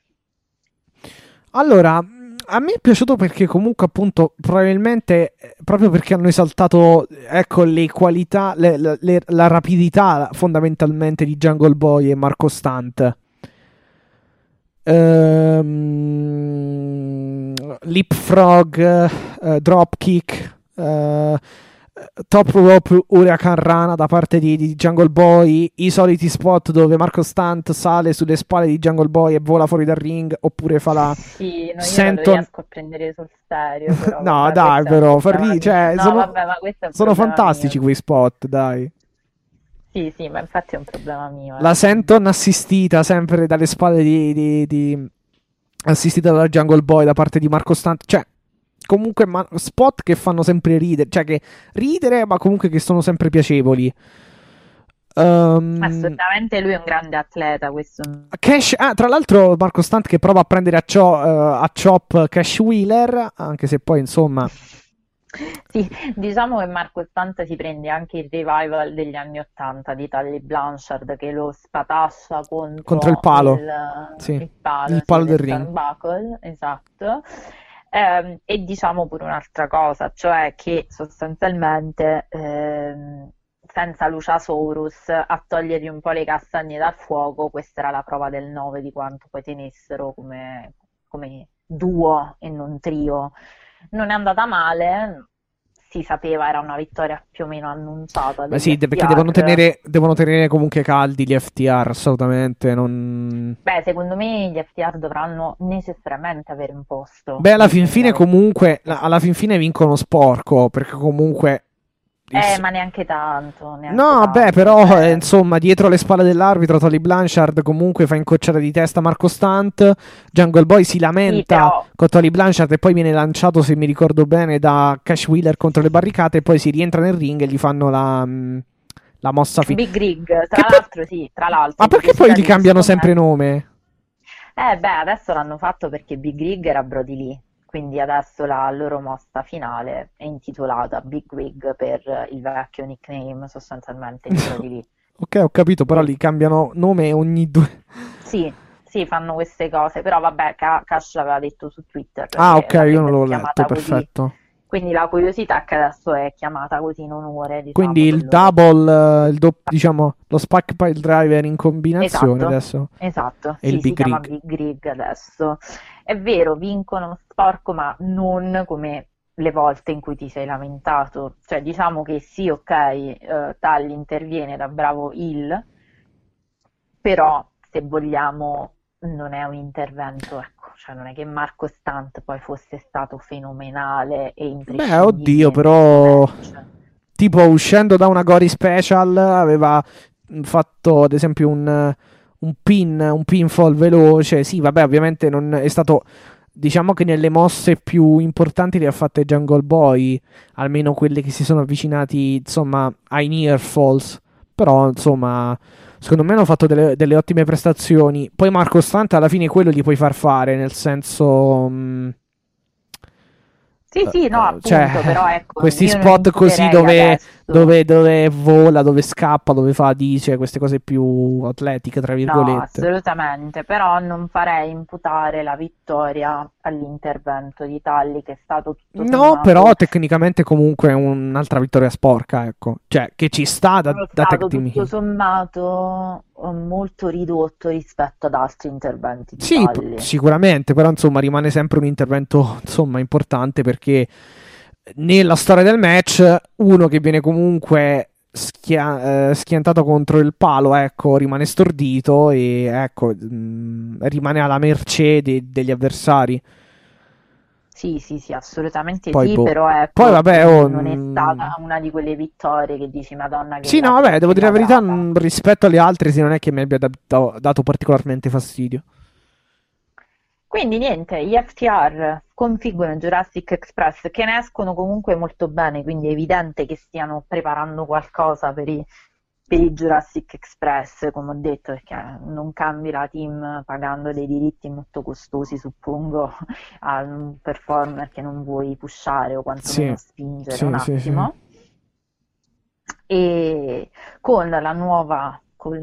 Allora, a me è piaciuto perché comunque appunto probabilmente proprio perché hanno esaltato, ecco, le qualità, la rapidità fondamentalmente di Jungle Boy e Marco Stunt. Leapfrog, dropkick, top rope hurricane rana da parte di Jungle Boy, i soliti spot dove Marco Stunt sale sulle spalle di Jungle Boy e vola fuori dal ring, oppure fa la Sì, no, io non lo Senton. riesco a prendere sul serio, però No, vabbè, dai, questo è un però problema mio. cioè, No, vabbè, ma questo è un sono problema fantastici mio. quei spot, dai. Sì, ma infatti è un problema mio. La Senton assistita sempre dalle spalle assistita dalla Jungle Boy da parte di Marco Stunt, cioè comunque spot che fanno sempre ridere, cioè che ridere ma comunque che sono sempre piacevoli. Assolutamente lui è un grande atleta, questo. Cash, tra l'altro Marco Stunt che prova a prendere a chop Cash Wheeler, anche se poi insomma Sì, diciamo che Marco Stanza si prende anche il revival degli anni '80 di Tully Blanchard che lo spatascia contro il palo, il palo, il palo del del ring. turnbuckle, esatto. E diciamo pure un'altra cosa, cioè che sostanzialmente senza Luciasaurus a togliergli un po' le castagne dal fuoco, questa era la prova del 9 di quanto poi tenessero come duo e non trio. Non è andata male, si sapeva, era una vittoria più o meno annunciata. Beh sì, perché devono tenere comunque caldi gli FTR, assolutamente. Beh, secondo me gli FTR dovranno necessariamente avere un posto. Beh, alla fin fine comunque, alla fin fine vincono sporco, perché comunque... Ma neanche tanto. No, beh, però, insomma, dietro le spalle dell'arbitro, Tully Blanchard comunque fa incocciare di testa Marco Stunt. Jungle Boy si lamenta con Tully Blanchard e poi viene lanciato, se mi ricordo bene, da Cash Wheeler contro le barricate e poi si rientra nel ring e gli fanno la mossa finale. Big Rig, tra l'altro. Ma perché poi gli cambiano sempre nome? Beh, adesso l'hanno fatto perché Big Rig era Brody Lee. Quindi adesso la loro mossa finale è intitolata Big Rig per il vecchio nickname sostanzialmente di Brody Lee. Ok, ho capito, però li cambiano nome ogni due. Sì, fanno queste cose, però vabbè, Cash l'aveva detto su Twitter. Ah, ok, io non l'ho letto, perfetto. Quindi la curiosità è che adesso è chiamata così in onore, diciamo, quindi il double, diciamo, lo Spike Pile Driver in combinazione adesso. Esatto, e il Big si chiama Rig. Big Rig adesso. È vero, vincono sporco, ma non come le volte in cui ti sei lamentato. Cioè, diciamo che sì, ok, Tully interviene da bravo heel, però, se vogliamo, non è un intervento, ecco. cioè non è che Marco Stunt poi fosse stato fenomenale e Beh, imprescindibile oddio, in però questo match. tipo uscendo da una Gory Special aveva fatto ad esempio un pinfall veloce. Sì, vabbè, ovviamente non è stato, diciamo che nelle mosse più importanti le ha fatte Jungle Boy, almeno quelle che si sono avvicinati, insomma, ai near falls. Però, insomma, secondo me hanno fatto delle ottime prestazioni. Poi Marco Stunt alla fine quello gli puoi far fare, nel senso... Sì, no, appunto, cioè, però ecco, questi io non spot così imputerei adesso. dove vola, dove scappa, dove dice queste cose più atletiche, tra No, virgolette. assolutamente, però non farei imputare la vittoria all'intervento di Tully, che è stato tutto No, però sommato, tecnicamente comunque è un'altra vittoria sporca, ecco. Cioè, che ci sta da è tag stato team tutto heel. sommato molto ridotto rispetto ad altri interventi di Sì, Tully. sicuramente, però insomma rimane sempre un intervento insomma importante, perché nella storia del match uno che viene comunque schiantato contro il palo, ecco, rimane stordito e ecco, rimane alla mercé degli avversari. Sì, assolutamente Poi sì, boh. però Poi ecco, vabbè, non è stata una di quelle vittorie che dici, Madonna, che sì, no, l'ha vabbè, devo dire la verità, data. rispetto alle altre, sì, non è che mi abbia dato particolarmente fastidio. Quindi niente, gli FTR sconfiggono Jurassic Express, che ne escono comunque molto bene, quindi è evidente che stiano preparando qualcosa per i Jurassic Express, come ho detto, perché non cambi la team pagando dei diritti molto costosi, suppongo, a un performer che non vuoi pushare o quantomeno Sì, spingere un sì. attimo. E con la nuova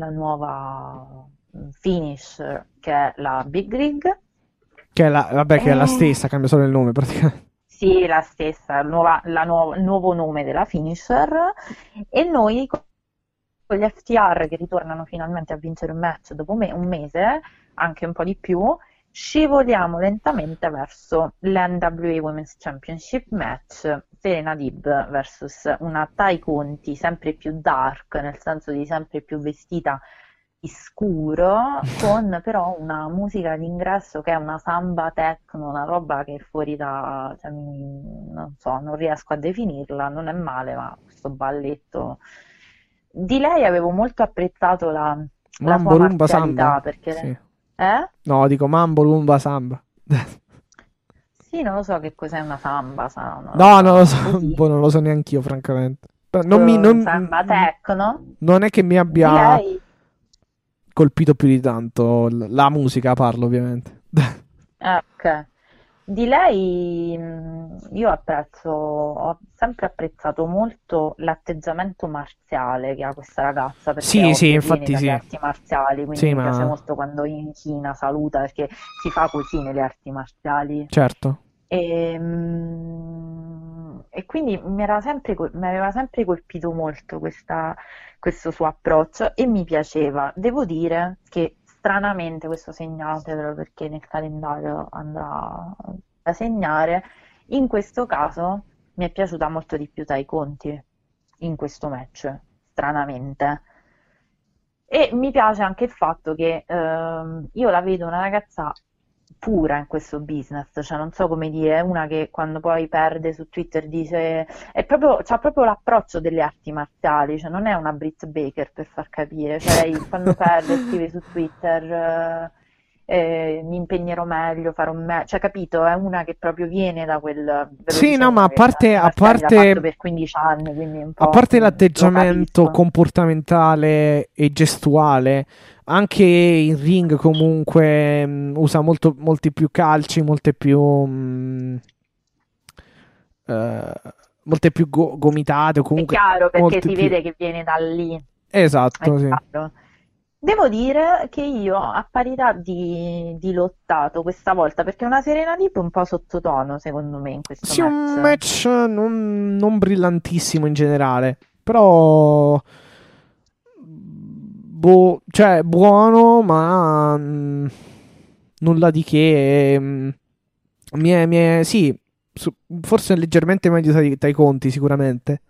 finish, che è la Big Rig. Che è la stessa, cambia solo il nome praticamente. Sì, la stessa, il nuovo nome della finisher. E noi con gli FTR che ritornano finalmente a vincere un match dopo un mese, anche un po' di più, scivoliamo lentamente verso l'NWA Women's Championship match. Serena Deeb versus una Tai Conti sempre più dark, nel senso di sempre più vestita di scuro, con però una musica d'ingresso che è una samba techno, una roba che è fuori da, cioè, non so, non riesco a definirla, non è male, ma questo balletto di lei avevo molto apprezzato la sua Mambo Lumba marzialità, Samba. perché Sì. No, dico Mambo Lumba Samba. sì, non lo so che cos'è una samba, non lo No, non lo so, so, così. non lo so neanche io, francamente. Però non Samba techno non è che mi di abbia lei. colpito più di tanto la musica, parlo ovviamente. Ok. Di lei io ho sempre apprezzato molto l'atteggiamento marziale che ha questa ragazza, perché Sì, ovvio viene infatti dalle sì. arti marziali, quindi Sì, mi piace ma molto quando inchina, saluta, perché si fa così nelle arti marziali. certo. E quindi mi aveva sempre colpito molto questo suo approccio e mi piaceva. Devo dire che stranamente, questo segnatevelo perché nel calendario andrà da segnare, in questo caso mi è piaciuta molto di più Tai Conti in questo match, stranamente. E mi piace anche il fatto che io la vedo una ragazza pura in questo business, cioè non so come dire, è una che quando poi perde su Twitter dice, c'ha proprio l'approccio delle arti marziali, cioè non è una Britt Baker per far capire, cioè lei quando perde scrive su Twitter mi impegnerò meglio, farò meglio, cioè capito, è una che proprio viene da quel, ve lo Sì, no, dice ma uno a che parte, arti marziali l'ha fatto per 15 anni, quindi un a po' parte lo l'atteggiamento capisco. comportamentale e gestuale, anche in ring comunque usa molti più calci, molte più gomitate, o È comunque chiaro perché molti si più... vede che viene da lì, è Esatto, sì. chiaro. Devo dire che io a parità di lottato questa volta, perché una Serena Deeb un po' sottotono secondo me in questo Sì, un match. match non brillantissimo in generale, però cioè buono, ma nulla di che. Sì, forse leggermente meglio dai conti, sicuramente.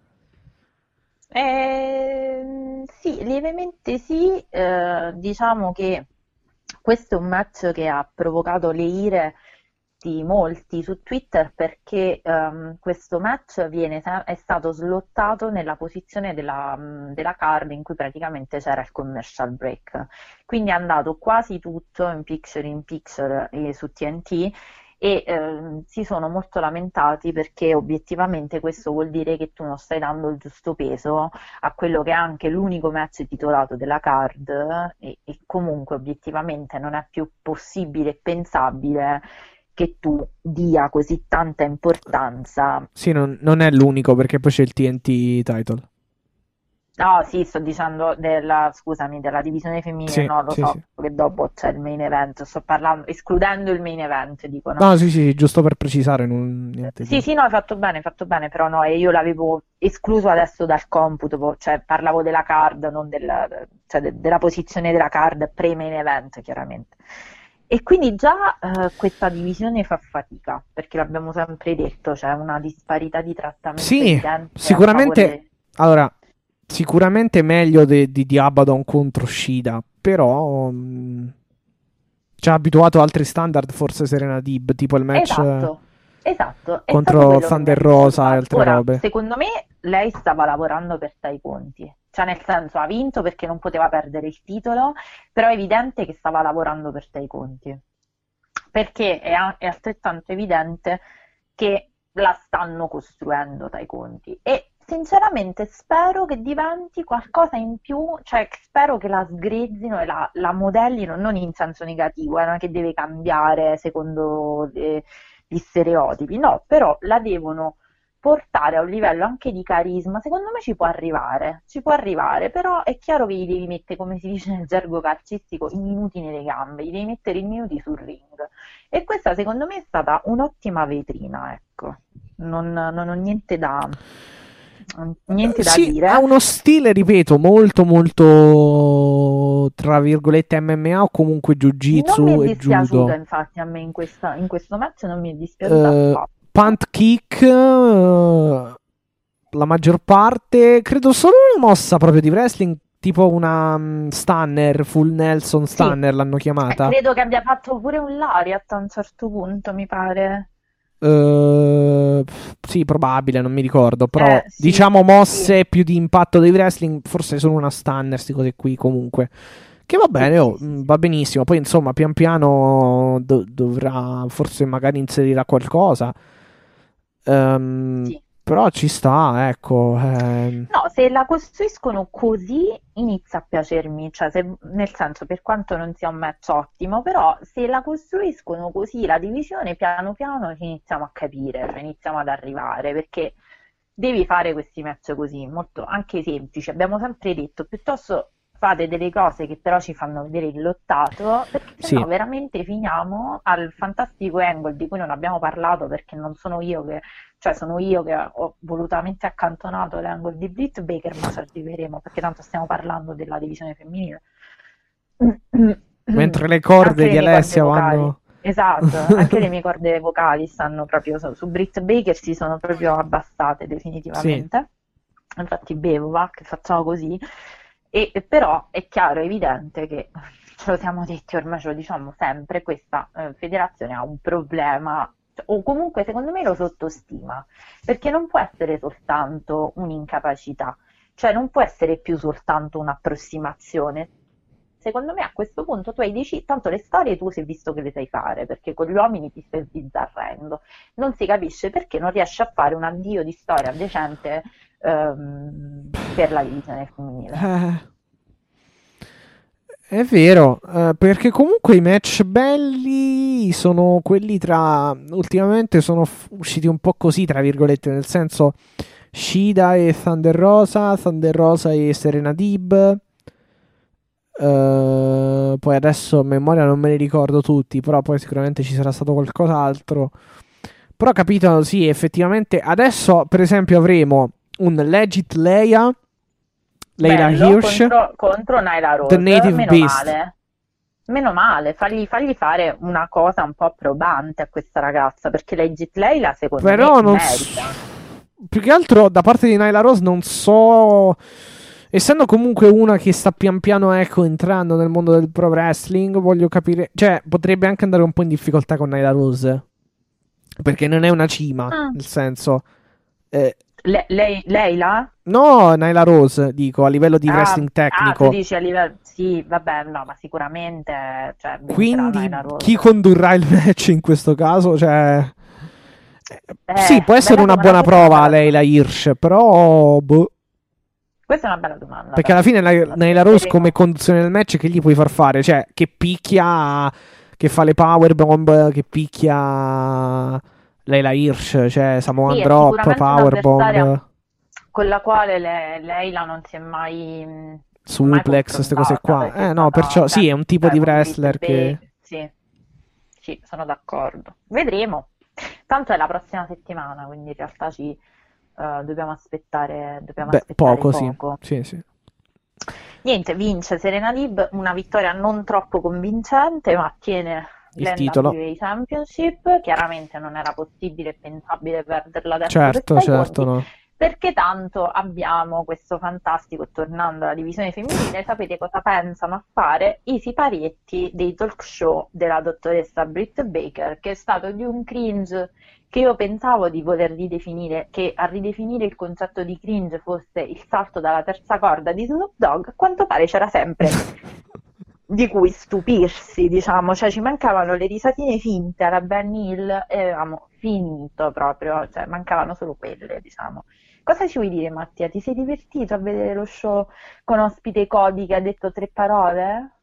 Sì, lievemente sì, diciamo che Questo è un match che ha provocato le ire di molti su Twitter perché questo match è stato slottato nella posizione della card in cui praticamente c'era il commercial break. Quindi è andato quasi tutto in picture su TNT e si sono molto lamentati perché obiettivamente questo vuol dire che tu non stai dando il giusto peso a quello che è anche l'unico match titolato della card e comunque obiettivamente non è più possibile e pensabile che tu dia così tanta importanza. Sì, non è l'unico perché poi c'è il TNT title. No, sì, sto dicendo della divisione femminile, Sì, no, lo sì, so, sì. che dopo c'è il main event, sto parlando, escludendo il main event, dico, no? No, sì, giusto per precisare, niente Sì, sì, no, hai fatto bene, però no, e io l'avevo escluso adesso dal computo, cioè parlavo della card, non della posizione della card pre-main event, chiaramente. E quindi già questa divisione fa fatica, perché l'abbiamo sempre detto, c'è una disparità di trattamento Sì, evidente a sicuramente. favore. Allora, sicuramente meglio di Abaddon contro Shida, però ci ha abituato a altri standard, forse Serena Deeb, tipo il match Esatto, è stato contro quello che Thunder mi ha Rosa e disturbato. altre Ora, robe. secondo me lei stava lavorando per dai conti, cioè nel senso ha vinto perché non poteva perdere il titolo, però è evidente che stava lavorando per dai conti, perché è altrettanto evidente che la stanno costruendo dai conti e sinceramente spero che diventi qualcosa in più, cioè spero che la sgrezzino e la modellino, non in senso negativo, non è che deve cambiare secondo gli stereotipi, no, però la devono portare a un livello anche di carisma, secondo me ci può arrivare, però è chiaro che gli devi mettere, come si dice nel gergo calcistico, i minuti nelle gambe, gli devi mettere i minuti sul ring. E questa secondo me è stata un'ottima vetrina, ecco, non ho niente da Sì, dire. ha uno stile, ripeto, molto molto tra virgolette MMA o comunque Jiu-Jitsu Non mi è e dispiaciuta, Judo. infatti, a me in questo match non mi è dispiaciuta affatto. Punt kick, la maggior parte, credo solo una mossa proprio di wrestling, tipo una stunner, full Nelson Sì. stunner l'hanno chiamata. Credo che abbia fatto pure un lariat a un certo punto, mi pare. Sì, probabile, non mi ricordo, però Sì, diciamo mosse sì. più di impatto dei wrestling, forse sono una stunner, sti cose qui comunque. Che va bene, Sì. va benissimo. Poi insomma, pian piano dovrà, forse magari inserirà qualcosa. Sì. Però ci sta, ecco. No, se la costruiscono così inizia a piacermi, cioè nel senso per quanto non sia un match ottimo, però se la costruiscono così la divisione piano piano ci iniziamo a capire, cioè iniziamo ad arrivare, perché devi fare questi match così, molto anche semplici, abbiamo sempre detto, piuttosto fate delle cose che però ci fanno vedere il lottato, perché Sì. sennò veramente finiamo al fantastico angle di cui non abbiamo parlato perché non sono io che, cioè sono io che ho volutamente accantonato l'angle di Britt Baker, ma ci arriveremo perché tanto stiamo parlando della divisione femminile. Mentre le corde Anche le di mie Alessia corde vocali. vanno... Esatto, anche le mie corde vocali stanno proprio su Britt Baker, si sono proprio abbassate definitivamente. Infatti bevo, va, che facciamo così. E però è chiaro, è evidente che ce lo siamo detti, ormai ce lo diciamo sempre, questa federazione ha un problema, o comunque secondo me lo sottostima, perché non può essere soltanto un'incapacità, cioè non può essere più soltanto un'approssimazione. Secondo me a questo punto tu hai deciso, tanto le storie tu sei visto che le sai fare, perché con gli uomini ti stai sbizzarrendo, non si capisce perché non riesci a fare un addio di storia decente per la divisione femminile. È vero, perché comunque i match belli sono quelli ultimamente sono usciti un po' così, tra virgolette, nel senso Shida e Thunder Rosa e Serena Deeb. Poi adesso a memoria non me li ricordo tutti, però poi sicuramente ci sarà stato qualcos'altro. Però capito, sì, effettivamente adesso per esempio avremo un Legit Leia Hirsch contro Nyla Rose. The Native Beast. Meno male, fagli fare una cosa un po' probante a questa ragazza, perché Legit Leila secondo però me non merita. più che altro da parte di Nyla Rose non so essendo comunque una che sta pian piano, ecco, entrando nel mondo del pro wrestling, voglio capire, cioè potrebbe anche andare un po' in difficoltà con Nyla Rose, perché non è una cima, nel senso Lei là? no, Nyla Rose, dico, a livello di wrestling tecnico. Tu dici a livello... Sì, vabbè, no, ma sicuramente, cioè, Quindi Nyla Rose. chi condurrà il match in questo caso? Cioè, sì, può essere una buona prova lei, la Hirsch, però boh. Questa è una bella domanda. Perché alla fine Nyla Rose come conduzione del match che gli puoi far fare? Cioè, che picchia, che fa le powerbomb, che picchia lei la Hirsch, cioè Samoan Sì, è drop, sicuramente powerbomb, un'avversaria con la quale Leila non si è mai suplex, queste cose qua. confrontata, perché No, perciò sì, è un tipo di con wrestler Britt che... Baker. Sì, sono d'accordo. Vedremo. Tanto è la prossima settimana, quindi in realtà dobbiamo aspettare poco, poco. sì. Niente, vince Serena Deeb, una vittoria non troppo convincente, ma tiene il titolo. l'NWA Championship. Chiaramente non era possibile e pensabile perderla adesso Certo, per 6 conti, no. perché tanto abbiamo questo fantastico, tornando alla divisione femminile, sapete cosa pensano a fare i siparietti dei talk show della dottoressa Britt Baker, che è stato di un cringe che io pensavo di voler ridefinire, che a ridefinire il concetto di cringe fosse il salto dalla terza corda di Snoop Dogg. A quanto pare c'era sempre di cui stupirsi, diciamo, cioè ci mancavano le risatine finte alla Benny Hill e avevamo finito proprio, cioè mancavano solo quelle, diciamo. Cosa ci vuoi dire, Mattia? Ti sei divertito a vedere lo show con ospite Cody che ha detto 3 parole?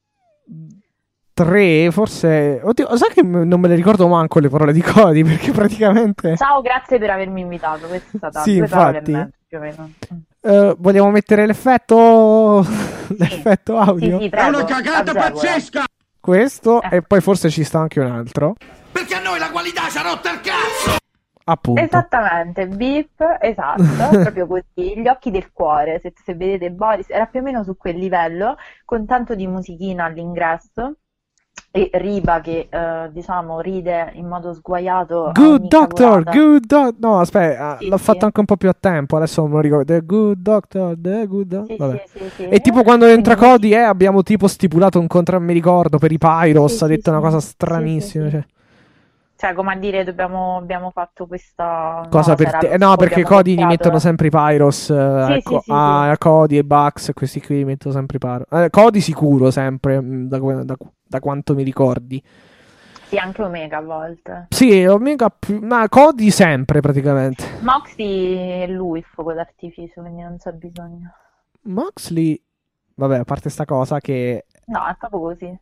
3, forse... Oddio, sai che non me le ricordo manco le parole di Cody, perché praticamente... Ciao, grazie per avermi invitato, questa è stata sì, 2 parole infatti. e mezzo, più o meno. Vogliamo mettere l'effetto... l'effetto audio? Sì, prego, È una cagata agevola. pazzesca! Questo, e poi forse ci sta anche un altro. Perché a noi la qualità ci ha rotto il cazzo! Appunto. Esattamente, beep, esatto, proprio così, gli occhi del cuore, se vedete Boris, era più o meno su quel livello, con tanto di musichina all'ingresso, e Riba che, diciamo, ride in modo sguaiato. Good Doctor, no, aspetta, Sì, l'ho sì. fatto anche un po' più a tempo, adesso non me lo ricordo. The Good Doctor, Sì, vabbè. sì. E tipo quando entra Quindi- Cody, abbiamo tipo stipulato un contratto, mi ricordo, per i Pyros, Sì, ha sì, detto una sì. cosa Sì, stranissima, sì, sì. cioè. Cioè, come a dire, abbiamo fatto questa... Cosa no, per c'era te? lo No, show, perché abbiamo Cody gli comprato- mettono sempre i Pyros, Sì, sì, a Cody e Bucks, questi qui gli mettono sempre i Pyros. Cody sicuro, sempre, da quanto mi ricordi. Sì, anche Omega a volte. Sì, Omega ma Cody sempre praticamente. Moxley è lui il fuoco d'artificio, quindi non c'è bisogno. Moxley, vabbè, a parte sta cosa che... No, è proprio così.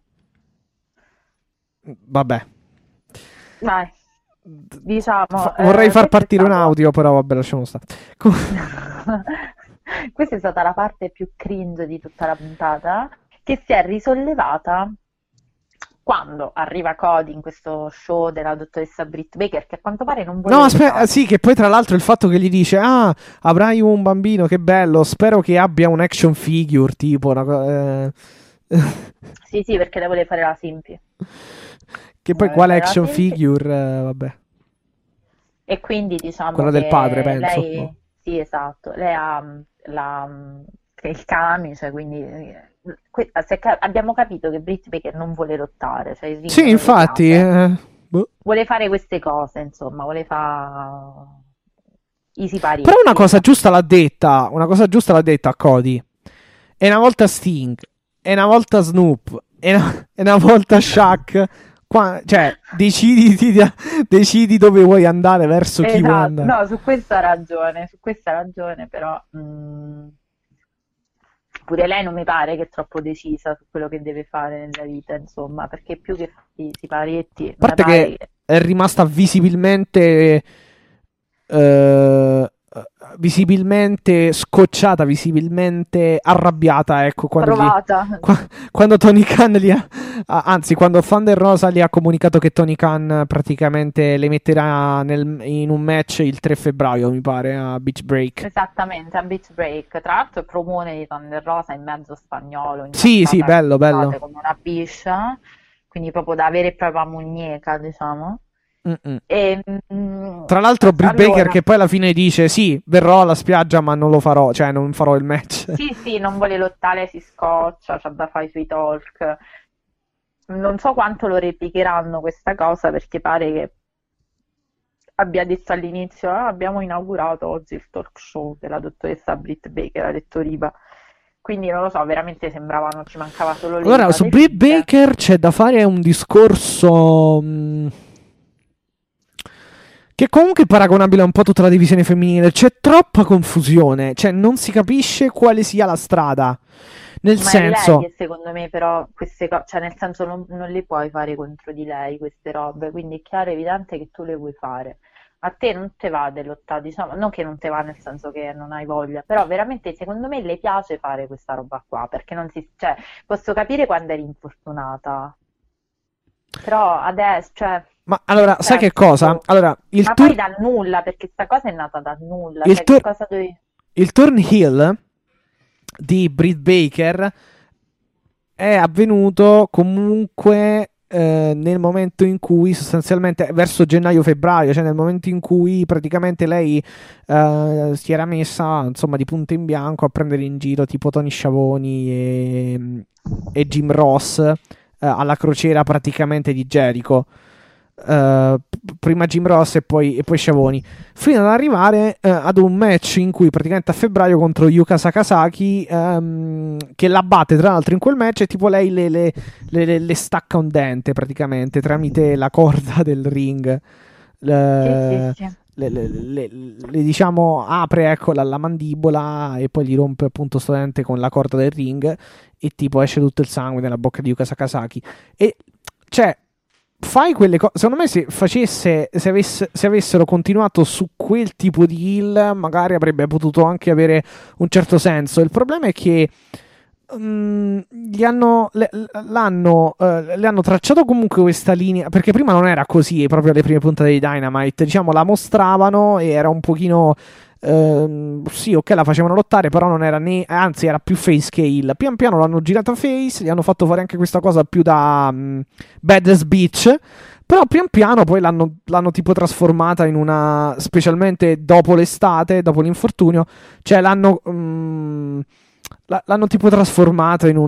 Vabbè. Dai, diciamo... Vorrei far questo è partire un stato- audio, però vabbè, lasciamo stare. Questa è stata la parte più cringe di tutta la puntata, che si è risollevata quando arriva Cody in questo show della dottoressa Britt Baker, che a quanto pare non vuole No, aspetta, entrare. sì, che poi tra l'altro il fatto che gli dice, avrai un bambino, che bello, spero che abbia un action figure, tipo, Sì, perché le vuole fare la Simpi. che poi Vabbè, quale la action Simpi. figure, vabbè. E quindi diciamo Quella del che padre, penso. lei, sì, esatto, lei ha il camice, quindi abbiamo capito che Britt Baker non vuole lottare, cioè il ring Sì, non le infatti, piace. boh. Vuole fare queste cose, insomma, vuole fare i siparietti. Però una cosa giusta l'ha detta a Cody. E una volta Sting, e una volta Snoop, e una volta Shaq. Cioè, decidi dove vuoi andare, verso chi vuoi Esatto, andare. no, su questa ha ragione, però pure lei non mi pare che è troppo decisa su quello che deve fare nella vita, insomma, perché più che i siparietti, A parte mi pare che è rimasta visibilmente scocciata, visibilmente arrabbiata, ecco, provata. quando Tony Khan anzi, quando Thunder Rosa gli ha comunicato che Tony Khan praticamente le metterà in un match il 3 febbraio, mi pare, a Beach Break. Esattamente, a Beach Break. Tra l'altro il promone di Thunder Rosa in mezzo spagnolo, Sì, incastrata bello. come una biscia, quindi proprio da vera e propria muñeca, diciamo. E, tra l'altro Britt allora, Baker che poi alla fine dice sì, verrò alla spiaggia ma non lo farò, cioè non farò il match. sì, non vuole lottare, si scoccia, c'ha da fare sui talk. Non so quanto lo replicheranno questa cosa, perché pare che abbia detto all'inizio abbiamo inaugurato oggi il talk show della dottoressa Britt Baker, ha detto Riba. Quindi non lo so, veramente sembravano, ci mancava solo lì. Allora, su Britt Baker c'è da fare un discorso che comunque è paragonabile a un po' tutta la divisione femminile. C'è troppa confusione, cioè non si capisce quale sia la strada. Nel senso, è lei che secondo me però queste cose, cioè nel senso non le puoi fare contro di lei queste robe, quindi è chiaro e evidente che tu le vuoi fare. A te non te va di lottare, diciamo, non che non te va nel senso che non hai voglia, però veramente secondo me le piace fare questa roba qua, perché non si, cioè, posso capire quando eri infortunata, però adesso, cioè, ma allora, sai che cosa? Allora, ma poi dal nulla, perché sta cosa è nata dal nulla, il, cioè, cosa dovevi... il turn heel di Britt Baker è avvenuto comunque nel momento in cui sostanzialmente verso gennaio-febbraio, cioè nel momento in cui praticamente lei si era messa insomma di punto in bianco a prendere in giro tipo Tony Schiavoni e Jim Ross alla crociera praticamente di Jericho. Prima Jim Ross e poi Schiavoni, fino ad arrivare ad un match in cui praticamente a febbraio contro Yuka Sakazaki, che la batte tra l'altro in quel match e tipo lei le stacca un dente praticamente tramite la corda del ring. Sì. Le diciamo apre ecco la mandibola e poi gli rompe appunto sto dente con la corda del ring e tipo esce tutto il sangue nella bocca di Yuka Sakazaki. E cioè fai quelle cose. Secondo me se avessero continuato su quel tipo di heel magari avrebbe potuto anche avere un certo senso. Il problema è che le hanno tracciato comunque questa linea, perché prima non era così, proprio alle prime puntate di Dynamite, diciamo, la mostravano e era un pochino sì, ok, la facevano lottare, però non era né, anzi era più face che heel. Pian piano l'hanno girata face, gli hanno fatto fare anche questa cosa più da badass bitch, però pian piano poi l'hanno tipo trasformata in una, specialmente dopo l'estate, dopo l'infortunio, cioè l'hanno tipo trasformata in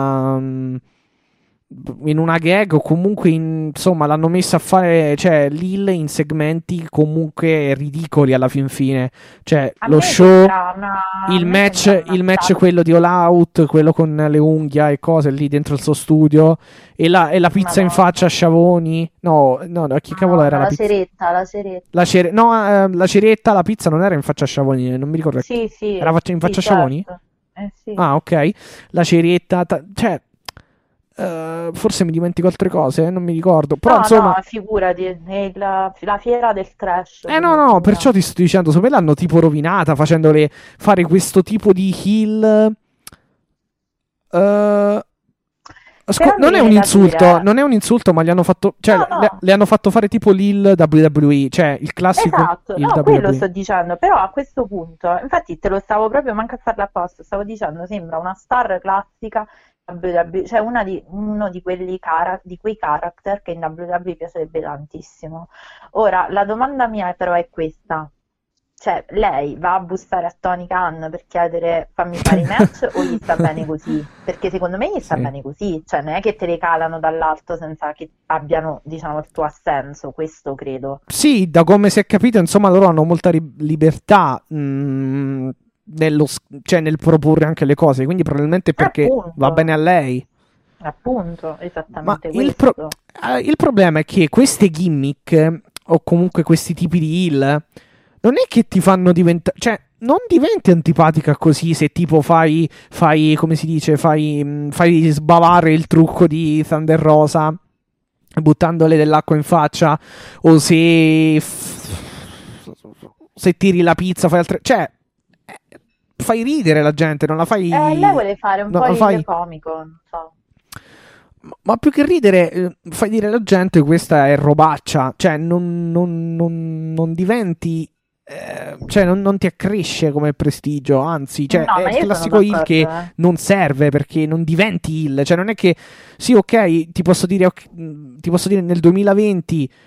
una gag, o comunque insomma l'hanno messa a fare, cioè l'Hill in segmenti comunque ridicoli alla fin fine, cioè lo show, il match quello di All Out, quello con le unghie e cose lì dentro il suo studio, e la pizza in faccia a Schiavoni, no, chi cavolo era la pizza? La ceretta, la pizza non era in faccia a Schiavoni, non mi ricordo. Sì, era in faccia a Schiavoni? Sì. Ah, ok. La ceretta, cioè forse mi dimentico altre cose, non mi ricordo. Però insomma, no, figurati, è la fiera del trash. No, perciò ti sto dicendo, secondo me l'hanno tipo rovinata facendole fare questo tipo di heel. Non è un insulto, ma gli hanno fatto, cioè le hanno fatto fare tipo l'heel WWE, cioè il classico. Esatto, no, quello sto dicendo, però a questo punto, infatti te lo stavo proprio manca a farla apposta, stavo dicendo, sembra una star classica WWE, cioè uno di quei character che in WWE piacerebbe tantissimo. Ora, la domanda mia però è questa. Cioè, lei va a bussare a Tony Khan per chiedere fammi fare i match o gli sta bene così? Perché secondo me gli sta bene così, cioè non è che te le calano dall'alto senza che abbiano, diciamo, il tuo assenso, questo credo. Sì, da come si è capito, insomma, loro hanno molta libertà nel proporre anche le cose, quindi probabilmente perché va bene a lei. Appunto, esattamente. Ma questo. Il problema è che queste gimmick o comunque questi tipi di heel non è che ti fanno diventare, cioè non diventi antipatica così se tipo fai come si dice, fai sbavare il trucco di Thunder Rosa buttandole dell'acqua in faccia, o se tiri la pizza, fai altre, cioè fai ridere la gente, non la fai. Lei vuole fare un po' il comico, non so. Ma più che ridere, fai dire alla gente questa è robaccia, cioè non diventi, cioè non ti accresce come prestigio, anzi, cioè è il classico heel che non serve perché non diventi heel, cioè non è che sì, ok, ti posso dire nel 2020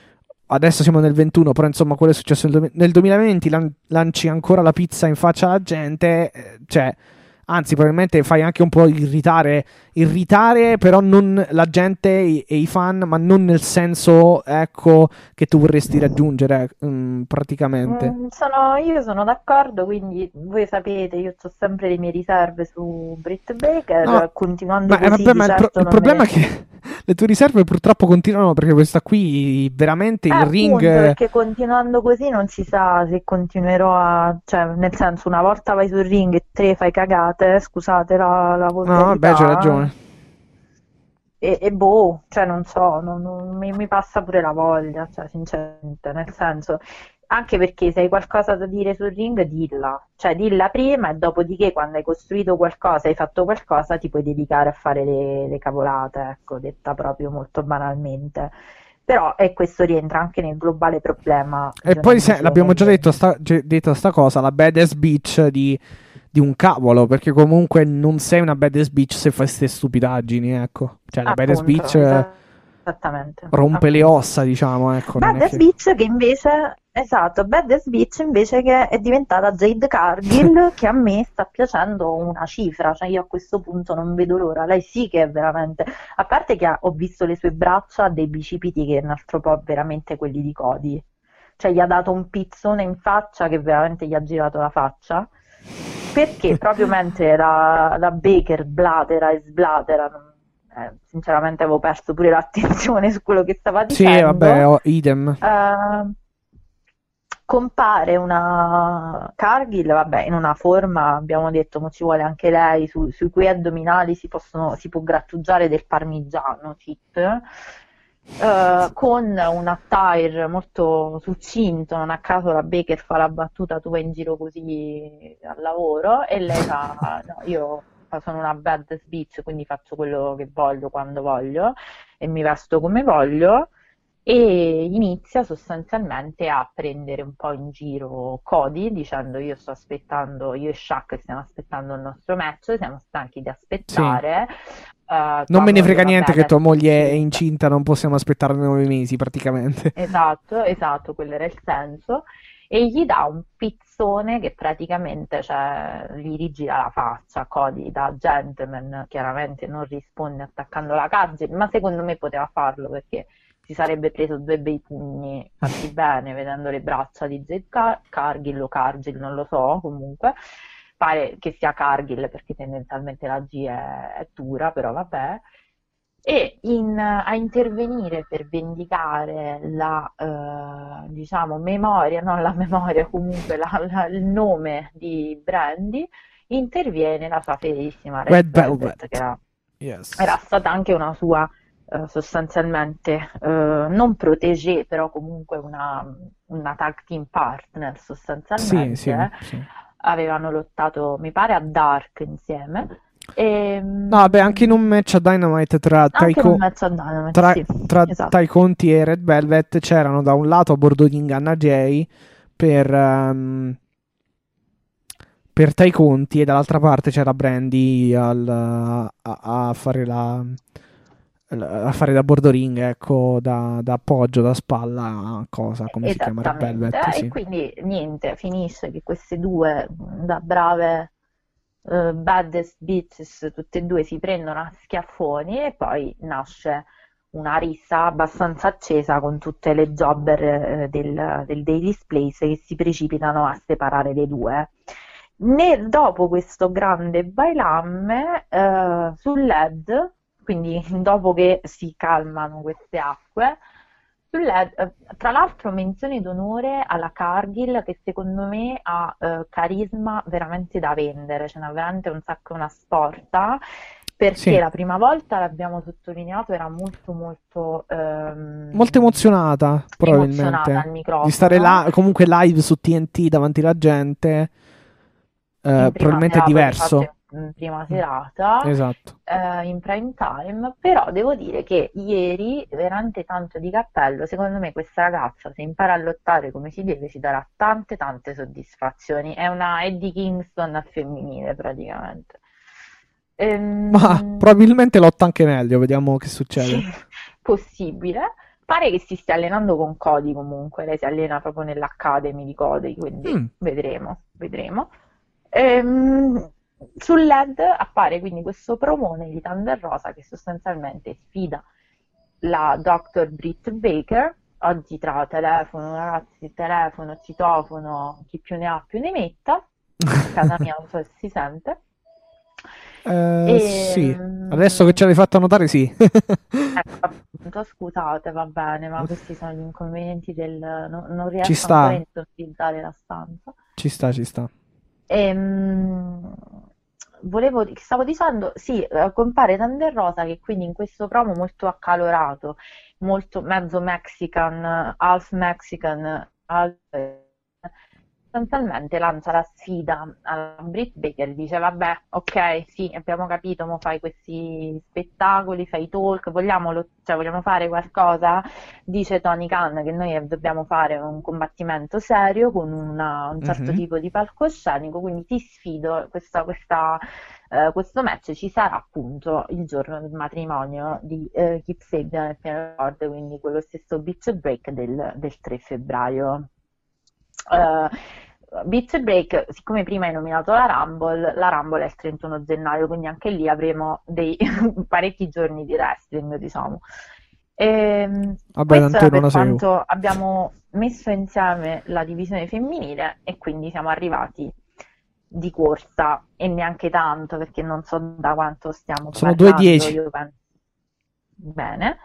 adesso siamo nel 21, però insomma quello è successo nel 2020, lanci ancora la pizza in faccia alla gente, cioè, anzi probabilmente fai anche un po' irritare però non la gente e i fan, ma non nel senso, ecco, che tu vorresti raggiungere, praticamente. Io sono d'accordo, quindi voi sapete, io ho sempre le mie riserve su Britt Baker, No, continuando ma così vabbè, di ma certo il non me problema ne... è che le tue riserve purtroppo continuano, perché questa qui veramente il Appunto, ring... perché continuando così non si sa se continuerò a... cioè, nel senso, una volta vai sul ring e te fai cagate, scusate la No, vabbè, c'è volgarità, ragione. e boh, cioè non so, mi passa pure la voglia, cioè sinceramente, nel senso, anche perché se hai qualcosa da dire sul ring, dilla prima e dopodiché quando hai costruito qualcosa, hai fatto qualcosa, ti puoi dedicare a fare le cavolate, ecco, detta proprio molto banalmente. Però questo rientra anche nel globale problema E di una poi l'abbiamo già divisione. detto sta cosa, la badass bitch di un cavolo, perché comunque non sei una badass bitch se fai queste stupidaggini, ecco. Cioè la badass Appunto, bitch esattamente, rompe le appunto. ossa, diciamo, ecco, non è Badass che... Beach che invece, esatto, Badass Beach invece che è diventata Jade Cargill che a me sta piacendo una cifra, cioè io a questo punto non vedo l'ora, lei sì che è veramente, a parte che ho visto le sue braccia, ha dei bicipiti che è un altro po' veramente quelli di Cody, cioè gli ha dato un pizzone in faccia che veramente gli ha girato la faccia, perché proprio mentre la Baker blatera e sblatera, sinceramente avevo perso pure l'attenzione su quello che stava Sì, vabbè, dicendo, idem. compare una Cargill, vabbè, in una forma, abbiamo detto, ma ci vuole anche lei, sui cui addominali si può grattugiare del parmigiano, cheat, con un attire molto succinto, non a caso la Baker fa la battuta tu vai in giro così al lavoro e lei fa, no, io sono una bad bitch, quindi faccio quello che voglio quando voglio e mi vesto come voglio e inizia sostanzialmente a prendere un po' in giro Cody dicendo io e Shaq stiamo aspettando il nostro match, siamo stanchi di Sì. aspettare. Non me ne frega vabbè, niente che tua adesso moglie è sì, incinta, non possiamo aspettare 9 mesi, praticamente. esatto, quello era il senso. E gli dà un pizzone che praticamente cioè, gli rigira la faccia. Cody da gentleman chiaramente non risponde attaccando la Cargill, ma secondo me poteva farlo perché si sarebbe preso due bei pugni fatti bene vedendo le braccia di Jade Cargill o Cargill, non lo so, comunque pare che sia Cargill perché tendenzialmente la G è dura, però vabbè. E a intervenire per vendicare la diciamo memoria, non la memoria, comunque il nome di Brandy, interviene la sua fedelissima Red Red Velvet, Velvet. che Yes. era stata anche una sua sostanzialmente non protégé, però comunque una tag team partner sostanzialmente. Sì. Avevano lottato, mi pare, a Dark insieme. No, vabbè, anche in un match a Dynamite tra Anche in un match a Dynamite, tra, sì, tra esatto. Tai Conti e Red Velvet c'erano da un lato a bordo di Inganna Jay per Tai Conti e dall'altra parte c'era Brandy a fare a fare da bordo ring, ecco, da appoggio, da spalla, cosa, come si chiama, Red Esattamente, Velvet, e sì. quindi niente, finisce che queste due da brave baddest bitches, tutte e due si prendono a schiaffoni e poi nasce una rissa abbastanza accesa con tutte le jobber del Daily's Place che si precipitano a separare le due. Dopo questo grande bailamme sul LED, quindi dopo che si calmano queste acque, tra l'altro menzione d'onore alla Cargill che secondo me ha carisma veramente da vendere, ce n'ha veramente un sacco una sporta, perché Sì. la prima volta l'abbiamo sottolineato era molto Molto emozionata, probabilmente, emozionata al microfono, di stare là, comunque live su TNT davanti alla gente. in prima Probabilmente è serata, diverso. infatti, in prima serata, Esatto. in prime time, però devo dire che ieri veramente tanto di cappello, secondo me questa ragazza se impara a lottare come si deve ci darà tante soddisfazioni, è una Eddie Kingston al femminile praticamente. Ma probabilmente lotta anche meglio, vediamo che succede. Sì, possibile, Pare che si stia allenando con Cody comunque, lei si allena proprio nell'Academy di Cody, quindi vedremo. Sul LED appare quindi questo promone di Thunder Rosa che sostanzialmente sfida la Dr. Britt Baker. Oggi tra telefono, ragazzi, telefono, citofono, chi più ne ha più ne metta. A casa mia non so se si sente. Sì, adesso che ce l'hai fatto notare, sì. Appunto, scusate, va bene, ma questi sono gli inconvenienti del non riesco Ci sta. ancora a insonorizare la stanza. Ci sta. Stavo dicendo, sì, compare Thunder Rosa che quindi in questo promo molto accalorato, molto mezzo Mexican, half Mexican, sostanzialmente lancia la sfida a Britt Baker, dice vabbè, ok, sì, abbiamo capito, mo fai questi spettacoli, fai talk, vogliamo fare qualcosa? Dice Tony Khan che noi dobbiamo fare un combattimento serio con un certo tipo di palcoscenico, quindi ti sfido, questo match ci sarà appunto il giorno del matrimonio di Kip Sabian e Finn Balor, quindi quello stesso Beach Break del 3 febbraio. Beach Break, siccome prima hai nominato la Rumble è il 31 gennaio, quindi anche lì avremo dei parecchi giorni di wrestling, diciamo. Vabbè, Questo tanto è non la per seguo. quanto abbiamo messo insieme la divisione femminile e quindi siamo arrivati di corsa e neanche tanto, perché non so da quanto stiamo Sono parlando, 2:10. io penso. Bene.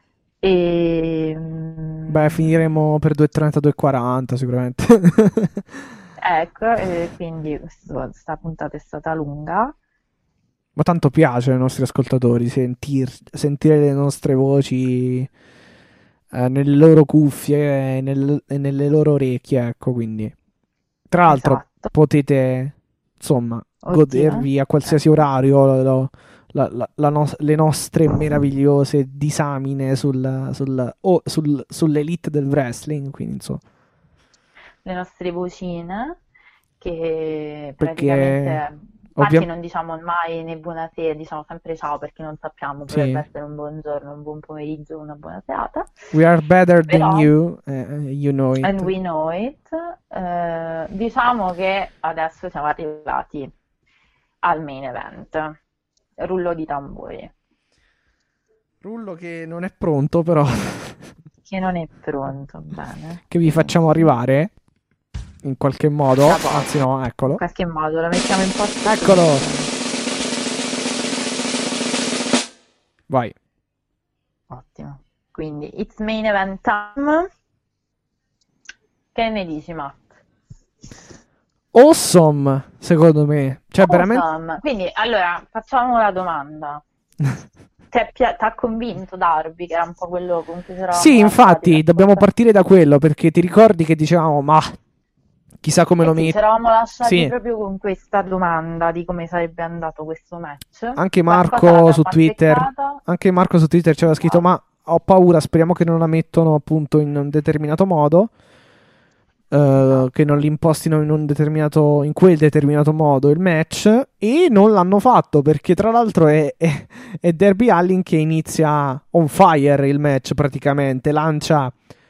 Beh, finiremo per 2:30, 2:40 sicuramente. Ecco, quindi questa puntata è stata lunga. Ma tanto piace ai nostri ascoltatori sentire le nostre voci nelle loro cuffie e nelle loro orecchie, ecco, quindi. Tra l'altro Esatto. potete, insomma, Oddio. godervi a qualsiasi orario le nostre meravigliose disamine sull'elite del wrestling, quindi insomma. Le nostre vocine che Perché praticamente infatti non diciamo mai né buonasera, diciamo sempre ciao perché non sappiamo, Sì. potrebbe essere un buon giorno, un buon pomeriggio, una buona serata. We are better Però- than you, you know it. And we know it. Diciamo che adesso siamo arrivati al main event. Rullo di tamburi. Rullo che non è pronto, però Che non è pronto, bene. che vi facciamo arrivare in qualche modo. Da poco. Anzi no, eccolo. In qualche modo lo mettiamo in posto. Eccolo. Vai. Ottimo. Quindi, it's main event time. Che ne dici, Matt? Awesome, secondo me. Cioè, veramente. Awesome. Quindi, allora, facciamo la domanda. T'ha convinto Darby, che era un po' quello con cui si eravamo Sì, lasciati infatti, dobbiamo raccontare? partire da quello, perché ti ricordi che dicevamo, ma chissà come lo Sì, ci metti. eravamo lasciati Sì. proprio con questa domanda di come sarebbe andato questo match. Anche Qualcosa Marco l'abbiamo su Twitter. azzeccata. Anche Marco su Twitter ci aveva scritto, ma ho paura, speriamo che non la mettono appunto in un determinato modo. Che non li impostino in quel determinato modo il match, e non l'hanno fatto perché tra l'altro è Darby Allin che inizia on fire il match, praticamente lancia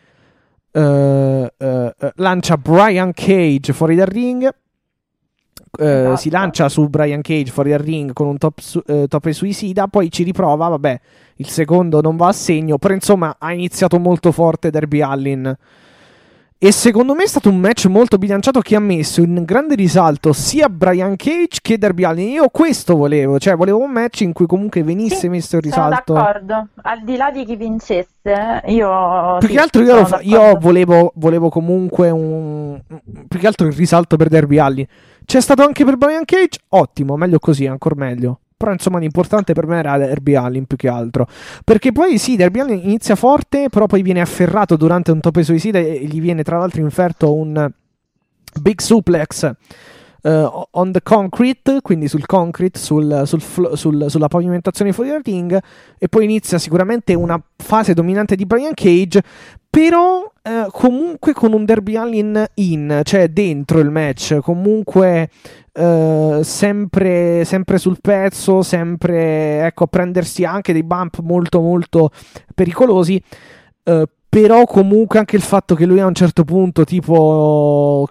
Brian Cage fuori dal ring, Esatto. si lancia su Brian Cage fuori dal ring con un tope suicida, poi ci riprova, vabbè, il secondo non va a segno, però insomma ha iniziato molto forte Darby Allin. E secondo me è stato un match molto bilanciato che ha messo in grande risalto sia Brian Cage che Darby Allin. Io questo volevo, cioè volevo un match in cui comunque venisse Sì, messo in sono risalto. d'accordo. Al di là di chi vincesse, io Più sì, che altro sono io d'accordo. volevo comunque più che altro il risalto per Darby Allin. C'è stato anche per Brian Cage, ottimo, meglio così, ancora meglio. Però insomma l'importante per me era Darby Allin più che altro, perché poi sì, Darby Allin inizia forte, però poi viene afferrato durante un tope suicida e gli viene tra l'altro inferto un big suplex on the concrete, quindi sul concrete, sulla pavimentazione fuori dal ring, e poi inizia sicuramente una fase dominante di Brian Cage, però comunque con un Darby Allin cioè dentro il match, comunque sempre sul pezzo, sempre, ecco, a prendersi anche dei bump molto molto pericolosi. Però comunque anche il fatto che lui a un certo punto tipo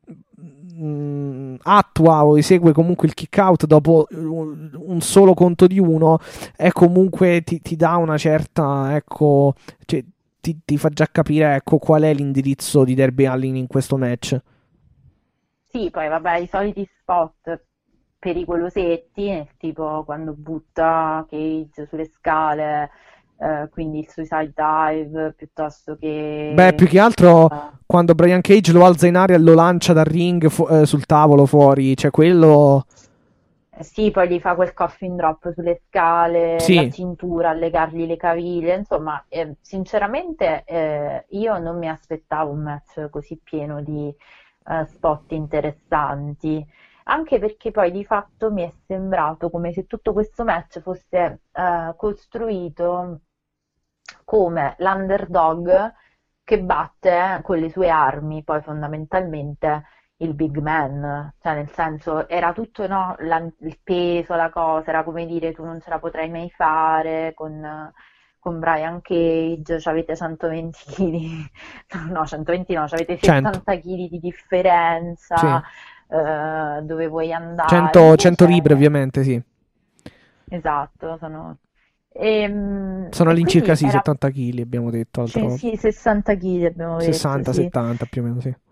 attua o esegue comunque il kick out dopo un solo conto di uno, è comunque ti dà una certa, ecco, cioè, ti fa già capire, ecco, qual è l'indirizzo di Darby Allin in questo match. Sì, poi vabbè, i soliti spot pericolosetti, tipo quando butta Cage sulle scale, quindi il suicide dive, piuttosto che... Beh, più che altro quando Brian Cage lo alza in aria e lo lancia dal ring sul tavolo fuori, cioè quello... Sì, poi gli fa quel coffin drop sulle scale, Sì. la cintura, legargli le caviglie, insomma, sinceramente io non mi aspettavo un match così pieno di spot interessanti, anche perché poi di fatto mi è sembrato come se tutto questo match fosse costruito come l'underdog che batte con le sue armi, poi fondamentalmente il big man, cioè nel senso era tutto no, il peso, la cosa, era come dire tu non ce la potrai mai fare con Brian Cage, avete 120 kg, no 120 no, avete 70 kg di differenza, Sì. Dove vuoi andare? 100 libbre ovviamente, sì. Esatto, sono all'incirca sì, era... 70 kg abbiamo detto l'altra volta. Sì, 60 kg abbiamo detto, 60, sì. 70 più o meno, sì.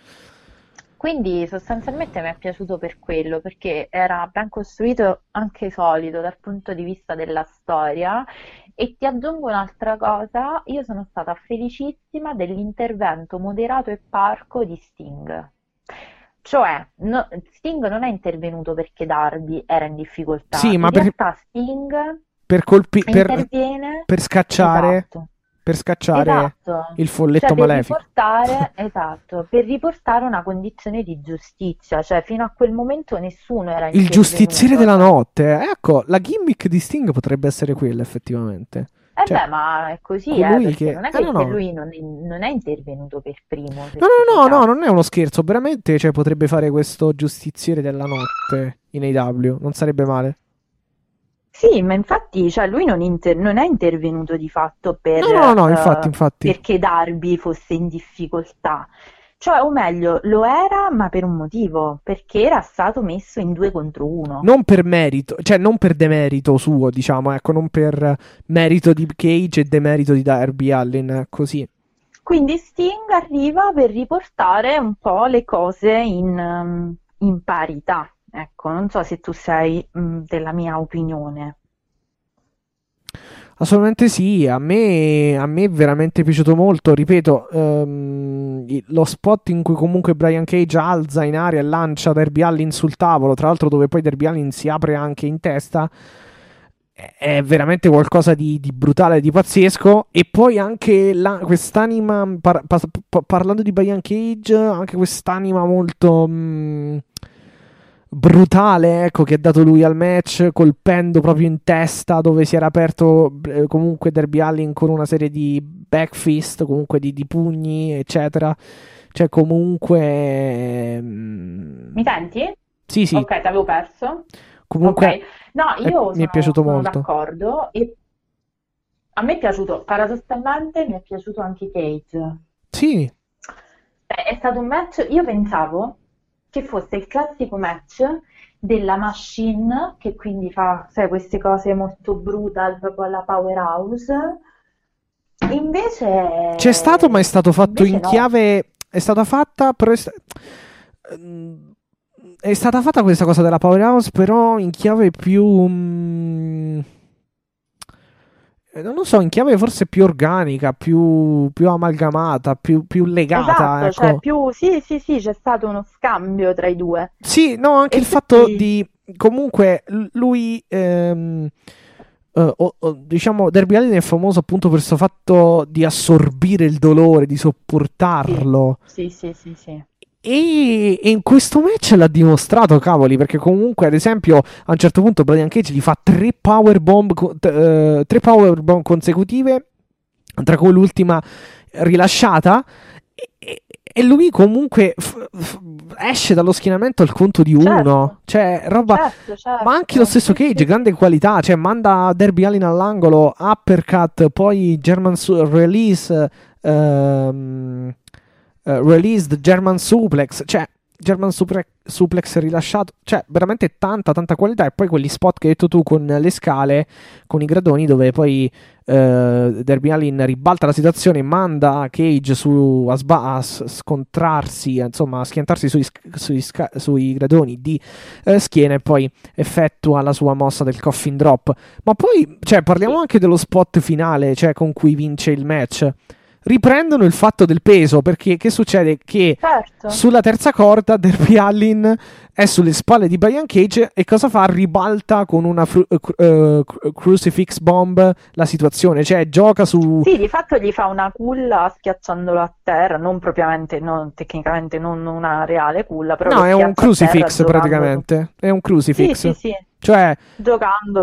Quindi sostanzialmente mi è piaciuto per quello, perché era ben costruito, anche solido dal punto di vista della storia. E ti aggiungo un'altra cosa, io sono stata felicissima dell'intervento moderato e parco di Sting. Cioè, Sting non è intervenuto perché Darby era in difficoltà, Sì, ma in realtà Sting interviene... per scacciare... Esatto. Per scacciare Esatto. il folletto Cioè, per malefico. esatto, per riportare una condizione di giustizia, cioè fino a quel momento nessuno era Il giustiziere della intervenuto. notte. Ecco, la gimmick di Sting potrebbe essere quella, effettivamente. Cioè, Beh, ma è così, colui perché che... non è no, che no. lui non è intervenuto per primo, se No, ci no, fai non è uno scherzo. Veramente, cioè, potrebbe fare questo giustiziere della notte in AEW. Non sarebbe male. Sì, ma infatti, cioè, lui non è intervenuto di fatto No, infatti. perché Darby fosse in difficoltà. Cioè, o meglio, lo era, ma per un motivo, perché era stato messo in 2 contro 1. Non per merito, cioè non per demerito suo, diciamo, ecco, non per merito di Cage e demerito di Darby Allin, così. Quindi Sting arriva per riportare un po' le cose in parità. Ecco, non so se tu sei della mia opinione. Assolutamente sì, a me è veramente piaciuto molto, ripeto, lo spot in cui comunque Brian Cage alza in aria e lancia Darby Allin sul tavolo, tra l'altro dove poi Darby Allin si apre anche in testa, è veramente qualcosa di brutale, di pazzesco. E poi anche quest'anima, parlando di Brian Cage, anche quest'anima molto... brutale, ecco, che ha dato lui al match, colpendo proprio in testa dove si era aperto comunque Darby Allin con una serie di backfist, comunque di pugni, eccetera. Cioè comunque Mi senti? sì, Ok, ti avevo perso. comunque Ok. No, io mi è piaciuto sono molto. d'accordo e a me è piaciuto, paradossalmente mi è piaciuto anche Cage. Sì, È stato un match, io pensavo che fosse il classico match della Machine, che quindi fa, sai, queste cose molto brutal, proprio alla Powerhouse. Invece... c'è stato, ma è stato fatto in no. chiave... È stata fatta, però è stata fatta questa cosa della Powerhouse, però in chiave più... non lo so, in chiave forse più organica, più amalgamata, più legata, Esatto, ecco. cioè sì, c'è stato uno scambio tra i due. Sì, no, anche E il fatto quindi- di... Comunque, lui... diciamo, Darby Allin è famoso appunto per questo fatto di assorbire il dolore, di sopportarlo. Sì. E in questo match l'ha dimostrato, cavoli, perché comunque, ad esempio, a un certo punto Brian Cage gli fa 3 powerbomb consecutive, tra cui l'ultima rilasciata, E lui comunque esce dallo schienamento al conto di uno, cioè roba. Certo. Ma anche lo stesso Cage, grande qualità, cioè manda Darby Allin all'angolo, uppercut, poi German release, released German suplex, cioè German suplex rilasciato, cioè veramente tanta qualità. E poi quegli spot che hai detto tu con le scale, con i gradoni, dove poi Darby Allin ribalta la situazione, manda Cage a scontrarsi, insomma a schiantarsi sui gradoni di schiena, e poi effettua la sua mossa del coffin drop. Ma poi, cioè, parliamo anche dello spot finale, cioè con cui vince il match. Riprendono il fatto del peso, perché che succede? Che sulla terza corda Darby Allin è sulle spalle di Brian Cage, e cosa fa? Ribalta con una crucifix bomb la situazione, cioè gioca su... Sì, di fatto gli fa una culla schiacciandolo a terra, non propriamente, tecnicamente non una reale culla, però no, è un crucifix praticamente, è un crucifix. Sì. Cioè... giocando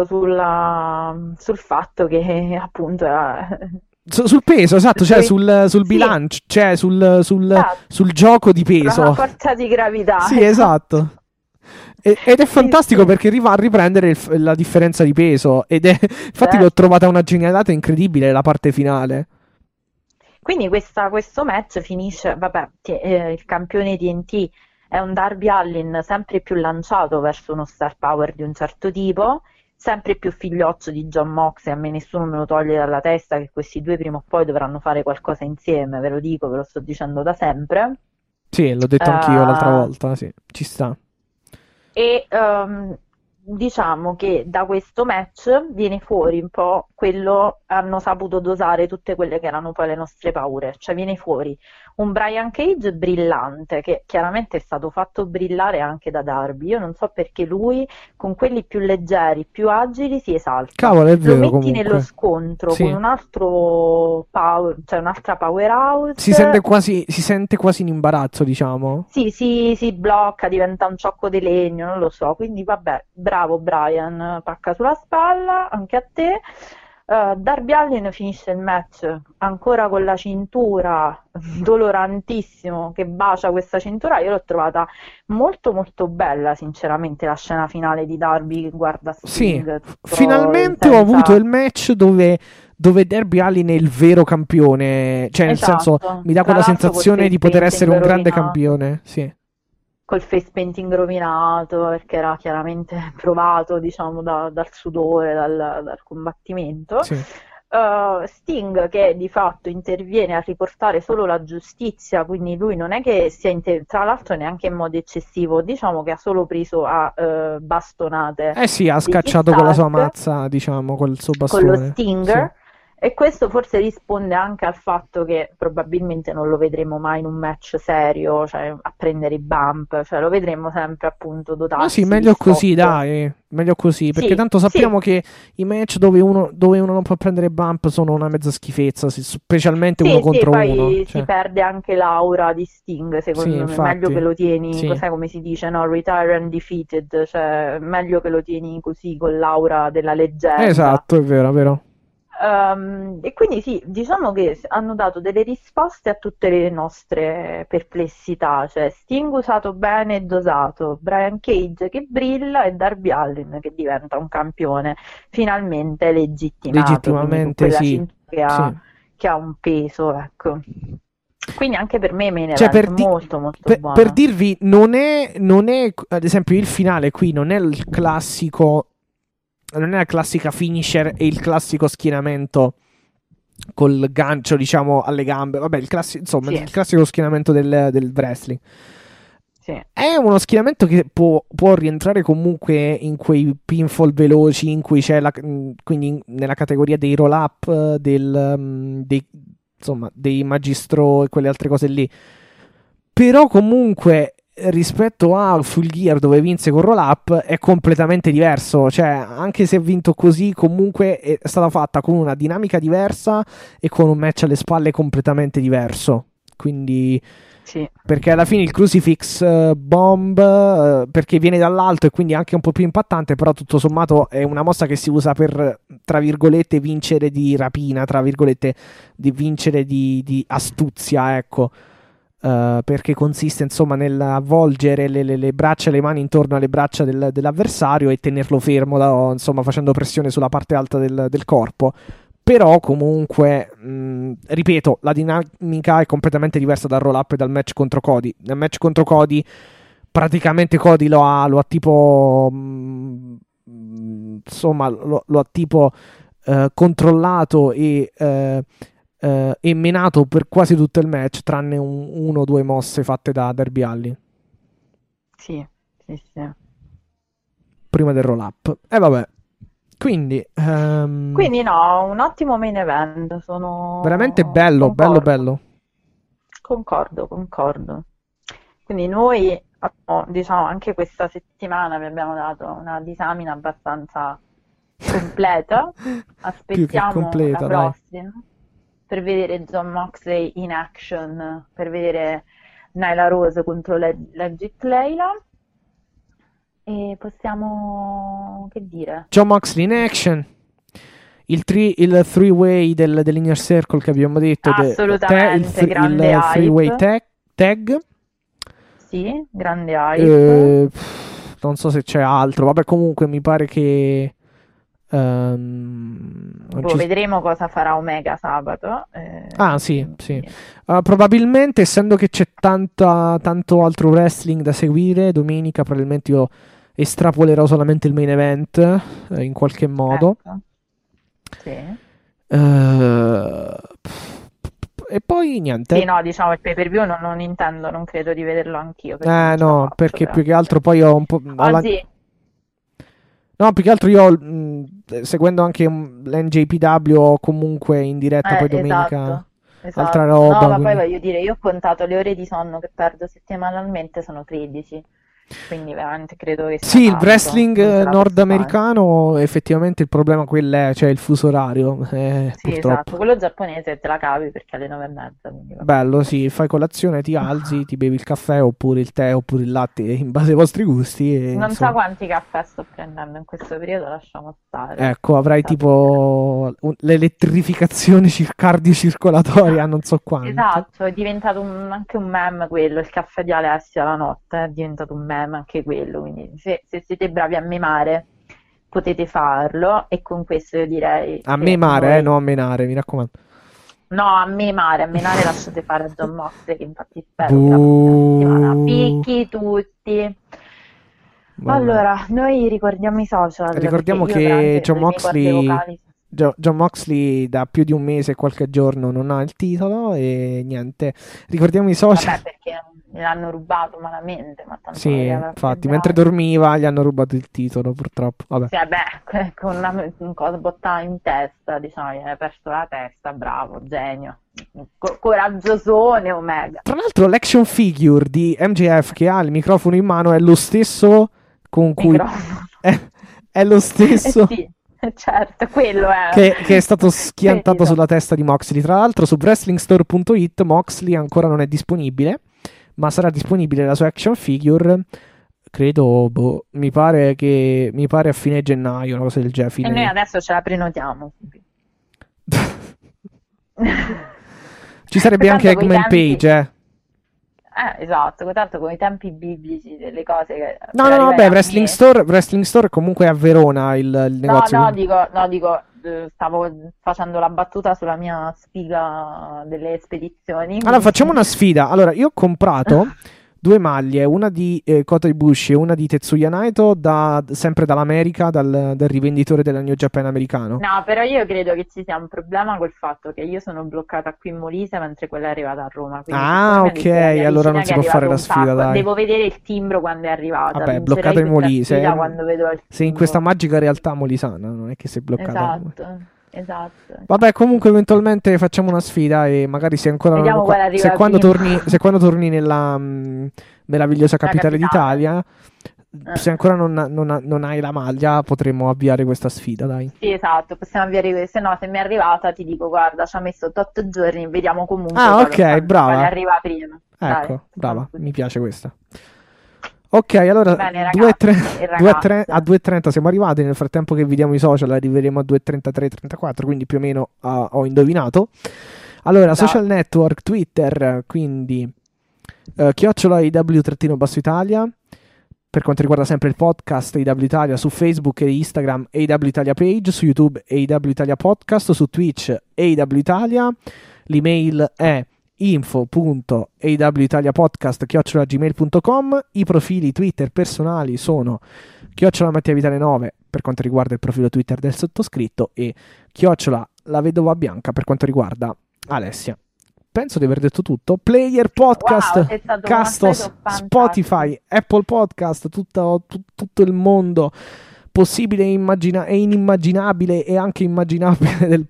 sul fatto che appunto era... sul peso, esatto, cioè sul bilancio, cioè sul gioco di peso. La forza di gravità. Sì, esatto. Ed è fantastico perché va a riprendere la differenza di peso. Infatti l'ho trovata una genialata incredibile la parte finale. Quindi questo match finisce, vabbè, il campione TNT è un Darby Allin sempre più lanciato verso uno star power di un certo tipo, sempre più figlioccio di Jon Moxley. A me nessuno me lo toglie dalla testa che questi due prima o poi dovranno fare qualcosa insieme, ve lo dico, ve lo sto dicendo da sempre. Sì, l'ho detto anch'io l'altra volta, sì, ci sta. E diciamo che da questo match viene fuori un po' quello, hanno saputo dosare tutte quelle che erano poi le nostre paure, cioè viene fuori un Brian Cage brillante, che chiaramente è stato fatto brillare anche da Darby. Io non so perché lui con quelli più leggeri, più agili si esalta. Cavolo, è vero, lo metti comunque nello scontro con un altro cioè un'altra powerhouse, si sente quasi in imbarazzo, diciamo. Sì, si blocca, diventa un ciocco di legno, non lo so. Quindi vabbè, bravo Brian, pacca sulla spalla anche a te. Darby Allin finisce il match ancora con la cintura, dolorantissimo, che bacia questa cintura. Io l'ho trovata molto molto bella, sinceramente, la scena finale di Darby che guarda Sting. Sì, finalmente ho avuto il match dove Darby Allin è il vero campione, cioè nel senso mi dà quella sensazione di poter essere un grande campione, sì. Col face painting rovinato, perché era chiaramente provato, diciamo, dal sudore, dal combattimento. Sì. Sting che di fatto interviene a riportare solo la giustizia, quindi lui non è che sia tra l'altro neanche in modo eccessivo, diciamo che ha solo preso a bastonate. Sì, ha scacciato con la sua mazza, diciamo, col suo bastone. Con lo Stinger. Sì. E questo forse risponde anche al fatto che probabilmente non lo vedremo mai in un match serio, cioè a prendere i bump, cioè lo vedremo sempre appunto dotato. Ma sì, meglio così, dai, meglio così, perché tanto sappiamo che i match dove uno non può prendere bump sono una mezza schifezza, specialmente uno contro uno. Poi si perde anche l'aura di Sting, secondo me, infatti. Meglio che lo tieni, sai come si dice, no? Retire undefeated, cioè meglio che lo tieni così con l'aura della leggenda. Esatto, è vero. E quindi sì, diciamo che hanno dato delle risposte a tutte le nostre perplessità, cioè Sting usato bene e dosato, Brian Cage che brilla e Darby Allin che diventa un campione finalmente legittimamente, sì, che ha un peso, ecco. Quindi anche per me è molto molto buono. Per dirvi, non è ad esempio il finale qui non è il classico, non è la classica finisher e il classico schienamento col gancio, diciamo, alle gambe. Vabbè, il classico schienamento del wrestling. Sì. È uno schienamento che può rientrare comunque in quei pinfall veloci in cui c'è quindi nella categoria dei roll up, dei magistro e quelle altre cose lì. Però comunque rispetto a Full Gear dove vinse con roll up è completamente diverso, cioè anche se ha vinto così comunque è stata fatta con una dinamica diversa e con un match alle spalle completamente diverso, quindi sì. Perché alla fine il crucifix bomb perché viene dall'alto e quindi anche un po' più impattante, però tutto sommato è una mossa che si usa per, tra virgolette, vincere di rapina, tra virgolette, di vincere di astuzia, ecco. perché consiste insomma nell'avvolgere le braccia e le mani intorno alle braccia dell'avversario e tenerlo fermo, insomma facendo pressione sulla parte alta del corpo. Però comunque, ripeto, la dinamica è completamente diversa dal roll up e dal match contro Cody. Nel match contro Cody praticamente Cody lo ha tipo insomma lo ha tipo controllato e menato per quasi tutto il match, tranne uno o due mosse fatte da Darby Allin. Sì. Prima del roll up. E vabbè. Quindi no, un ottimo main event. Sono veramente bello. Concordo. Quindi noi, diciamo, anche questa settimana vi abbiamo dato una disamina abbastanza completa. Aspettiamo completa, la prossima per vedere Jon Moxley in action, per vedere Nyla Rose contro Legit Layla. E possiamo, che dire? Jon Moxley in action. Il three-way dell'Inner Circle che abbiamo detto. Assolutamente, grande il three-way hype. tag. Sì, grande hype. Non so se c'è altro. Vabbè, comunque mi pare che vedremo cosa farà Omega sabato. Sì. Probabilmente, essendo che c'è tanto altro wrestling da seguire, domenica probabilmente io estrapolerò solamente il main event in qualche modo. Ecco. Sì. E poi niente. Sì, no, diciamo il pay-per-view non intendo, non credo di vederlo anch'io. Perché più che altro poi ho un po'... Oggi... No, più che altro io seguendo anche l'NJPW o comunque in diretta poi domenica altra roba. No, ma quindi... poi voglio dire, io ho contato le ore di sonno che perdo settimanalmente, sono 13. Quindi veramente credo che sia sì, il tanto, wrestling non ce la nordamericano effettivamente il problema quello è, cioè il fuso orario, Sì, purtroppo. esatto, quello giapponese te la cavi perché alle 9:30, quindi vabbè. Bello, sì, fai colazione, ti alzi, ti bevi il caffè oppure il tè oppure il latte in base ai vostri gusti e, Non insomma, so quanti caffè sto prendendo in questo periodo, lasciamo stare. ecco, avrai tipo l'elettrificazione cardiocircolatoria, non so quanto. Esatto, è diventato anche un meme quello, il caffè di Alessia la notte, è diventato un meme anche quello, quindi se siete bravi a memare potete farlo e con questo io direi... A che memare, noi- non a menare, mi raccomando. No, a menare lasciate fare a Jon Moxley che infatti spero che la prossima settimana picchi tutti. Vabbè. Allora, noi ricordiamo i social. Ricordiamo perché io che veramente Jon le mie corde Moxley vocali- Jon Moxley da più di un mese e qualche giorno non ha il titolo e niente, ricordiamo i social. Vabbè, perché l'hanno rubato malamente, ma tanto Sì, non li avrà infatti, più mentre dati. dormiva gli hanno rubato il titolo, purtroppo. Vabbè. Sì, vabbè, con una cosa bottata in testa, diciamo, gli hai perso la testa, bravo, genio. Coraggiosone Omega. Tra l'altro l'action figure di MJF che ha il microfono in mano è lo stesso con cui Microfono. è lo stesso Sì, certo, quello è. che è stato schiantato Quello. sulla testa di Moxley. Tra l'altro su wrestlingstore.it Moxley ancora non è disponibile, ma sarà disponibile la sua action figure, credo, mi pare a fine gennaio, una cosa del genere. E noi adesso ce la prenotiamo. Ci sarebbe anche Tanto coi Eggman tempi- Page, Esatto, tanto con i tempi biblici delle cose che No, per arrivare vabbè, a Wrestling Store comunque è a Verona il negozio. No, quindi- dico, stavo facendo la battuta sulla mia sfiga delle spedizioni. Allora, facciamo una sfida. Allora, io ho comprato due maglie, una di Kota Ibushi e una di Tetsuya Naito, sempre dall'America, dal rivenditore della New Japan americano. No, però io credo che ci sia un problema col fatto che io sono bloccata qui in Molise mentre quella è arrivata a Roma. Quindi Ah, siccome mi dice la ok, mia allora non vicina si che può è fare la arrivato un sfida, sacco, dai. devo vedere il timbro quando è arrivata. Vabbè, Vincerei bloccata in questa Molise. sfida quando vedo il Sei in timbro. questa magica realtà molisana, non è che sei bloccata. Esatto. Vabbè, comunque eventualmente facciamo una sfida e magari se ancora Vediamo quale arriva se quando prima. torni nella meravigliosa capitale d'Italia, se ancora non hai la maglia, potremmo avviare questa sfida, dai. Sì, esatto, possiamo avviare questo. Se no, se mi è arrivata ti dico, guarda, ci ha messo 8 giorni, vediamo comunque Ah, quale- ok, brava. quale arriva prima. Dai, Ecco, brava, facciamo mi piace questa. Ok, allora Bene, ragazzi 2:30 e ragazze. a 2:30 siamo arrivati. Nel frattempo che vediamo i social arriveremo a 2:33-34, quindi più o meno ho indovinato. Allora, Esatto. social network, Twitter, quindi chiocciola AW Italia. Per quanto riguarda sempre il podcast AW Italia, su Facebook e Instagram AW Italia Page, su YouTube AW Italia Podcast, su Twitch AW Italia. L'email è info.awitaliapodcast@gmail.com. I profili Twitter personali sono chiocciola Mattia Vitale 9 per quanto riguarda il profilo Twitter del sottoscritto e chiocciola la vedova bianca per quanto riguarda Alessia. Penso di aver detto tutto. Player, podcast, Wow, è stato Castos, un fantastico. Spotify, Apple Podcast, tutto il mondo possibile e inimmaginabile e anche immaginabile del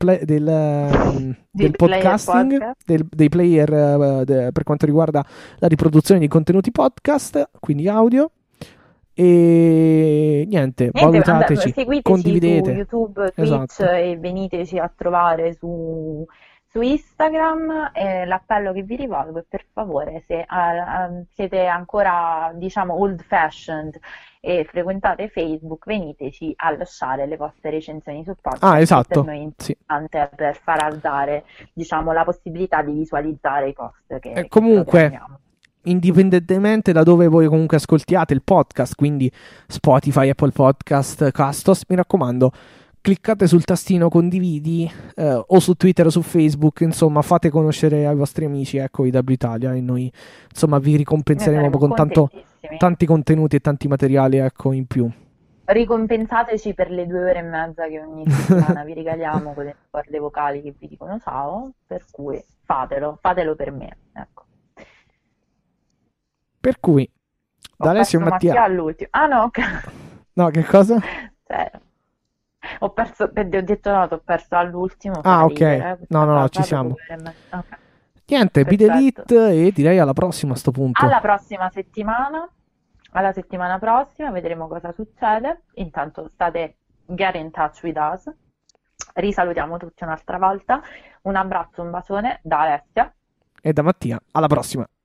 podcasting, dei player per quanto riguarda la riproduzione di contenuti podcast, quindi audio. E niente, valutateci, seguiteci condividete su YouTube, Twitch, esatto. E veniteci a trovare su Instagram. L'appello che vi rivolgo è, per favore, se siete ancora, diciamo, old fashioned e frequentate Facebook, veniteci a lasciare le vostre recensioni su podcast. Esatto, Per noi è importante per far alzare, diciamo, la possibilità di visualizzare i post che comunque proponiamo. Indipendentemente da dove voi comunque ascoltiate il podcast, quindi Spotify, Apple Podcast, Castos, mi raccomando, cliccate sul tastino condividi o su Twitter o su Facebook, insomma fate conoscere ai vostri amici, ecco, IW Italia, e noi insomma vi ricompenseremo con tanti contenuti e tanti materiali, ecco, in più. Ricompensateci per le 2 ore e mezza che ogni settimana vi regaliamo con le corde vocali che vi dicono ciao, per cui fatelo per me, ecco. Per cui da Alessio e Mattia all'ultimo. No, ok. No, che cosa? Cioè, ho detto no, t'ho perso all'ultimo. Ok. No, ci siamo. Okay. Niente, Be Delete, e direi alla prossima a sto punto. Alla prossima settimana. Alla settimana prossima vedremo cosa succede. Intanto get in touch with us. Risalutiamo tutti un'altra volta. Un abbraccio, un bacione da Alessia e da Mattia. Alla prossima.